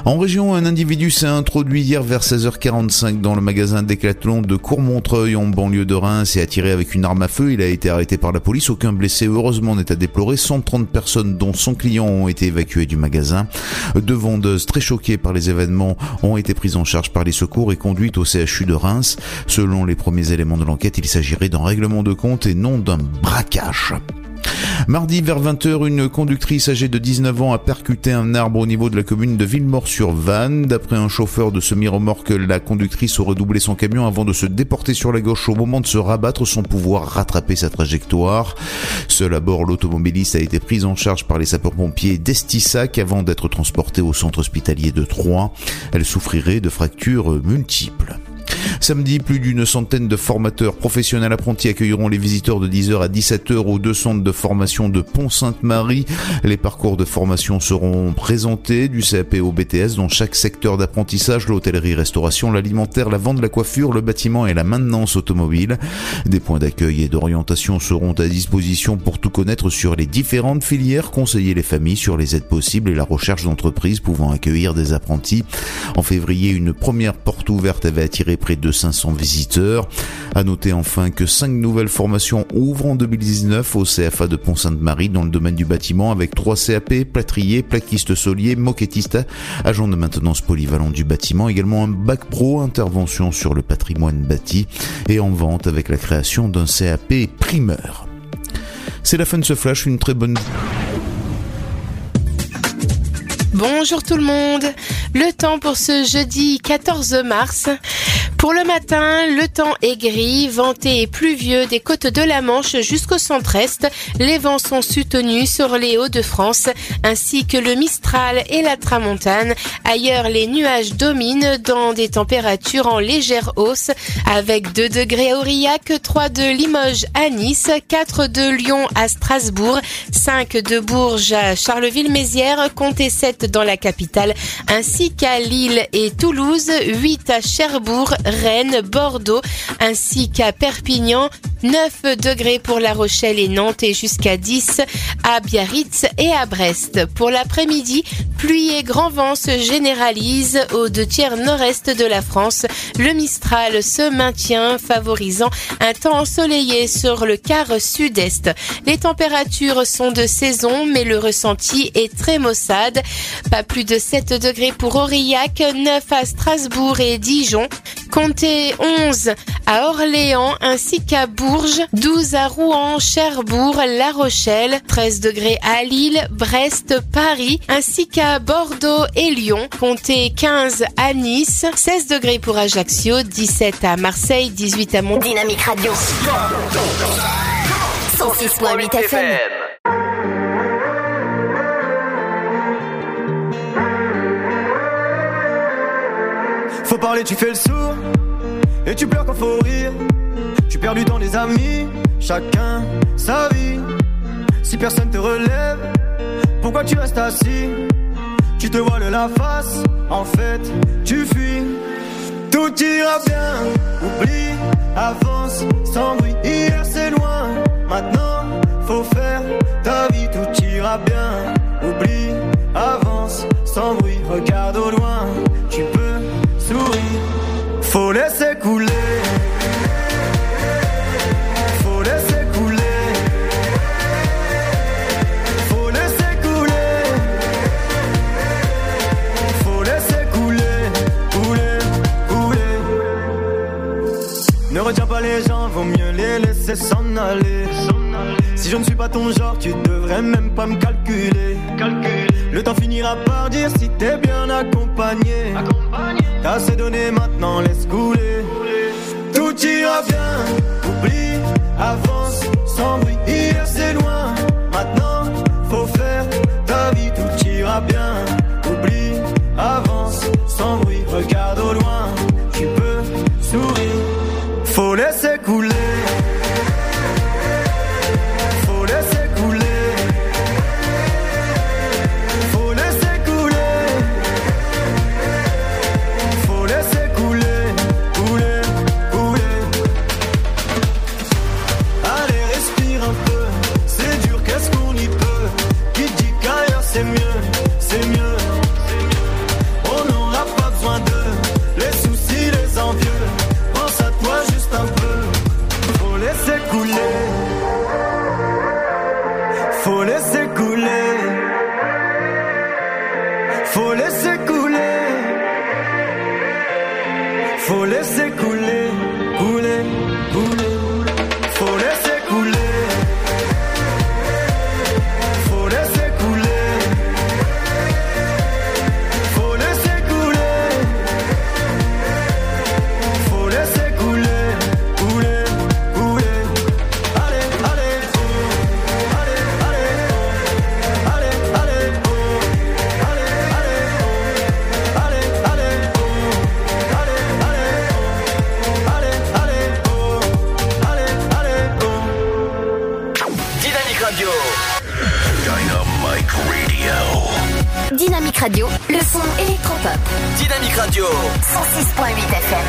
En région, un individu s'est introduit hier vers seize heures quarante-cinq dans le magasin Decathlon de Courmontreuil en banlieue de Reims et a tiré avec une arme à feu. Il a été arrêté par la police. Aucun blessé, heureusement, n'est à déplorer. cent trente personnes, dont son client, ont été évacuées du magasin. Deux vendeuses très choquées par les événements ont été prises en charge par les secours et conduites au C H U de Reims. Selon les premiers éléments de l'enquête, il s'agirait d'un règlement de compte et non d'un braquage. Mardi vers vingt heures, une conductrice âgée de dix-neuf ans a percuté un arbre au niveau de la commune de Villemort-sur-Vanne. D'après un chauffeur de semi-remorque, la conductrice aurait doublé son camion avant de se déporter sur la gauche au moment de se rabattre sans pouvoir rattraper sa trajectoire. Seul à bord, l'automobiliste a été pris en charge par les sapeurs-pompiers d'Estissac avant d'être transporté au centre hospitalier de Troyes. Elle souffrirait de fractures multiples. Samedi, plus d'une centaine de formateurs professionnels apprentis accueilleront les visiteurs de dix heures à dix-sept heures aux deux centres de formation de Pont-Sainte-Marie. Les parcours de formation seront présentés du C A P au B T S dans chaque secteur d'apprentissage, l'hôtellerie-restauration, l'alimentaire, la vente, la coiffure, le bâtiment et la maintenance automobile. Des points d'accueil et d'orientation seront à disposition pour tout connaître sur les différentes filières, conseiller les familles sur les aides possibles et la recherche d'entreprises pouvant accueillir des apprentis. En février, une première porte ouverte avait attiré près de cinq cents visiteurs. À noter enfin que cinq nouvelles formations ouvrent en deux mille dix-neuf au C F A de Pont-Sainte-Marie dans le domaine du bâtiment avec trois C A P, plâtrier, plaquiste solier, moquettiste, agent de maintenance polyvalent du bâtiment, également un bac pro, intervention sur le patrimoine bâti et en vente avec la création d'un C A P primeur. C'est la fin de ce flash, une très bonne... Bonjour tout le monde, le temps pour ce jeudi quatorze mars. Pour le matin, le temps est gris, venté et pluvieux des côtes de la Manche jusqu'au centre-est. Les vents sont soutenus sur les Hauts-de-France ainsi que le Mistral et la Tramontane. Ailleurs, les nuages dominent dans des températures en légère hausse avec deux degrés à Aurillac, trois de Limoges à Nice, quatre de Lyon à Strasbourg, cinq de Bourges à Charleville-Mézières, comptez sept dans la capitale ainsi qu'à Lille et Toulouse, huit à Cherbourg, Rennes, Bordeaux ainsi qu'à Perpignan, neuf degrés pour La Rochelle et Nantes et jusqu'à dix à Biarritz et à Brest. Pour l'après-midi, pluie et grand vent se généralisent aux deux tiers nord-est de la France. Le Mistral se maintient, favorisant un temps ensoleillé sur le quart sud-est. Les températures sont de saison, mais le ressenti est très maussade. Pas plus de sept degrés pour Aurillac, neuf à Strasbourg et Dijon. Comptez onze à Orléans ainsi qu'à Bourges, douze à Rouen, Cherbourg, La Rochelle, treize degrés à Lille, Brest, Paris ainsi qu'à Bordeaux et Lyon. Comptez quinze à Nice, seize degrés pour Ajaccio, dix-sept à Marseille, dix-huit à Mont... Dynamique Radio. cent six virgule huit F M. Faut parler, tu fais le sourd. Et tu pleures quand faut rire. Tu perds du temps des amis. Chacun sa vie. Si personne te relève, pourquoi tu restes assis? Tu te voiles la face. En fait, tu fuis. Tout ira bien. Oublie, avance, sans bruit. Hier c'est loin. Maintenant, faut faire ta vie. Tout ira bien. Oublie, avance, sans bruit. Regarde au loin. Tu peux sourire. Faut laisser couler. Faut laisser couler. Faut laisser couler. Faut laisser couler. Couler, couler. Ne retiens pas les gens, vaut mieux les laisser s'en aller. Si je ne suis pas ton genre, tu devrais même pas me calculer. Calculer. Le temps finira par dire si t'es bien accompagné. Accompagné. T'as assez donné, maintenant laisse couler. Tout ira bien. Oublie, avance, sans bruit. Hier c'est loin. Maintenant, faut faire ta vie. Tout ira bien. Oublie, avance, sans bruit. Regarde au loin. Tu peux sourire. Faut laisser couler. Qu'est-ce qu'on y Faut laisser couler, faut laisser couler, couler, couler. Faut laisser couler, faut laisser couler, faut laisser couler, faut laisser couler, couler, couler. Allez, allez, oh, allez, allez, oh, allez, allez, oh, allez, allez, oh, allez, allez, oh, allez, allez, oh, allez, allez, oh, allez, allez, oh. Dynamique Radio. Dynamic Radio. Dynamique Radio, le son électropop. Dynamique Radio. cent six point huit F M.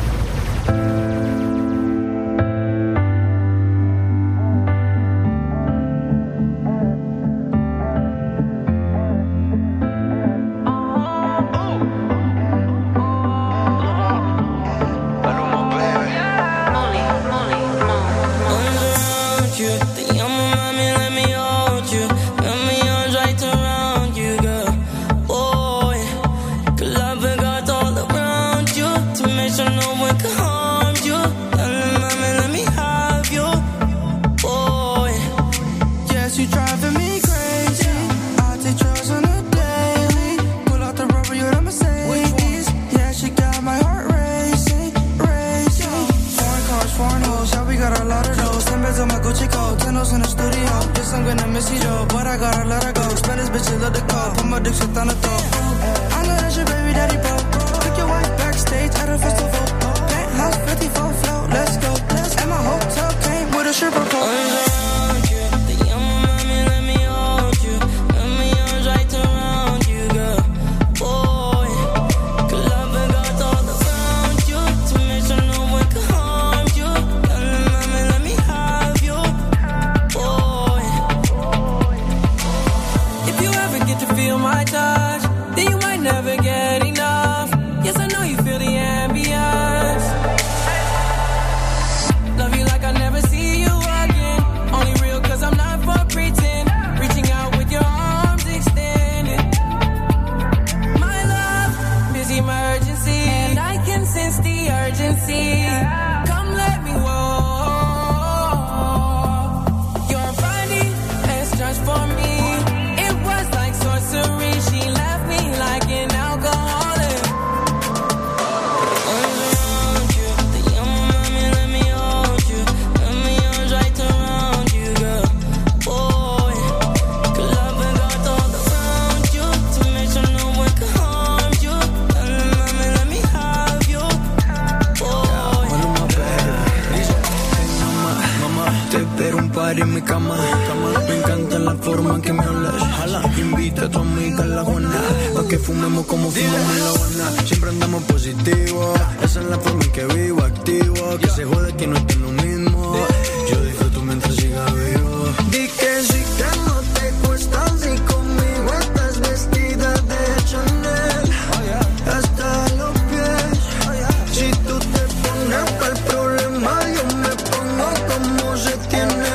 En mi cama, cama, me encanta la forma en que me hablas. Jala, invita a tu amiga a la Juana, pa' que fumemos como fumamos en la Habana. Siempre andamos positivos, esa es la forma en que vivo, activo. Que se jode que no esté lo mismo. Yo disfruto mientras siga vivo. Di que sí que no te cuesta, si conmigo estás vestida de Chanel, hasta los pies. Si tú te pones pa'l problema, yo me pongo como se tiene.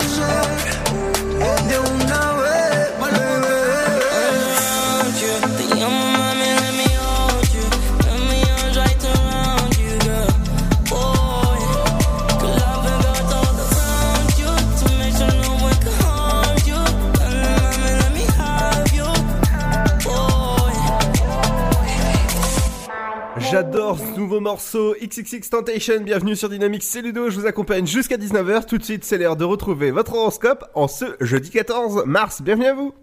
J'adore ce nouveau morceau X X X Tentation, bienvenue sur Dynamique, c'est Ludo, je vous accompagne jusqu'à dix-neuf heures, tout de suite c'est l'heure de retrouver votre horoscope en ce jeudi quatorze mars, bienvenue à vous.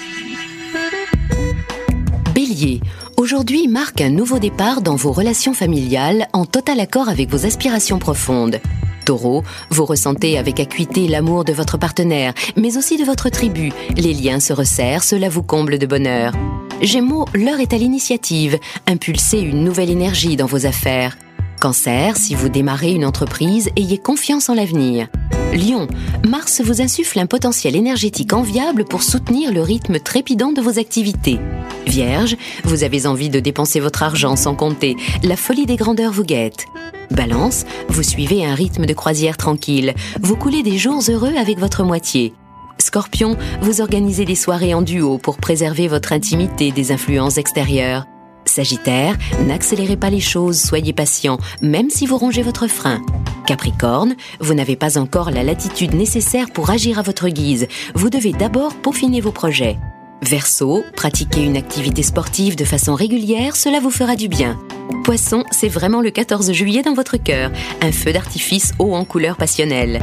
Bélier, aujourd'hui marque un nouveau départ dans vos relations familiales en total accord avec vos aspirations profondes. Taureau, vous ressentez avec acuité l'amour de votre partenaire, mais aussi de votre tribu. Les liens se resserrent, cela vous comble de bonheur. Gémeaux, l'heure est à l'initiative. Impulsez une nouvelle énergie dans vos affaires. Cancer, si vous démarrez une entreprise, ayez confiance en l'avenir. Lion, Mars vous insuffle un potentiel énergétique enviable pour soutenir le rythme trépidant de vos activités. Vierge, vous avez envie de dépenser votre argent sans compter. La folie des grandeurs vous guette. Balance, vous suivez un rythme de croisière tranquille. Vous coulez des jours heureux avec votre moitié. Scorpion, vous organisez des soirées en duo pour préserver votre intimité des influences extérieures. Sagittaire, n'accélérez pas les choses, soyez patient, même si vous rongez votre frein. Capricorne, vous n'avez pas encore la latitude nécessaire pour agir à votre guise. Vous devez d'abord peaufiner vos projets. Verseau, pratiquez une activité sportive de façon régulière, cela vous fera du bien. Poisson, c'est vraiment le quatorze juillet dans votre cœur. Un feu d'artifice haut en couleur passionnelle.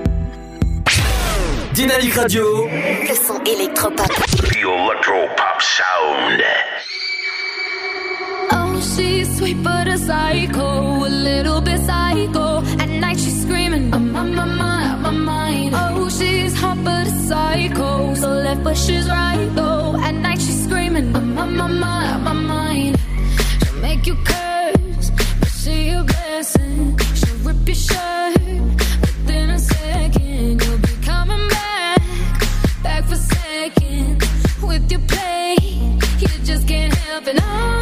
Dynamique Radio. Le son électropop. The Electropop Sound. Oh, she's sweet but a psycho, a little bit psycho. At night she's screaming, I'm on my mind, my mind. Oh, she's hot but a psycho, so left but she's right though. At night she's screaming, I'm on my mind, my mind. She'll make you curse, but she a blessing. She'll rip your shirt within a second. You'll be coming back, back for second. With your play, you just can't help it. No.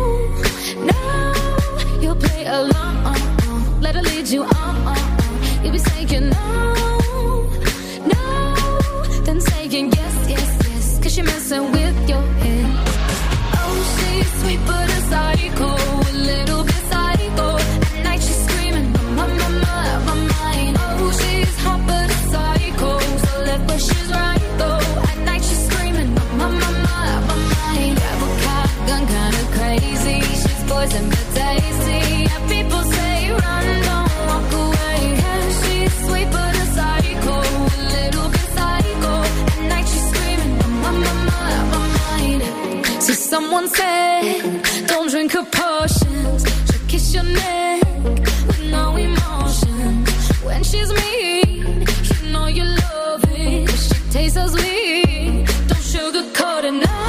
No, you'll play along. Let her lead you on. You'll be saying no, no, then saying yes, yes, yes. Cause you're messing with your head. Oh, she's sweet but a psycho, a little bit psycho. At night she's screaming, my, my, my, my mind. Oh, she's hot but a psycho, so left but she's right though. At night she's screaming, my, my, my, my mind. Grab a car, gun kinda crazy. Poison but tasty. Yeah, people say run, don't walk away. Yeah, she's sweet but a psycho, a little bit psycho. At night she's screaming, my, my, my, my mind. So someone said, don't drink her potions. She'll kiss your neck with no emotion. When she's mean, you know you love it. 'Cause she tastes so sweet. Don't sugarcoat it, no.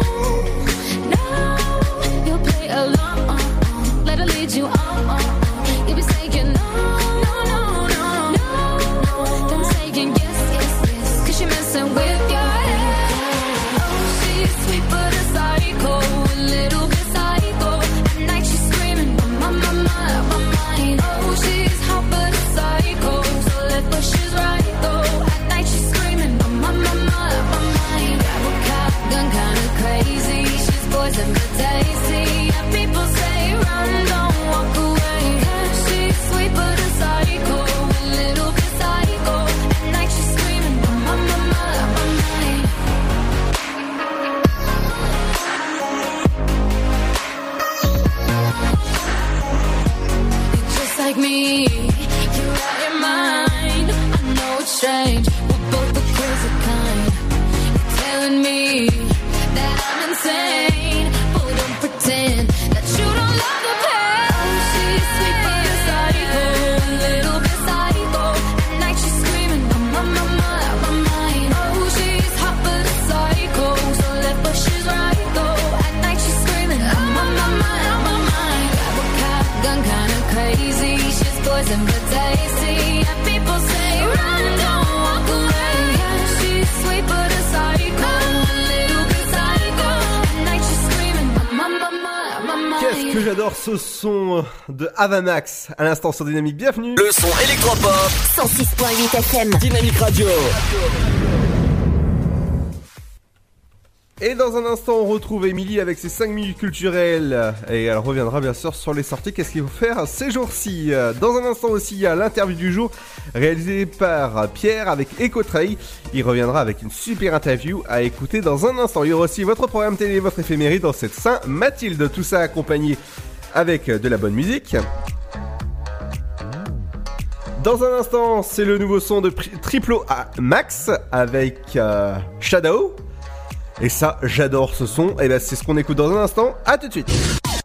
You on, on, you'll be saying no, no, no, no, no, then saying yes, yes, yes, 'cause you're messing with your head. Oh, she's sweet but a psycho, a little bit psycho. At night she's screaming, my, my, my, my mind. Oh, she's hot but a psycho, so left but she's right though. At night she's screaming, my, my, my, my mind. Grab a cop, gun kinda crazy. She's poison but tasty. Yeah, people say run, don't walk away. Yeah, she's sweet but a psycho, a little bit psycho. At night she's screaming, my, my, my, my mind. You're just like me, you're out your mind. I know it's strange, we're both the crazy kind. You're telling me that I'm insane, but don't pretend that you don't love the pain. Oh, she's sweet but a psycho, a little bit psycho. At night she's screaming, my, my, my, my mind. Oh, she's hot but a psycho, so left but she's right though. At night she's screaming, my, my, my, my mind. Grab a cop, gun kinda crazy. She's poison but tasty. Yeah, people say run, don't walk away. Yeah, she's sweet but a psycho, a little bit psycho. At night she's screaming, my, my, my, my mind. Qu'est-ce que j'adore ce son de Avamax à l'instant sur Dynamique. Bienvenue. Le son électropop. cent six point huit F M. Dynamique Radio. Et dans un instant, on retrouve Émilie avec ses cinq minutes culturelles. Et elle reviendra bien sûr sur les sorties. Qu'est-ce qu'il faut faire ces jours-ci? Dans un instant aussi, il y a l'interview du jour réalisée par Pierre avec Ecotrail. Il reviendra avec une super interview à écouter dans un instant. Il y aura aussi votre programme télé, votre éphéméride dans cette Saint-Mathilde. Tout ça accompagné avec de la bonne musique. Dans un instant, c'est le nouveau son de Triplo Max avec euh, Shadow. Et ça, j'adore ce son. Et ben, c'est ce qu'on écoute dans un instant. À tout de suite.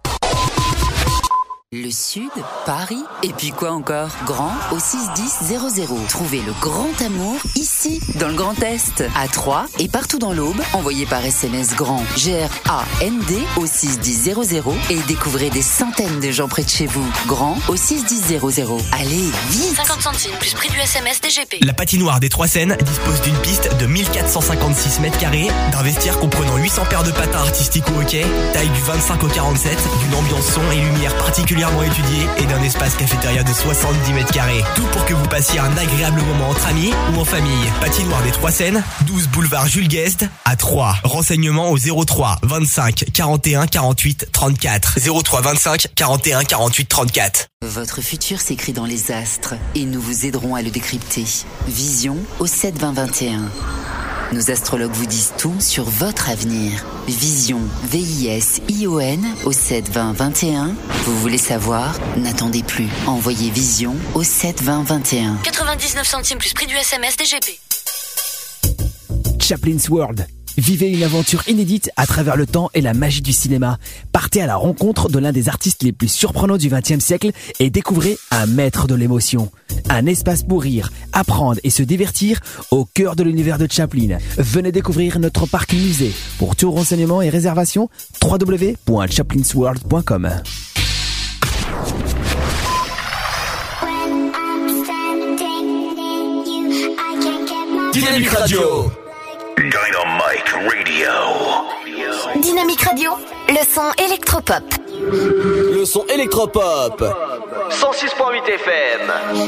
Le Sud, Paris, et puis quoi encore? Grand au six dix zéro zéro. Trouvez le grand amour ici, dans le Grand Est, à Troyes et partout dans l'Aube. Envoyez par S M S grand G R A N D au six dix zéro zéro et découvrez des centaines de gens près de chez vous. Grand au six dix zéro zéro. Allez, vite! cinquante centimes plus prix du S M S D G P. La patinoire des Trois Seines dispose d'une piste de mille quatre cent cinquante-six mètres carrés, d'un vestiaire comprenant huit cents paires de patins artistiques ou hockey, taille du vingt-cinq au quarante-sept, d'une ambiance son et lumière particulièrement étudié et d'un espace cafétéria de soixante-dix mètres carrés. Tout pour que vous passiez un agréable moment entre amis ou en famille. Patinoire des Trois Seines, douze boulevard Jules Guest à Troyes. Renseignements au zéro trois vingt-cinq quarante et un quarante-huit trente-quatre. zéro trois vingt-cinq quarante et un quarante-huit trente-quatre. Votre futur s'écrit dans les astres et nous vous aiderons à le décrypter. Vision au sept vingt vingt et un. Nos astrologues vous disent tout sur votre avenir. Vision, V I S I O N au sept vingt vingt et un. Vous voulez savoir? N'attendez plus. Envoyez Vision au sept vingt vingt et un. quatre-vingt-dix-neuf centimes plus prix du S M S D G P. Chaplin's World. Vivez une aventure inédite à travers le temps et la magie du cinéma. Partez à la rencontre de l'un des artistes les plus surprenants du vingtième siècle et découvrez un maître de l'émotion. Un espace pour rire, apprendre et se divertir au cœur de l'univers de Chaplin. Venez découvrir notre parc musée. Pour tout renseignement et réservation, w w w point chaplinsworld point com. Dynamique Radio. Dynamite Radio. Dynamique Radio, le son électropop. Le son électropop. cent six point huit F M.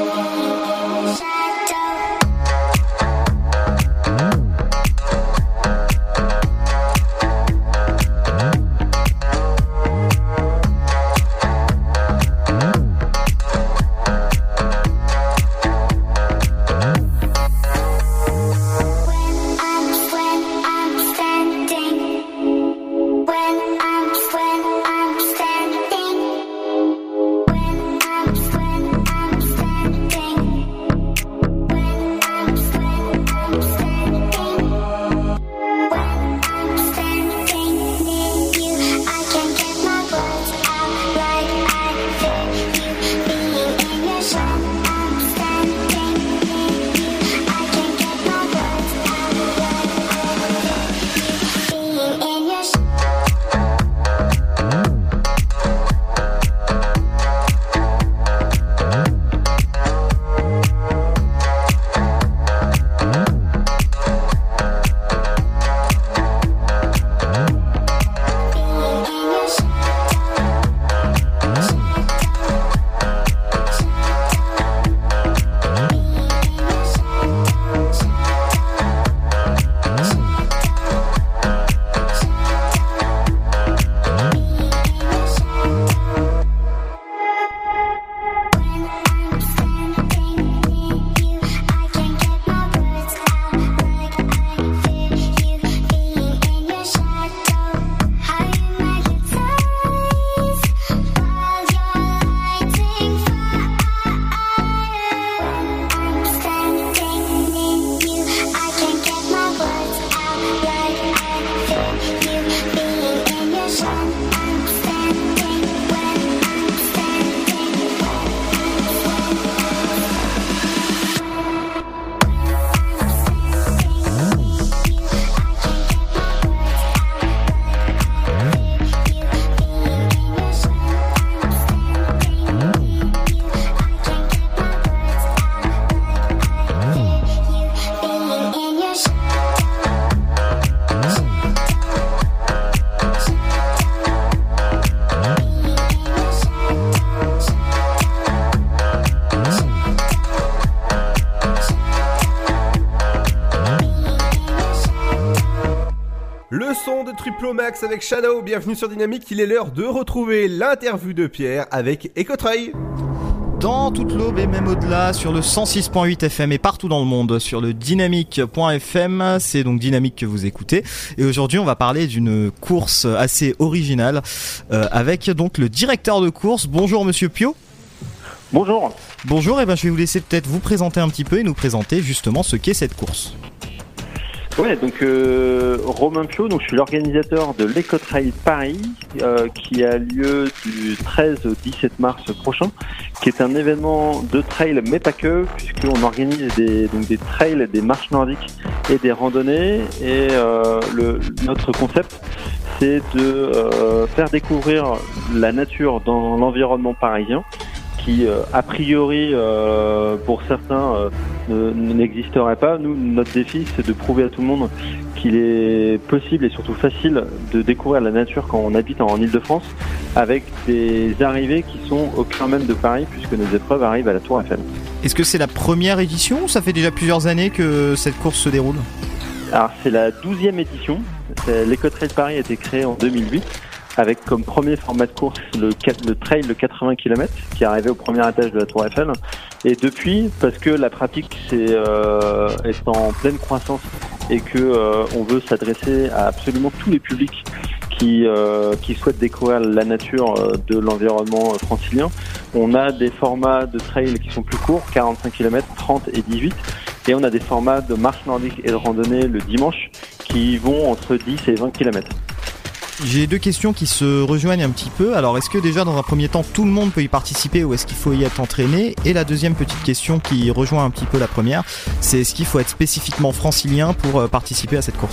Triplomax avec Shadow, bienvenue sur Dynamique, il est l'heure de retrouver l'interview de Pierre avec Écotreuil. Dans toute l'Aube et même au-delà, sur le cent six point huit F M et partout dans le monde, sur le dynamique point F M, c'est donc Dynamique que vous écoutez. Et aujourd'hui, on va parler d'une course assez originale euh, avec donc le directeur de course. Bonjour Monsieur Pio. Bonjour. Bonjour, et ben je vais vous laisser peut-être vous présenter un petit peu et nous présenter justement ce qu'est cette course. Ouais, donc euh, Romain Pio, donc je suis l'organisateur de l'Ecotrail Paris, euh, qui a lieu du treize au dix-sept mars prochain, qui est un événement de trail, mais pas que, puisqu'on organise des, donc des trails, des marches nordiques et des randonnées. Et euh, le, notre concept, c'est de euh, faire découvrir la nature dans l'environnement parisien, qui euh, a priori euh, pour certains euh, ne, n'existerait pas. Nous, notre défi, c'est de prouver à tout le monde qu'il est possible et surtout facile de découvrir la nature quand on habite en Île-de-France, avec des arrivées qui sont au cœur même de Paris, puisque nos épreuves arrivent à la Tour Eiffel. Est-ce que c'est la première édition ou ça fait déjà plusieurs années que cette course se déroule ? Alors c'est la douzième édition. L'Ecotrail Paris a été créé en deux mille huit avec comme premier format de course le, le trail de quatre-vingts kilomètres qui est arrivé au premier étage de la Tour Eiffel. Et depuis, parce que la pratique c'est, euh, est en pleine croissance et que euh, on veut s'adresser à absolument tous les publics qui, euh, qui souhaitent découvrir la nature euh, de l'environnement francilien, on a des formats de trail qui sont plus courts, quarante-cinq kilomètres, trente et dix-huit. Et on a des formats de marche nordique et de randonnée le dimanche qui vont entre dix et vingt kilomètres. J'ai deux questions qui se rejoignent un petit peu. Alors, est-ce que déjà, dans un premier temps, tout le monde peut y participer ou est-ce qu'il faut y être entraîné ? Et la deuxième petite question qui rejoint un petit peu la première, c'est est-ce qu'il faut être spécifiquement francilien pour euh, participer à cette course ?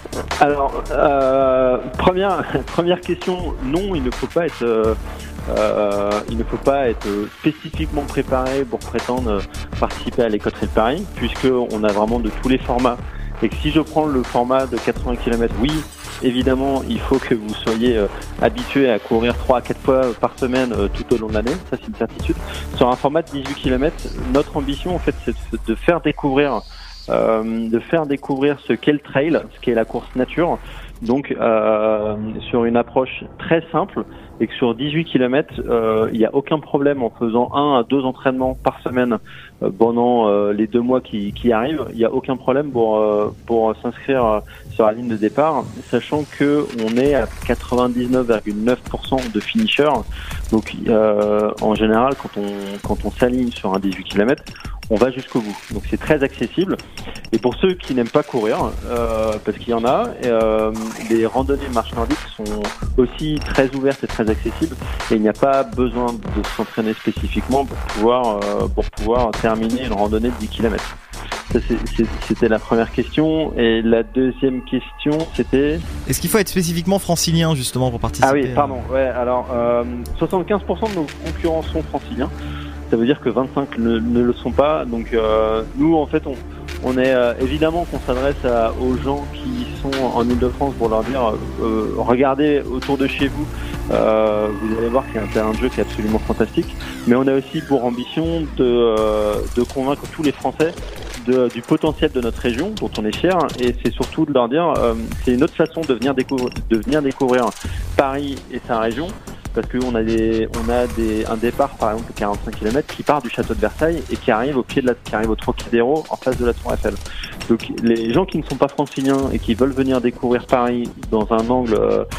Alors, euh, première, première question, non, il ne faut pas être... Euh, Euh, il ne faut pas être spécifiquement préparé pour prétendre participer à l'Ecotrail Paris, puisqu'on a vraiment de tous les formats. Et que si je prends le format de quatre-vingts kilomètres, oui, évidemment, il faut que vous soyez euh, habitué à courir trois à quatre fois par semaine euh, tout au long de l'année, ça c'est une certitude. Sur un format de dix-huit kilomètres, notre ambition en fait c'est de faire découvrir euh, de faire découvrir ce qu'est le trail, ce qu'est la course nature, donc euh, sur une approche très simple, et que sur dix-huit kilomètres, euh, il n'y a aucun problème en faisant un à deux entraînements par semaine euh, pendant euh, les deux mois qui, qui arrivent. Il n'y a aucun problème pour euh, pour s'inscrire euh, sur la ligne de départ, sachant que on est à quatre-vingt-dix-neuf virgule neuf pour cent de finishers. Donc euh, en général, quand on quand on s'aligne sur un dix-huit kilomètres, on va jusqu'au bout. Donc c'est très accessible. Et pour ceux qui n'aiment pas courir, euh, parce qu'il y en a, euh, les randonnées marche nordique sont aussi très ouvertes et très accessibles. Et il n'y a pas besoin de s'entraîner spécifiquement pour pouvoir euh, pour pouvoir terminer une randonnée de dix kilomètres. Ça, c'est, c'est, c'était la première question. Et la deuxième question, c'était... Est-ce qu'il faut être spécifiquement francilien, justement, pour participer ? Ah oui, pardon. Ouais, alors, euh, soixante-quinze pour cent de nos concurrents sont franciliens. Ça veut dire que vingt-cinq ne, ne le sont pas. Donc, euh, nous, en fait, on, on est euh, évidemment qu'on s'adresse à, aux gens qui sont en Ile-de-France pour leur dire euh, regardez autour de chez vous. Euh, vous allez voir qu'il y a un terrain de jeu qui est absolument fantastique. Mais on a aussi pour ambition de, euh, de convaincre tous les Français de, du potentiel de notre région, dont on est fier. Et c'est surtout de leur dire euh, c'est une autre façon de venir découvrir, de venir découvrir Paris et sa région. Parce qu'on a des, on a des, un départ par exemple de quarante-cinq kilomètres qui part du château de Versailles et qui arrive au pied de la, qui arrive au Trocadéro en face de la Tour Eiffel. Donc les gens qui ne sont pas franciliens et qui veulent venir découvrir Paris dans un angle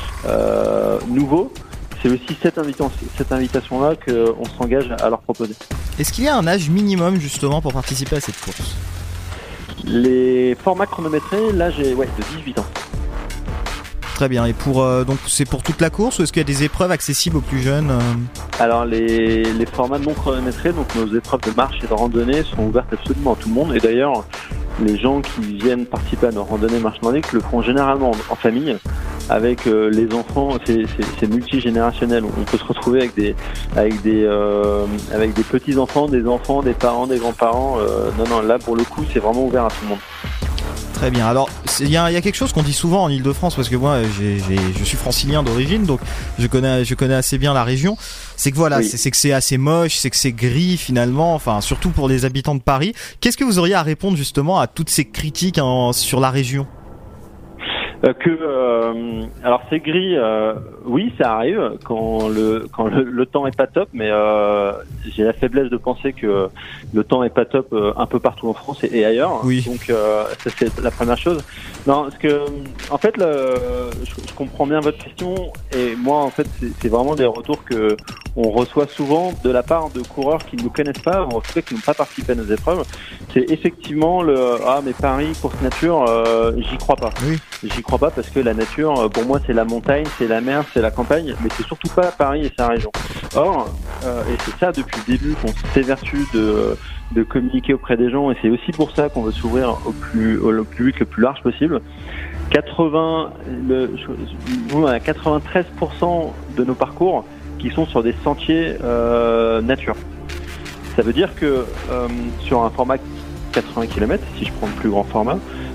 euh, nouveau, c'est aussi cette invitation, cette invitation-là qu'on s'engage à leur proposer. Est-ce qu'il y a un âge minimum justement pour participer à cette course ? Les formats chronométrés, l'âge est ouais, de dix-huit ans. Très bien. Et pour euh, donc c'est pour toute la course ou est-ce qu'il y a des épreuves accessibles aux plus jeunes euh... Alors les, les formats non chronométrés, donc nos épreuves de marche et de randonnée sont ouvertes absolument à tout le monde. Et d'ailleurs, les gens qui viennent participer à nos randonnées marche nordique le font généralement en, en famille, avec euh, les enfants. C'est, c'est, c'est multigénérationnel. On peut se retrouver avec des avec des euh, avec des petits enfants, des enfants, des parents, des grands-parents. Euh, non non, là pour le coup, c'est vraiment ouvert à tout le monde. Très bien. Alors, il y a, y a quelque chose qu'on dit souvent en Ile-de-France, parce que moi, j'ai, j'ai, je suis francilien d'origine, donc je connais, je connais assez bien la région. C'est que voilà, oui. c'est, c'est que c'est assez moche, c'est que c'est gris finalement, enfin, surtout pour les habitants de Paris. Qu'est-ce que vous auriez à répondre justement à toutes ces critiques en, sur la région ? Euh, que euh, alors c'est gris, euh, oui, ça arrive quand le quand le, le temps est pas top, mais euh, j'ai la faiblesse de penser que le temps est pas top euh, un peu partout en France et, et ailleurs. Oui. Donc euh, ça c'est la première chose. Non, parce que en fait, le, je, je comprends bien votre question et moi en fait c'est, c'est vraiment des retours que on reçoit souvent de la part de coureurs qui ne nous connaissent pas, ou en tout cas qui n'ont pas participé à nos épreuves. C'est effectivement le ah mais Paris course nature, euh, j'y crois pas. Oui. J'y crois pas parce que la nature, pour moi, c'est la montagne, c'est la mer, c'est la campagne, mais c'est surtout pas Paris et sa région. Or, euh, et c'est ça depuis le début qu'on s'évertue de de communiquer auprès des gens, et c'est aussi pour ça qu'on veut s'ouvrir au plus au public le plus large possible. quatre-vingts, le, on a quatre-vingt-treize pour cent de nos parcours qui sont sur des sentiers euh, nature. Ça veut dire que euh, sur un format quatre-vingts kilomètres, si je prends le plus grand format,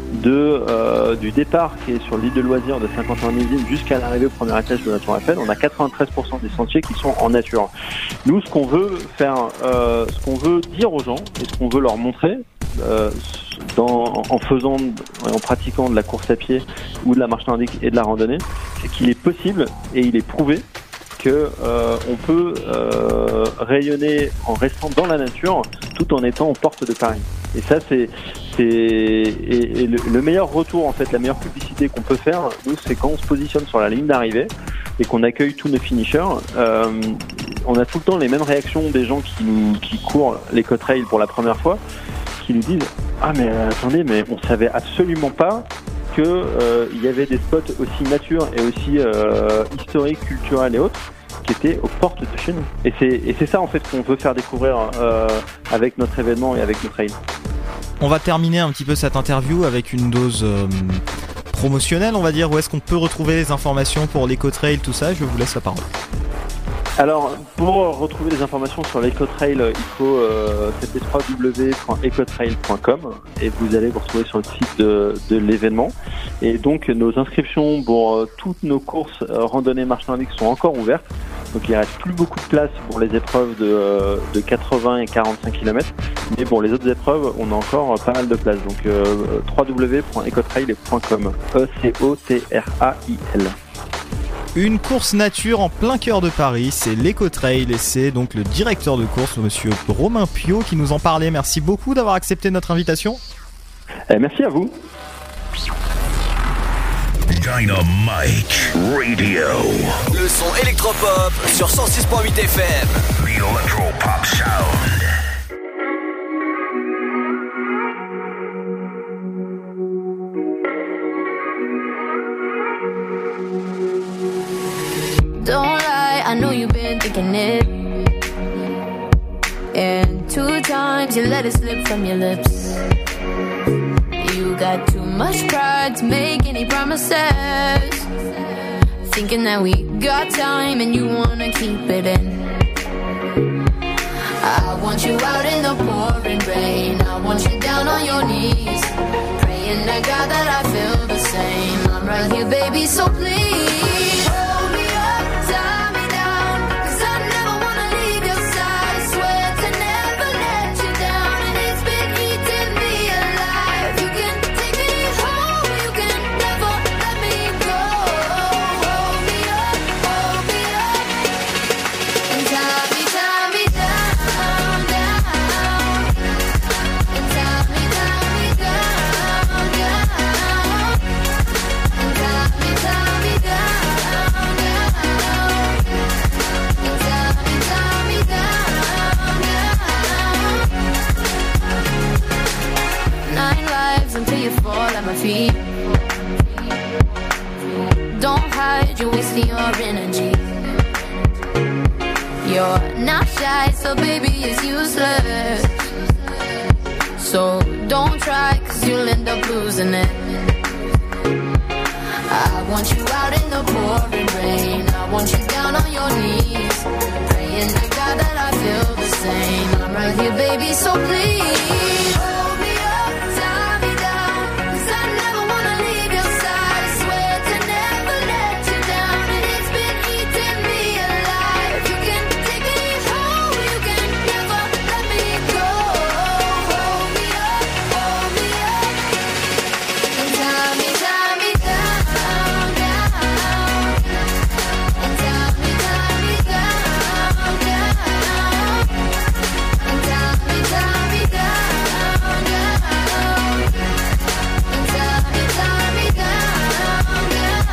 de, euh, du départ qui est sur l'île de loisirs de Saint-Quentin-en-Yvelines jusqu'à l'arrivée au premier étage de la Tour Eiffel, on a quatre-vingt-treize pour cent des sentiers qui sont en nature. Nous, ce qu'on veut faire, euh, ce qu'on veut dire aux gens et ce qu'on veut leur montrer, euh, dans, en faisant, en pratiquant de la course à pied ou de la marche nordique et de la randonnée, c'est qu'il est possible et il est prouvé que euh, on peut euh, rayonner en restant dans la nature tout en étant aux portes de Paris. Et ça, c'est, c'est et, et le, le meilleur retour, en fait, la meilleure publicité qu'on peut faire, nous, c'est quand on se positionne sur la ligne d'arrivée et qu'on accueille tous nos finishers. Euh, on a tout le temps les mêmes réactions des gens qui nous qui courent l'Ecotrail pour la première fois, qui nous disent « Ah mais euh, attendez, mais on savait absolument pas que euh, il y avait des spots aussi nature et aussi euh, historiques, culturels et autres qui étaient aux portes de chez nous. » Et c'est et c'est ça en fait qu'on veut faire découvrir euh, avec notre événement et avec notre trail. On va terminer un petit peu cette interview avec une dose euh, promotionnelle, on va dire. Où est-ce qu'on peut retrouver les informations pour l'Ecotrail, tout ça? Je vous laisse la parole. Alors, pour retrouver des informations sur l'Ecotrail, il faut euh, taper w w w point ecotrail point com et vous allez vous retrouver sur le site de, de l'événement. Et donc, nos inscriptions pour euh, toutes nos courses euh, randonnées marche nordique sont encore ouvertes. Donc, il ne reste plus beaucoup de place pour les épreuves de, euh, de quatre-vingts et quarante-cinq kilomètres. Mais pour les autres épreuves, on a encore euh, pas mal de place. Donc, euh, w w w point ecotrail point com. E C O T R A I L. Une course nature en plein cœur de Paris, c'est l'Ecotrail et c'est donc le directeur de course, monsieur Romain Piot, qui nous en parlait. Merci beaucoup d'avoir accepté notre invitation. Eh, merci à vous. Dynamite Radio. Le son électropop sur cent six point huit F M. The Electropop Sound. Don't lie, I know you've been thinking it. And two times you let it slip from your lips. You got too much pride to make any promises. Thinking that we got time and you wanna keep it in. I want you out in the pouring rain. I want you down on your knees, praying to God that I feel the same. I'm right here, baby, so please hold me up, tie me down, 'cause I never wanna leave your side. I swear to never let you down, and it's been eating me alive. You can take me home, you can never let me go. Hold me up, hold me up, and tie me, tie me down, down, and tie me, tie me down, down, and tie me, tie me down, down, and tie me, tie me down, down. Nine lives until you fall at my feet. Don't hide, you're wasting your energy. You're not shy, so baby, it's useless. So don't try, 'cause you'll end up losing it. I want you out in the pouring rain. I want you down on your knees, praying to God that I feel the same. I'm right here, baby, so please hold me up, tie me down, 'cause I never wanna leave your side. I swear to never let you down, and it's been eating me alive. You can take me home, you can never let me go. Hold me up, hold me up, and tie me, tie me down, down, and tie me, tie me down, down, and tie me, tie me down, down, and tie me, tie me down,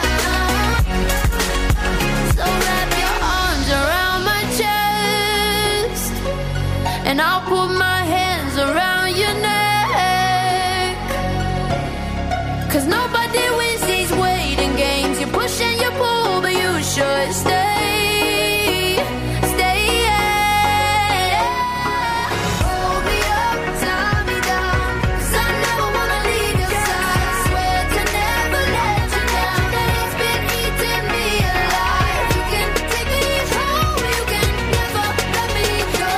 down. So wrap your arms around my chest, and I'll put my hands around your neck. 'Cause nobody wins these waiting games. You push and you pull, but you should stay, stay. Hold me up, tie me down, 'cause I never wanna leave your side. I swear to never let you down, and it's been eating me alive. You can take me home, you can never let me go.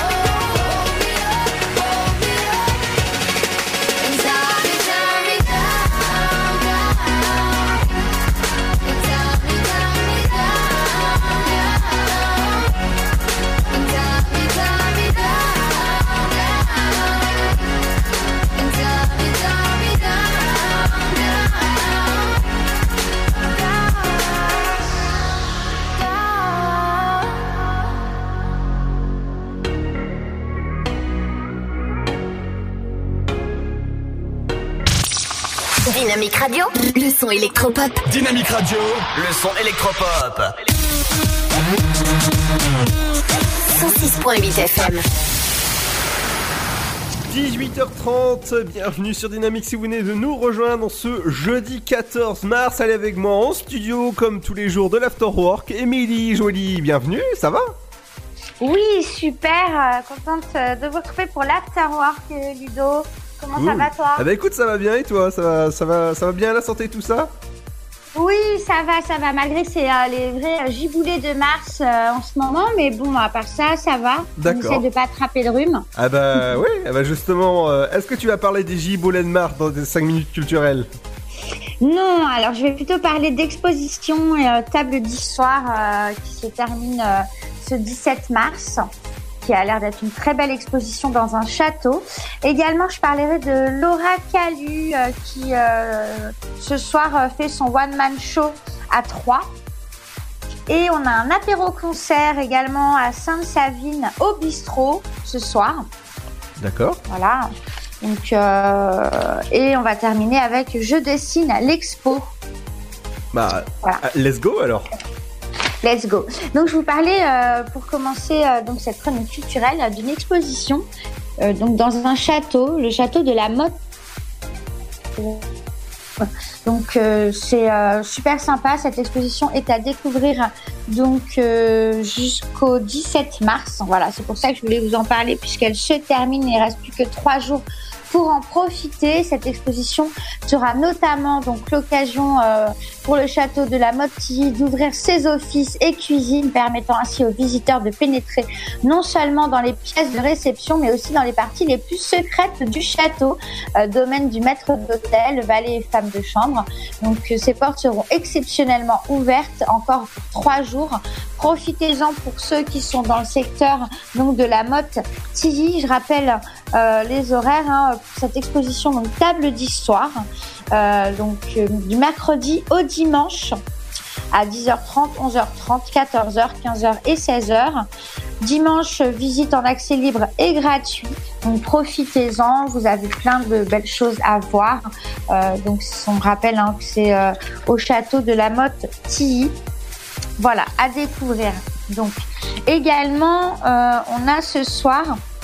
Hold me up, hold me up, and tie me, tie me down. Dynamique Radio, le son électropop. Dynamique Radio, le son électropop. cent six virgule huit F M. dix-huit heures trente, bienvenue sur Dynamique si vous venez de nous rejoindre ce jeudi quatorze mars. Allez avec moi en studio comme tous les jours de l'Afterwork. Émilie Joly, bienvenue, ça va ? Oui, super, euh, contente euh, de vous retrouver pour l'Afterwork, euh, Ludo. Comment Cool. ça va toi ? Ah bah écoute, ça va bien et toi ? Ça va, ça va, ça va bien la santé tout ça ? Oui, ça va, ça va, malgré que c'est euh, les vrais euh, giboulées de mars euh, en ce moment, mais bon, à part ça, ça va. D'accord. On essaie de pas attraper le rhume. Ah bah oui, ah bah justement, euh, est-ce que tu vas parler des giboulées de mars dans des cinq minutes culturelles ? Non, alors je vais plutôt parler d'exposition et euh, table d'histoire euh, qui se termine euh, ce dix-sept mars, qui a l'air d'être une très belle exposition dans un château. Également, je parlerai de Laura Calu euh, qui euh, ce soir euh, fait son one-man show à Troyes. Et on a un apéro-concert également à Sainte-Savine au bistrot ce soir. D'accord. Voilà. Donc, euh, et on va terminer avec Je dessine à l'expo. Bah, Voilà. ah, let's go alors. Let's go. Donc je vous parlais euh, pour commencer euh, donc cette chronique culturelle euh, d'une exposition euh, donc dans un château, le château de la Motte. Donc euh, c'est euh, super sympa. Cette exposition est à découvrir donc euh, jusqu'au dix-sept mars. Voilà, c'est pour ça que je voulais vous en parler puisqu'elle se termine. Il ne reste plus que trois jours pour en profiter. Cette exposition sera notamment donc l'occasion euh, pour le château de la Motte-Tilly d'ouvrir ses offices et cuisines, permettant ainsi aux visiteurs de pénétrer non seulement dans les pièces de réception, mais aussi dans les parties les plus secrètes du château, euh, domaine du maître d'hôtel, valet et femme de chambre. Donc euh, ces portes seront exceptionnellement ouvertes encore pour trois jours. Profitez-en pour ceux qui sont dans le secteur donc de la Motte-Tilly. Je rappelle euh, les horaires hein, pour cette exposition, donc table d'histoire, euh, donc euh, du mercredi au dimanche à dix heures trente, onze heures trente, quatorze heures, quinze heures et seize heures. Dimanche, visite en accès libre et gratuit. Donc profitez-en, vous avez plein de belles choses à voir. Euh, donc on me rappelle hein, que c'est euh, au château de la Motte-Tilly. Voilà, à découvrir. Donc également, euh, on a ce soir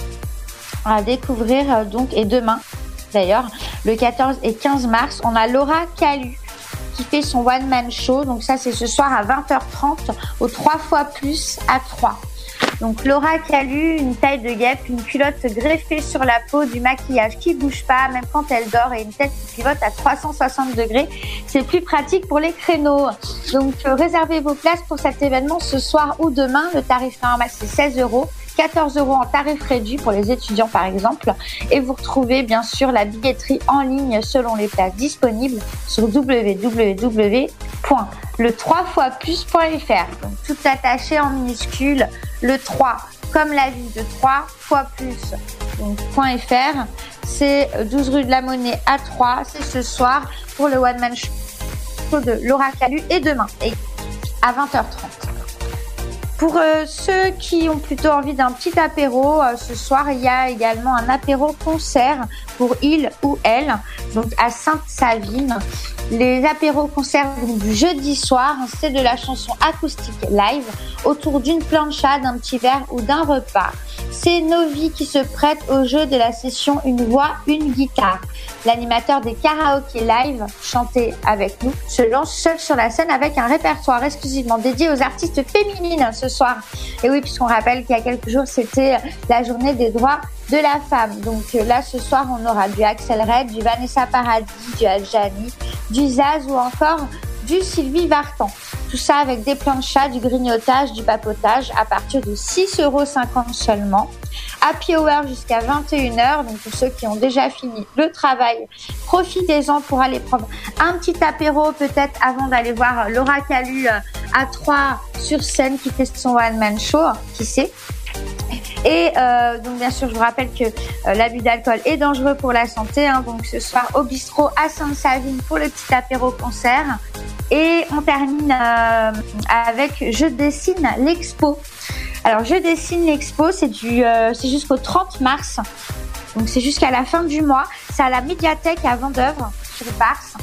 à découvrir euh, donc et demain d'ailleurs le quatorze et quinze mars, on a Laura Calu qui fait son one man show. Donc ça c'est ce soir à vingt heures trente au trois fois plus à Troyes. Donc Laura Calu, une taille de guêpe, une culotte greffée sur la peau, du maquillage qui bouge pas même quand elle dort et une tête qui pivote à trois cent soixante degrés. C'est plus pratique pour les créneaux. Donc euh, réservez vos places pour cet événement ce soir ou demain. Le tarif normal c'est seize euros. quatorze euros en tarif réduit pour les étudiants par exemple. Et vous retrouvez bien sûr la billetterie en ligne selon les places disponibles sur w w w point le trois fois plus point f r. Donc tout attaché en minuscule, le trois comme la ville de Troyes, fois plus donc .fr. C'est douze rue de la Monnaie à Troyes. C'est ce soir pour le one man show de Laura Calu et demain et à vingt heures trente. Pour euh, ceux qui ont plutôt envie d'un petit apéro, euh, ce soir, il y a également un apéro-concert pour il ou elle, donc à Sainte-Savine. Les apéros-concerts du jeudi soir, c'est de la chanson acoustique live autour d'une plancha, d'un petit verre ou d'un repas. C'est Novi qui se prête au jeu de la session Une voix, une guitare. L'animateur des karaokés live, chanté avec nous, se lance seul sur la scène avec un répertoire exclusivement dédié aux artistes féminines ce soir. Et oui, puisqu'on rappelle qu'il y a quelques jours, c'était la journée des droits de la femme. Donc là, ce soir, on aura du Axel Red, du Vanessa Paradis, du Adjani, du Zaz ou encore du Sylvie Vartan. Tout ça avec des planchas, du grignotage, du papotage à partir de six euros cinquante seulement. Happy Hour jusqu'à vingt et une heures. Donc pour ceux qui ont déjà fini le travail, profitez-en pour aller prendre un petit apéro peut-être avant d'aller voir Laura Calu à Troyes sur scène qui fait son one man show, qui sait. Et euh, donc bien sûr, je vous rappelle que euh, l'abus d'alcool est dangereux pour la santé. Hein, donc ce soir au bistrot à Sainte-Savine pour le petit apéro concert. Et on termine euh, avec Je dessine l'expo. Alors Je dessine l'expo, c'est du, euh, c'est jusqu'au trente mars. Donc c'est jusqu'à la fin du mois. C'est à la médiathèque à Vendeuvre sur Barse.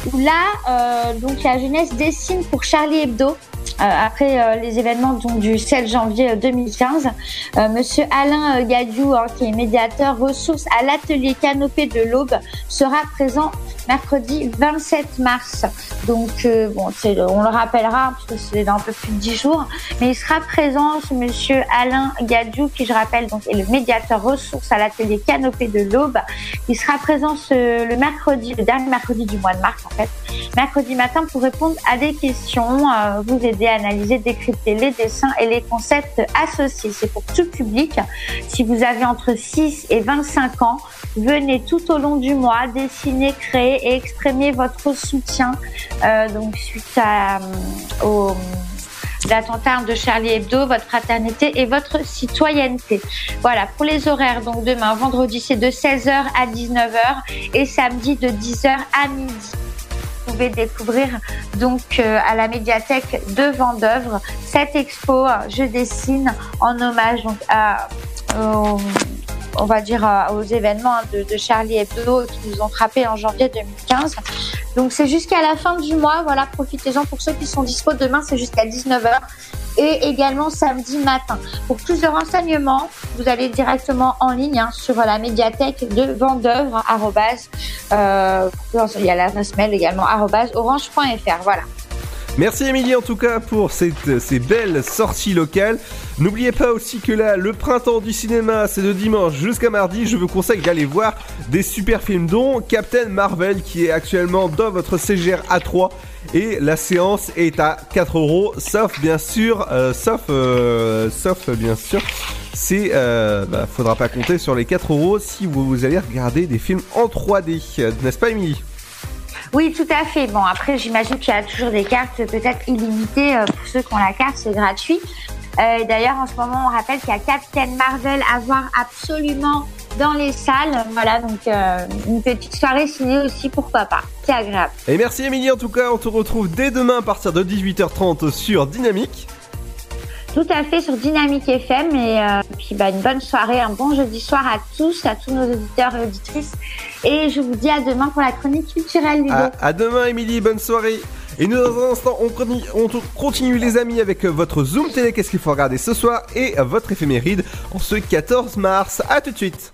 où là, euh, donc la jeunesse dessine pour Charlie Hebdo. Euh, après euh, les événements donc, du sept janvier deux mille quinze, euh, Monsieur Alain euh, Gadiou, hein, qui est médiateur ressources à l'atelier Canopée de l'Aube, sera présent mercredi vingt-sept mars. Donc euh, bon, c'est, on le rappellera parce que c'est dans un peu plus de dix jours, mais il sera présent ce Monsieur Alain Gadiou, qui je rappelle donc est le médiateur ressources à l'atelier Canopée de l'Aube. Il sera présent ce, le mercredi, le dernier mercredi du mois de mars en fait, mercredi matin pour répondre à des questions, euh, vous aider à analyser, décrypter les dessins et les concepts associés. C'est pour tout public. Si vous avez entre six et vingt-cinq ans, venez tout au long du mois dessiner, créer et exprimer votre soutien euh, donc suite à, euh, au l'attentat de Charlie Hebdo, votre fraternité et votre citoyenneté. Voilà, pour les horaires, donc demain, vendredi, c'est de seize heures à dix-neuf heures et samedi de dix heures à midi. Vous pouvez découvrir donc euh, à la médiathèque de Vendeuvre cette expo euh, Je dessine en hommage donc à euh, on va dire euh, aux événements hein, de, de Charlie Hebdo qui nous ont frappé en janvier deux mille quinze. Donc c'est jusqu'à la fin du mois, voilà, profitez-en. Pour ceux qui sont dispo demain, c'est jusqu'à dix-neuf heures et également samedi matin. Pour plus de renseignements, vous allez directement en ligne hein, sur la médiathèque de Vendeuvre, arrobase, euh, il y a l'adresse mail également, arrobase orange point f r, voilà. Merci Émilie en tout cas pour cette, ces belles sorties locales. N'oubliez pas aussi que là, le printemps du cinéma, c'est de dimanche jusqu'à mardi. Je vous conseille d'aller voir des super films dont Captain Marvel qui est actuellement dans votre C G R A trois. Et la séance est à quatre euros, sauf bien sûr, euh, sauf, euh, sauf bien sûr, c'est, euh, bah, faudra pas compter sur les quatre euros si vous, vous allez regarder des films en trois D, n'est-ce pas Émilie ? Oui, tout à fait. Bon, après, j'imagine qu'il y a toujours des cartes peut-être illimitées. Pour ceux qui ont la carte, c'est gratuit. Euh, d'ailleurs, en ce moment, on rappelle qu'il y a Captain Marvel à voir absolument dans les salles. Voilà, donc euh, une petite soirée ciné aussi, pourquoi pas. C'est agréable. Et merci Émilie, en tout cas, on te retrouve dès demain à partir de dix-huit heures trente sur Dynamique. Tout à fait, sur Dynamique F M et euh, puis bah, une bonne soirée, un bon jeudi soir à tous, à tous nos auditeurs et auditrices. Et je vous dis à demain pour la chronique culturelle, Ludo. À, à demain, Émilie, bonne soirée. Et nous, dans un instant, on continue, on continue les amis avec votre Zoom télé, qu'est-ce qu'il faut regarder ce soir, et votre éphéméride en ce quatorze mars. À tout de suite.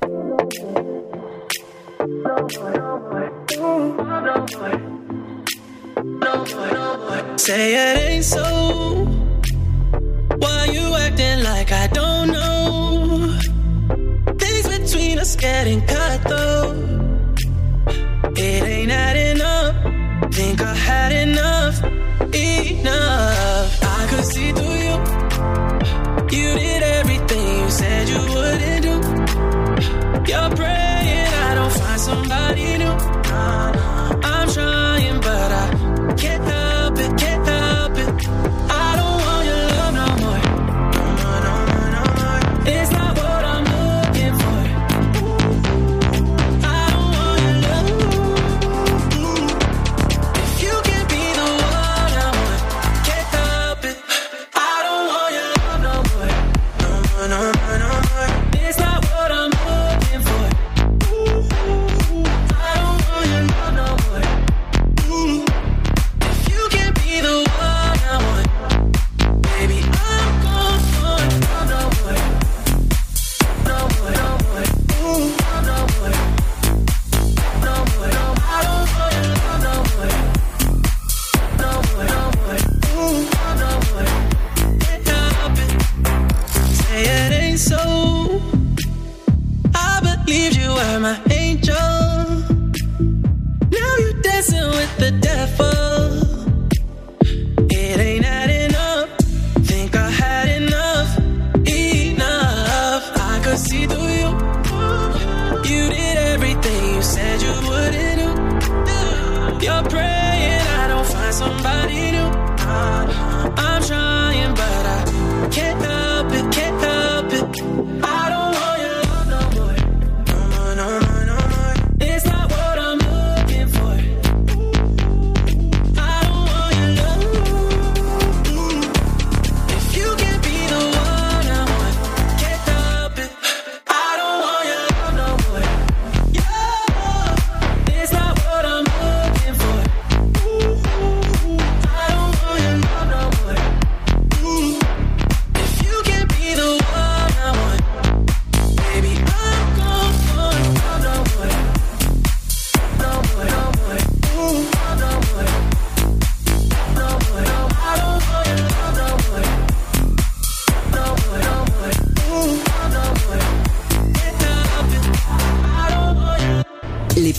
Say it ain't so. Why you acting like I don't know? Things between us getting cut though. It ain't adding up. Think I had enough, enough. I could see through you. You did everything you said you wouldn't do. You're praying I don't find somebody new. I'm trying but I can't help it, can't help it. I don't want your love no more. It's not what I'm looking for. I don't want your love. If you can't be the one I want, can't help it. I don't want your love no more.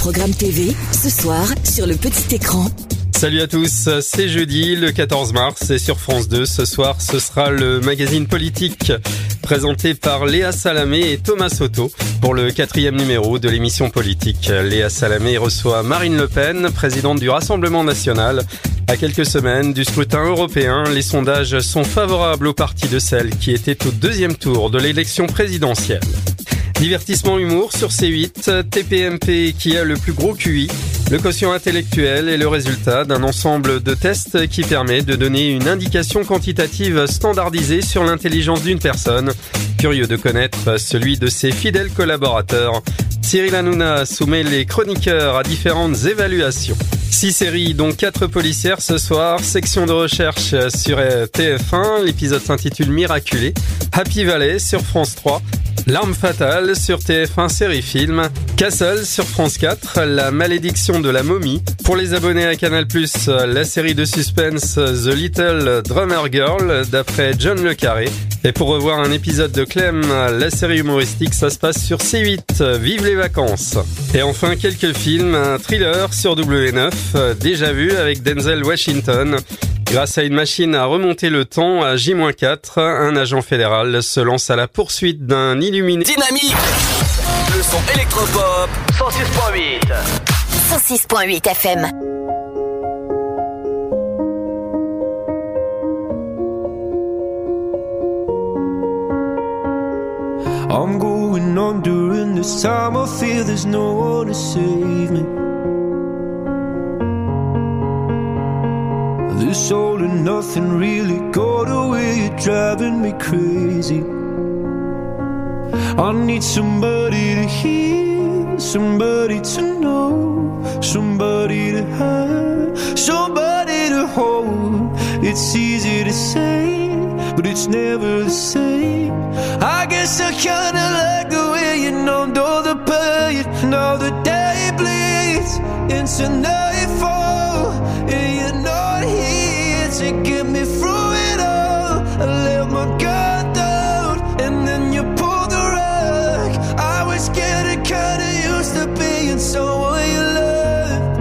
programme T V, ce soir, sur le petit écran. Salut à tous, c'est jeudi le quatorze mars et sur France deux ce soir ce sera le magazine politique présenté par Léa Salamé et Thomas Soto pour le quatrième numéro de l'émission politique. Léa Salamé reçoit Marine Le Pen, présidente du Rassemblement National. À quelques semaines du scrutin européen, les sondages sont favorables au parti de celle qui était au deuxième tour de l'élection présidentielle. Divertissement humour sur C huit, T P M P qui a le plus gros Q I, le quotient intellectuel est le résultat d'un ensemble de tests qui permet de donner une indication quantitative standardisée sur l'intelligence d'une personne. Curieux de connaître celui de ses fidèles collaborateurs, Cyril Hanouna soumet les chroniqueurs à différentes évaluations. Six séries, dont quatre policières ce soir. Section de recherche sur T F un. L'épisode s'intitule Miraculé. Happy Valley sur France trois. L'arme fatale sur T F un série film. Castle sur France quatre. La malédiction de la momie. Pour les abonnés à Canal plus, la série de suspense The Little Drummer Girl d'après John Le Carré. Et pour revoir un épisode de Clem, la série humoristique, ça se passe sur C huit. Vive les vacances. Et enfin, quelques films. Un thriller sur W neuf, déjà vu avec Denzel Washington. Grâce à une machine à remonter le temps à J quatre, un agent fédéral se lance à la poursuite d'un illuminé. Dynamique. Le son électropop cent six point huit. cent six point huit F M. I'm going under and this time I feel there's no one to save me. This all and nothing really got away, you're driving me crazy. I need somebody to hear, somebody to know, somebody to have, somebody to hold. It's easy to say, but it's never the same. I guess I kinda like the way you numbed all the pain. Now the day bleeds into nightfall, and you're not here to get me through it all. I let my guard down, and then you pulled the rug. I was getting kinda used to being someone you loved.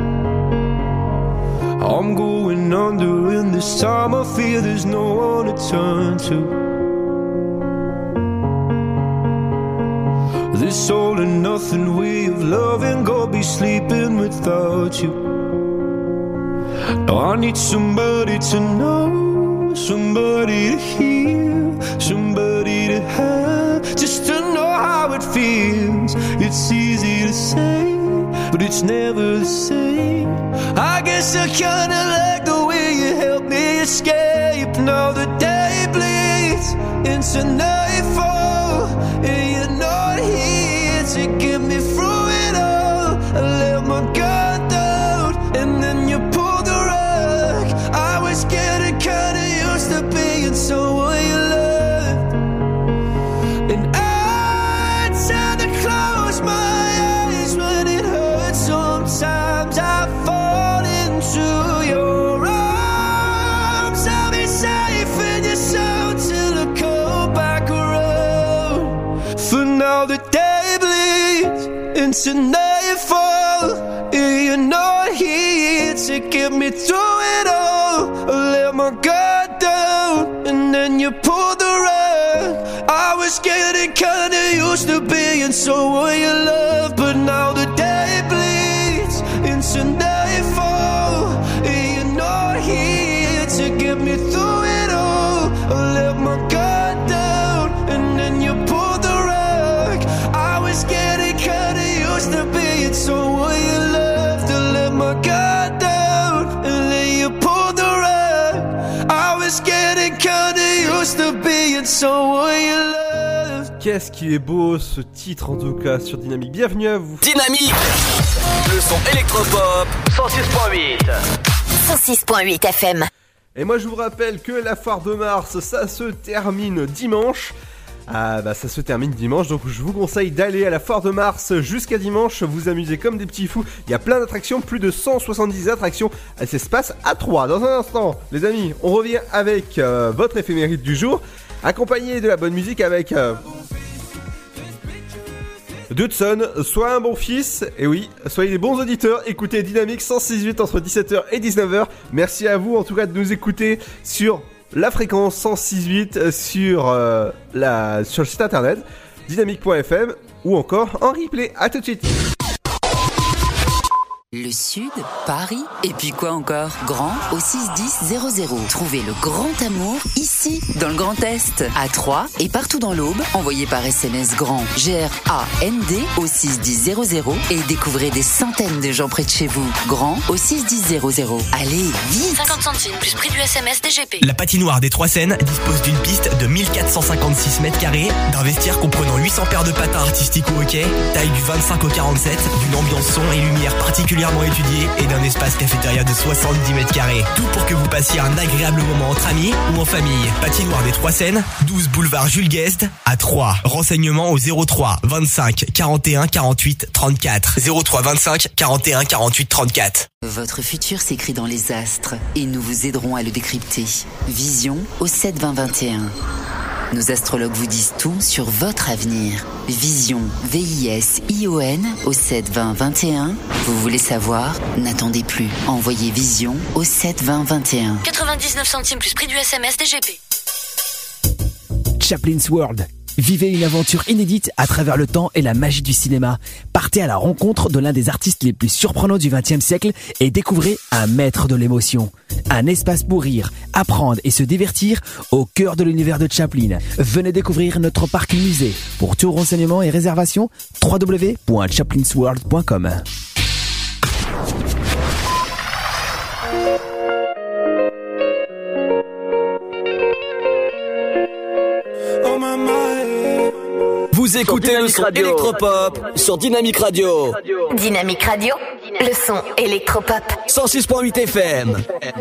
I'm going under, and this time I feel there's no one to turn to. This all and nothing way of loving, go be sleeping without you. Now I need somebody to know, somebody to hear, somebody to have, just to know how it feels. It's easy to say, but it's never the same. I guess I kinda like the way you help me escape. Now the day bleeds into nightfall, and you're not here to get me through it all. I let my guard down, and then you pulled the rug. I was getting kinda used to being someone you loved, and I tend to close my eyes when it hurts. Sometimes I fall into your arms. I'll be safe in your sound till I come back around. For now the day bleeds into nightfall, and you're not here to get me through it all. I let my guard down, and then you pulled the rug. I was getting kinda used to being someone you love, but now the day bleeds into nightfall, and you're not here to get me through it all. I let my guard down, and then you pulled the rug. I was getting kinda used to being someone you loved. I let my guard down, and then you pulled the rug. I was getting kinda used to being someone you loved. Qu'est-ce qui est beau ce titre en tout cas sur Dynamique. Bienvenue à vous. Dynamique. Le son électropop cent six point huit. cent six point huit F M. Et moi je vous rappelle que la foire de Mars, ça se termine dimanche. Ah bah ça se termine dimanche, donc je vous conseille d'aller à la foire de Mars jusqu'à dimanche, vous amuser comme des petits fous. Il y a plein d'attractions, plus de cent soixante-dix attractions. Ça se passe à trois. Dans un instant, les amis, on revient avec euh, votre éphéméride du jour, accompagné de la bonne musique avec euh, d'Hudson, sois un bon fils, et oui, soyez des bons auditeurs, écoutez Dynamique cent six virgule huit entre dix-sept heures et dix-neuf heures. Merci à vous en tout cas de nous écouter sur la fréquence cent six virgule huit, sur, euh, la, sur le site internet dynamique point f m ou encore en replay. À tout de suite. Le Sud, Paris, et puis quoi encore? Grand au six dix zéro zéro. Trouvez le grand amour ici, dans le Grand Est, à Troyes et partout dans l'Aube. Envoyez par S M S grand G R A N D au six dix zéro zéro et découvrez des centaines de gens près de chez vous. Grand au six dix zéro zéro. Allez, vite! cinquante centimes plus prix du S M S D G P. La patinoire des Trois Seines dispose d'une piste de mille quatre cent cinquante-six mètres carrés, d'un vestiaire comprenant huit cents paires de patins artistiques ou hockey, taille du vingt-cinq au quarante-sept, d'une ambiance son et lumière particulièrement étudié et d'un espace cafétéria de soixante-dix mètres carrés. Tout pour que vous passiez un agréable moment entre amis ou en famille. Patinoire des Trois Seines, douze boulevard Jules Guest à Troyes. Renseignements au zéro trois vingt-cinq quarante et un quarante-huit trente-quatre. zéro trois vingt-cinq quarante et un quarante-huit trente-quatre. Votre futur s'écrit dans les astres et nous vous aiderons à le décrypter. Vision au sept vingt vingt et un. Nos astrologues vous disent tout sur votre avenir. Vision, V I S I O N au sept vingt vingt et un. Vous voulez savoir? N'attendez plus. Envoyez Vision au sept vingt vingt et un. quatre-vingt-dix-neuf centimes plus prix du S M S D G P. Chaplin's World. Vivez une aventure inédite à travers le temps et la magie du cinéma. Partez à la rencontre de l'un des artistes les plus surprenants du vingtième siècle et découvrez un maître de l'émotion. Un espace pour rire, apprendre et se divertir au cœur de l'univers de Chaplin. Venez découvrir notre parc musée. Pour tout renseignement et réservation, w w w point chaplins world point com. Vous écoutez le son électropop sur Dynamique Radio. Dynamique Radio, le son électropop. cent six virgule huit F M.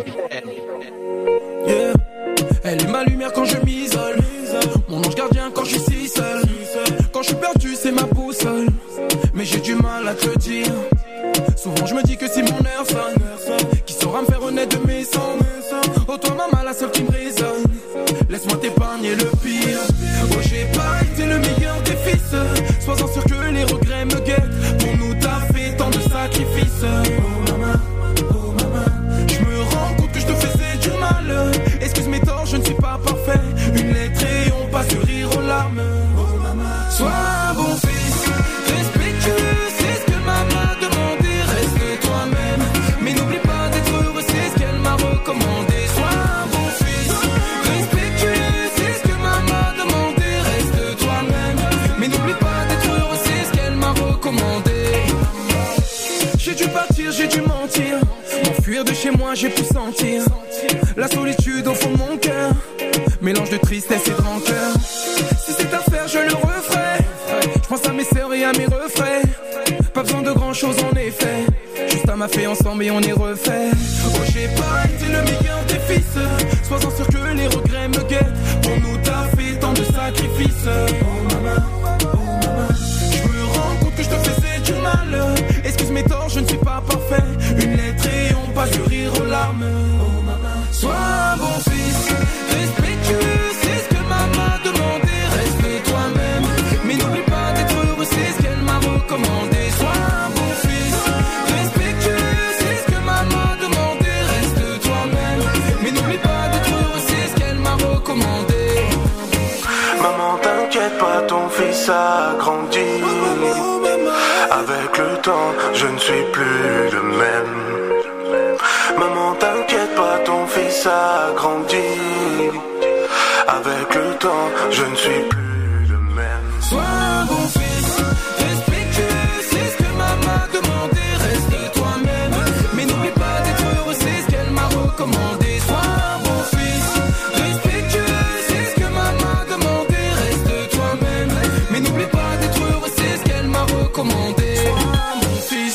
Yeah. Elle est ma lumière quand je m'isole, mon ange gardien quand je suis si seul. Quand je suis perdu, c'est ma boussole, mais j'ai du mal à te dire. Souvent je me dis que si mon air sonne, qui saura me faire honnête de mes sons. Oh toi maman, la seule qui me résonne, laisse-moi t'épargner le pire. Oh j'ai pas été le meilleur des fils, sois-en sûr que les regrets me guettent. Pour nous t'as fait tant de sacrifices. Oh maman, oh maman, je me rends compte que je te faisais du mal. Excuse mes torts, je ne suis pas parfait. Une lettre et on passe du rire aux larmes. Oh maman, sois un bon fils, respectueux, c'est ce que maman a demandé. Reste toi-même, mais n'oublie pas d'être heureux, c'est ce qu'elle m'a recommandé. Sois un bon fils, respectueux, c'est ce que maman a demandé. Reste toi-même, mais n'oublie pas d'être heureux, c'est ce qu'elle m'a recommandé. J'ai dû partir, j'ai dû mentir, m'enfuir de chez moi, j'ai pu sentir la solitude au fond de mon cœur, mélange de tristesse et de rancœur. Si c'est à faire, je le referai. Je pense à mes sœurs et à mes refrains. Pas besoin de grand chose en effet, juste à ma fée ensemble et on est refait. Oh j'ai pas été le meilleur des fils, sois-en sûr que les regrets me guettent. Pour nous t'as fait tant de sacrifices. Oh maman, oh maman, je me rends compte que je te faisais du mal. Excuse mes torts, je ne suis pas parfait. Une lettre et on passe du rire aux larmes. Oh maman, sois un bon fils, respectueux, c'est ce que maman a demandé. Reste toi-même, mais n'oublie pas d'être heureux, c'est ce qu'elle m'a recommandé. Sois un bon fils, respectueux, c'est ce que maman a demandé. Reste toi-même, mais n'oublie pas d'être heureux, c'est ce qu'elle m'a recommandé. Maman t'inquiète pas, ton fils a grandi. Avec le temps, je ne suis plus le même. Maman t'inquiète pas, ton fils a grandi. Avec le temps, je ne suis plus le même. Sois un bon fils, respectueux, c'est ce que maman a demandé. Reste toi-même, mais n'oublie pas d'être heureux, c'est ce qu'elle m'a recommandé. Sois un bon fils, respectueux, c'est ce que maman a demandé. Reste toi-même, mais n'oublie pas d'être heureux, c'est ce qu'elle m'a recommandé. Sois un bon fils.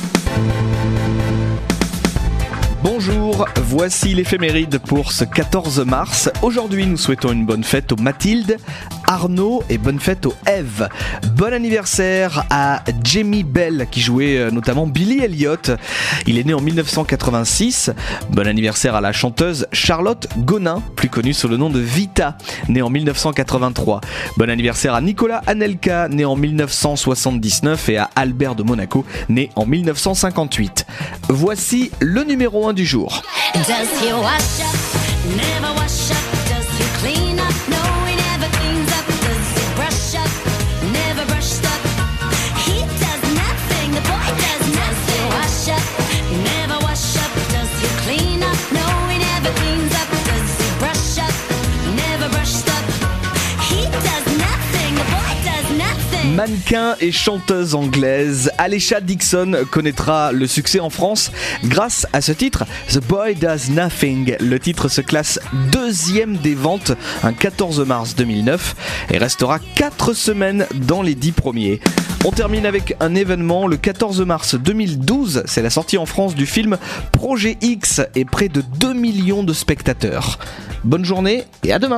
Bonjour, voici l'éphéméride pour ce quatorze mars. Aujourd'hui, nous souhaitons une bonne fête aux Mathilde, Arnaud et bonne fête aux Eve. Bon anniversaire à Jamie Bell qui jouait notamment Billy Elliot. Il est né en dix-neuf cent quatre-vingt-six. Bon anniversaire à la chanteuse Charlotte Gonin, plus connue sous le nom de Vita, née en dix-neuf cent quatre-vingt-trois. Bon anniversaire à Nicolas Anelka, né en dix-neuf cent soixante-dix-neuf, et à Albert de Monaco, né en dix-neuf cent cinquante-huit. Voici le numéro un du jour. Does he wash up? Never wash up. Does he clean up? No, he never cleans up. Does he brush up? Never brushed up. He does nothing. The boy does nothing. Does he wash up? Never wash up. Does he clean up? No, he never cleans up. Does he brush up? Never brushed up. He does nothing. The boy does nothing. Mannequin et chanteuse anglaise, Alesha Dixon connaîtra le succès en France grâce à ce titre, The Boy Does Nothing. Le titre se classe deuxième des ventes un quatorze mars deux mille neuf et restera quatre semaines dans les dix premiers. On termine avec un événement, le quatorze mars deux mille douze, c'est la sortie en France du film Projet X et près de deux millions de spectateurs. Bonne journée et à demain.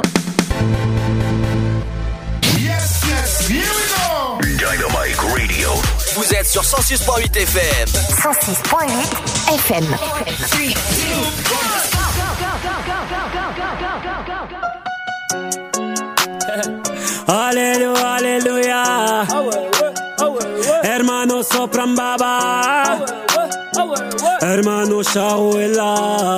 Dynamite Radio. Vous êtes sur cent six virgule huit F M. cent six virgule huit F M. Alléluia, alléluia. Hermano sopran baba. Hermano Charouela.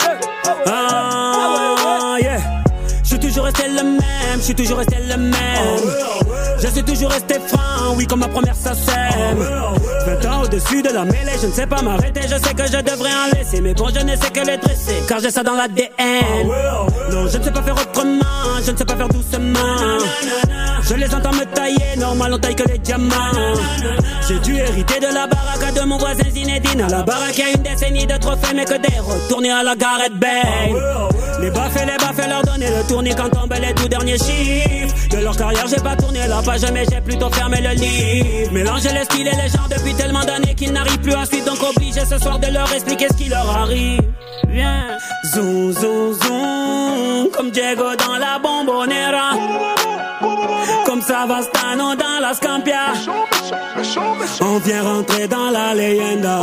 Ah, yeah. Je suis toujours resté le même, je suis toujours resté le même. Je suis toujours resté franc, oui, comme ma première sacème. vingt ans au-dessus de la mêlée, je ne sais pas m'arrêter. Je sais que je devrais en laisser, mais bon, je ne sais que les dresser, car j'ai ça dans l'A D N. Non, je ne sais pas faire autrement, je ne sais pas faire doucement. Je les entends me tailler, normal, on taille que les diamants. J'ai dû hériter de la baraque de mon voisin Zinedine. À la baraque, il y a une décennie de trophées, mais que des retournés à la Gareth Bale. Les baffes et les baffes, leur donner le tournis quand tombent les tout derniers chiffres. De leur carrière, j'ai pas tourné la page, mais j'ai plutôt fermé le livre. Mélanger les styles et les genres depuis tellement d'années qu'ils n'arrivent plus à suivre. Donc obligé ce soir de leur expliquer ce qui leur arrive. Viens, zoom, zoom, zoom, comme Diego dans la Bombonera, comme Savastano dans la Scampia. On vient rentrer dans la leyenda.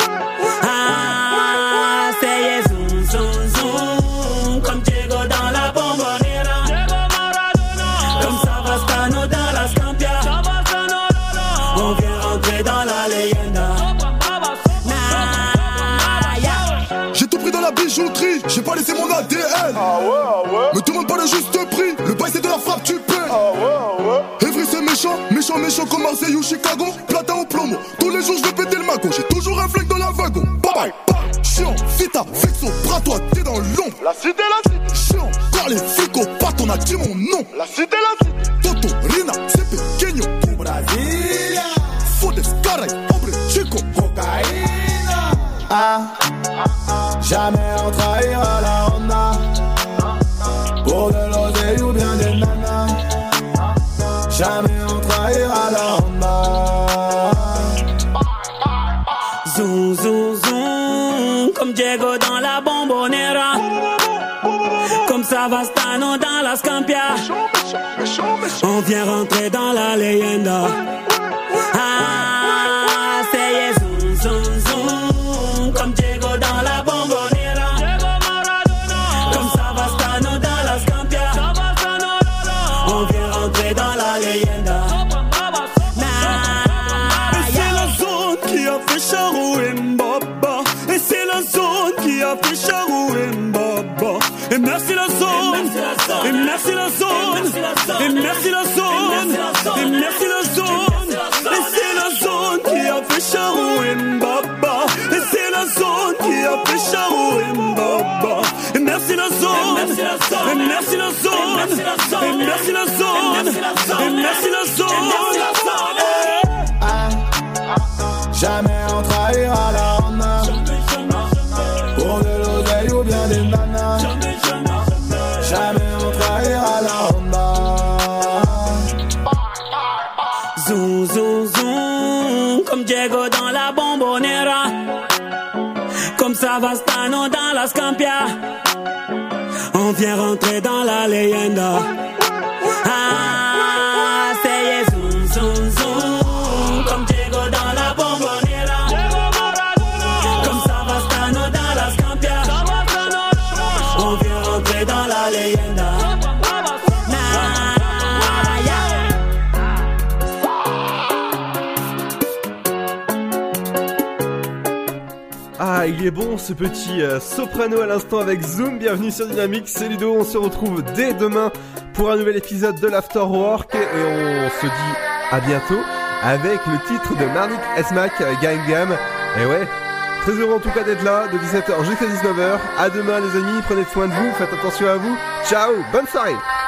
Ah, c'est zoom, zoom, zoom, comme Diego dans la Bombonera, comme Savastano dans la Scampia. On vient rentrer dans la leyenda. J'ai tout pris dans la bijouterie, j'ai pas laissé mon A D N. Ah ouais, ah ouais. Me demande pas le juste prix, le bail c'est de la frappe, tu paies. Ah ouais, ah ouais. Evry c'est méchant, méchant, méchant comme Marseille ou Chicago. Platin au plomo, tous les jours je vais péter le magot. J'ai toujours un flingue dans la wagon. Bye bye, bye. Chiant, vita, fixo, bras toi, t'es dans l'ombre. La cité, la cité. Chiant, car les flics au pattes, on a dit mon nom. La cité, la cité. Toto, Rina, c'est pequeño. Au Brasilia. Fodes, caray, hombre, chico. Cocaïna. Ah. Jamais on trahira la Honda pour de l'oseille ou bien des nanas. Jamais on trahira la Honda. Zoom, zoom, zoom, comme Diego dans la Bombonera, comme Savastano dans la Scampia. On vient rentrer dans la leyenda. Ah, c'est zoom, zoom, zoom, comme Diego dans la Bombonera, comme Savastano dans la Scampia. On vient rentrer dans la leyenda. Et c'est la zone qui a fait Charou et Mbaba. Et c'est la zone qui a fait Charou et Mbaba. Et merci la zone. Et merci la zone. Et merci la zone. Et merci la zone. Et c'est la zone qui a fait Charou et Mbaba. Et c'est la zone qui a fait Charou et Mbaba. Et merci la zone. Et merci la zone. Et merci la zone. Et merci la zone. Jamais on trahira la Honda pour de l'oseille ou bien des nanas. Jamais on trahira la Honda. Zoom, zoom, zoom, comme Diego dans la Bombonera, comme Savastano dans la Scampia. On vient rentrer dans la leyenda. Ah, c'est zoom, zoom, zoom. Comme Diego dans la bombonera. Comme Savastano dans la Scampia. On vient rentrer dans la leyenda. Ah, il est bon ce petit euh, soprano à l'instant avec Zoom. Bienvenue sur Dynamique, c'est Ludo. On se retrouve dès demain pour un nouvel épisode de l'Afterwork et on se dit à bientôt avec le titre de Marnik Esmak, Gang Gam. Et ouais, très heureux en tout cas d'être là de dix-sept heures jusqu'à dix-neuf heures. À demain les amis, prenez soin de vous, faites attention à vous. Ciao, bonne soirée.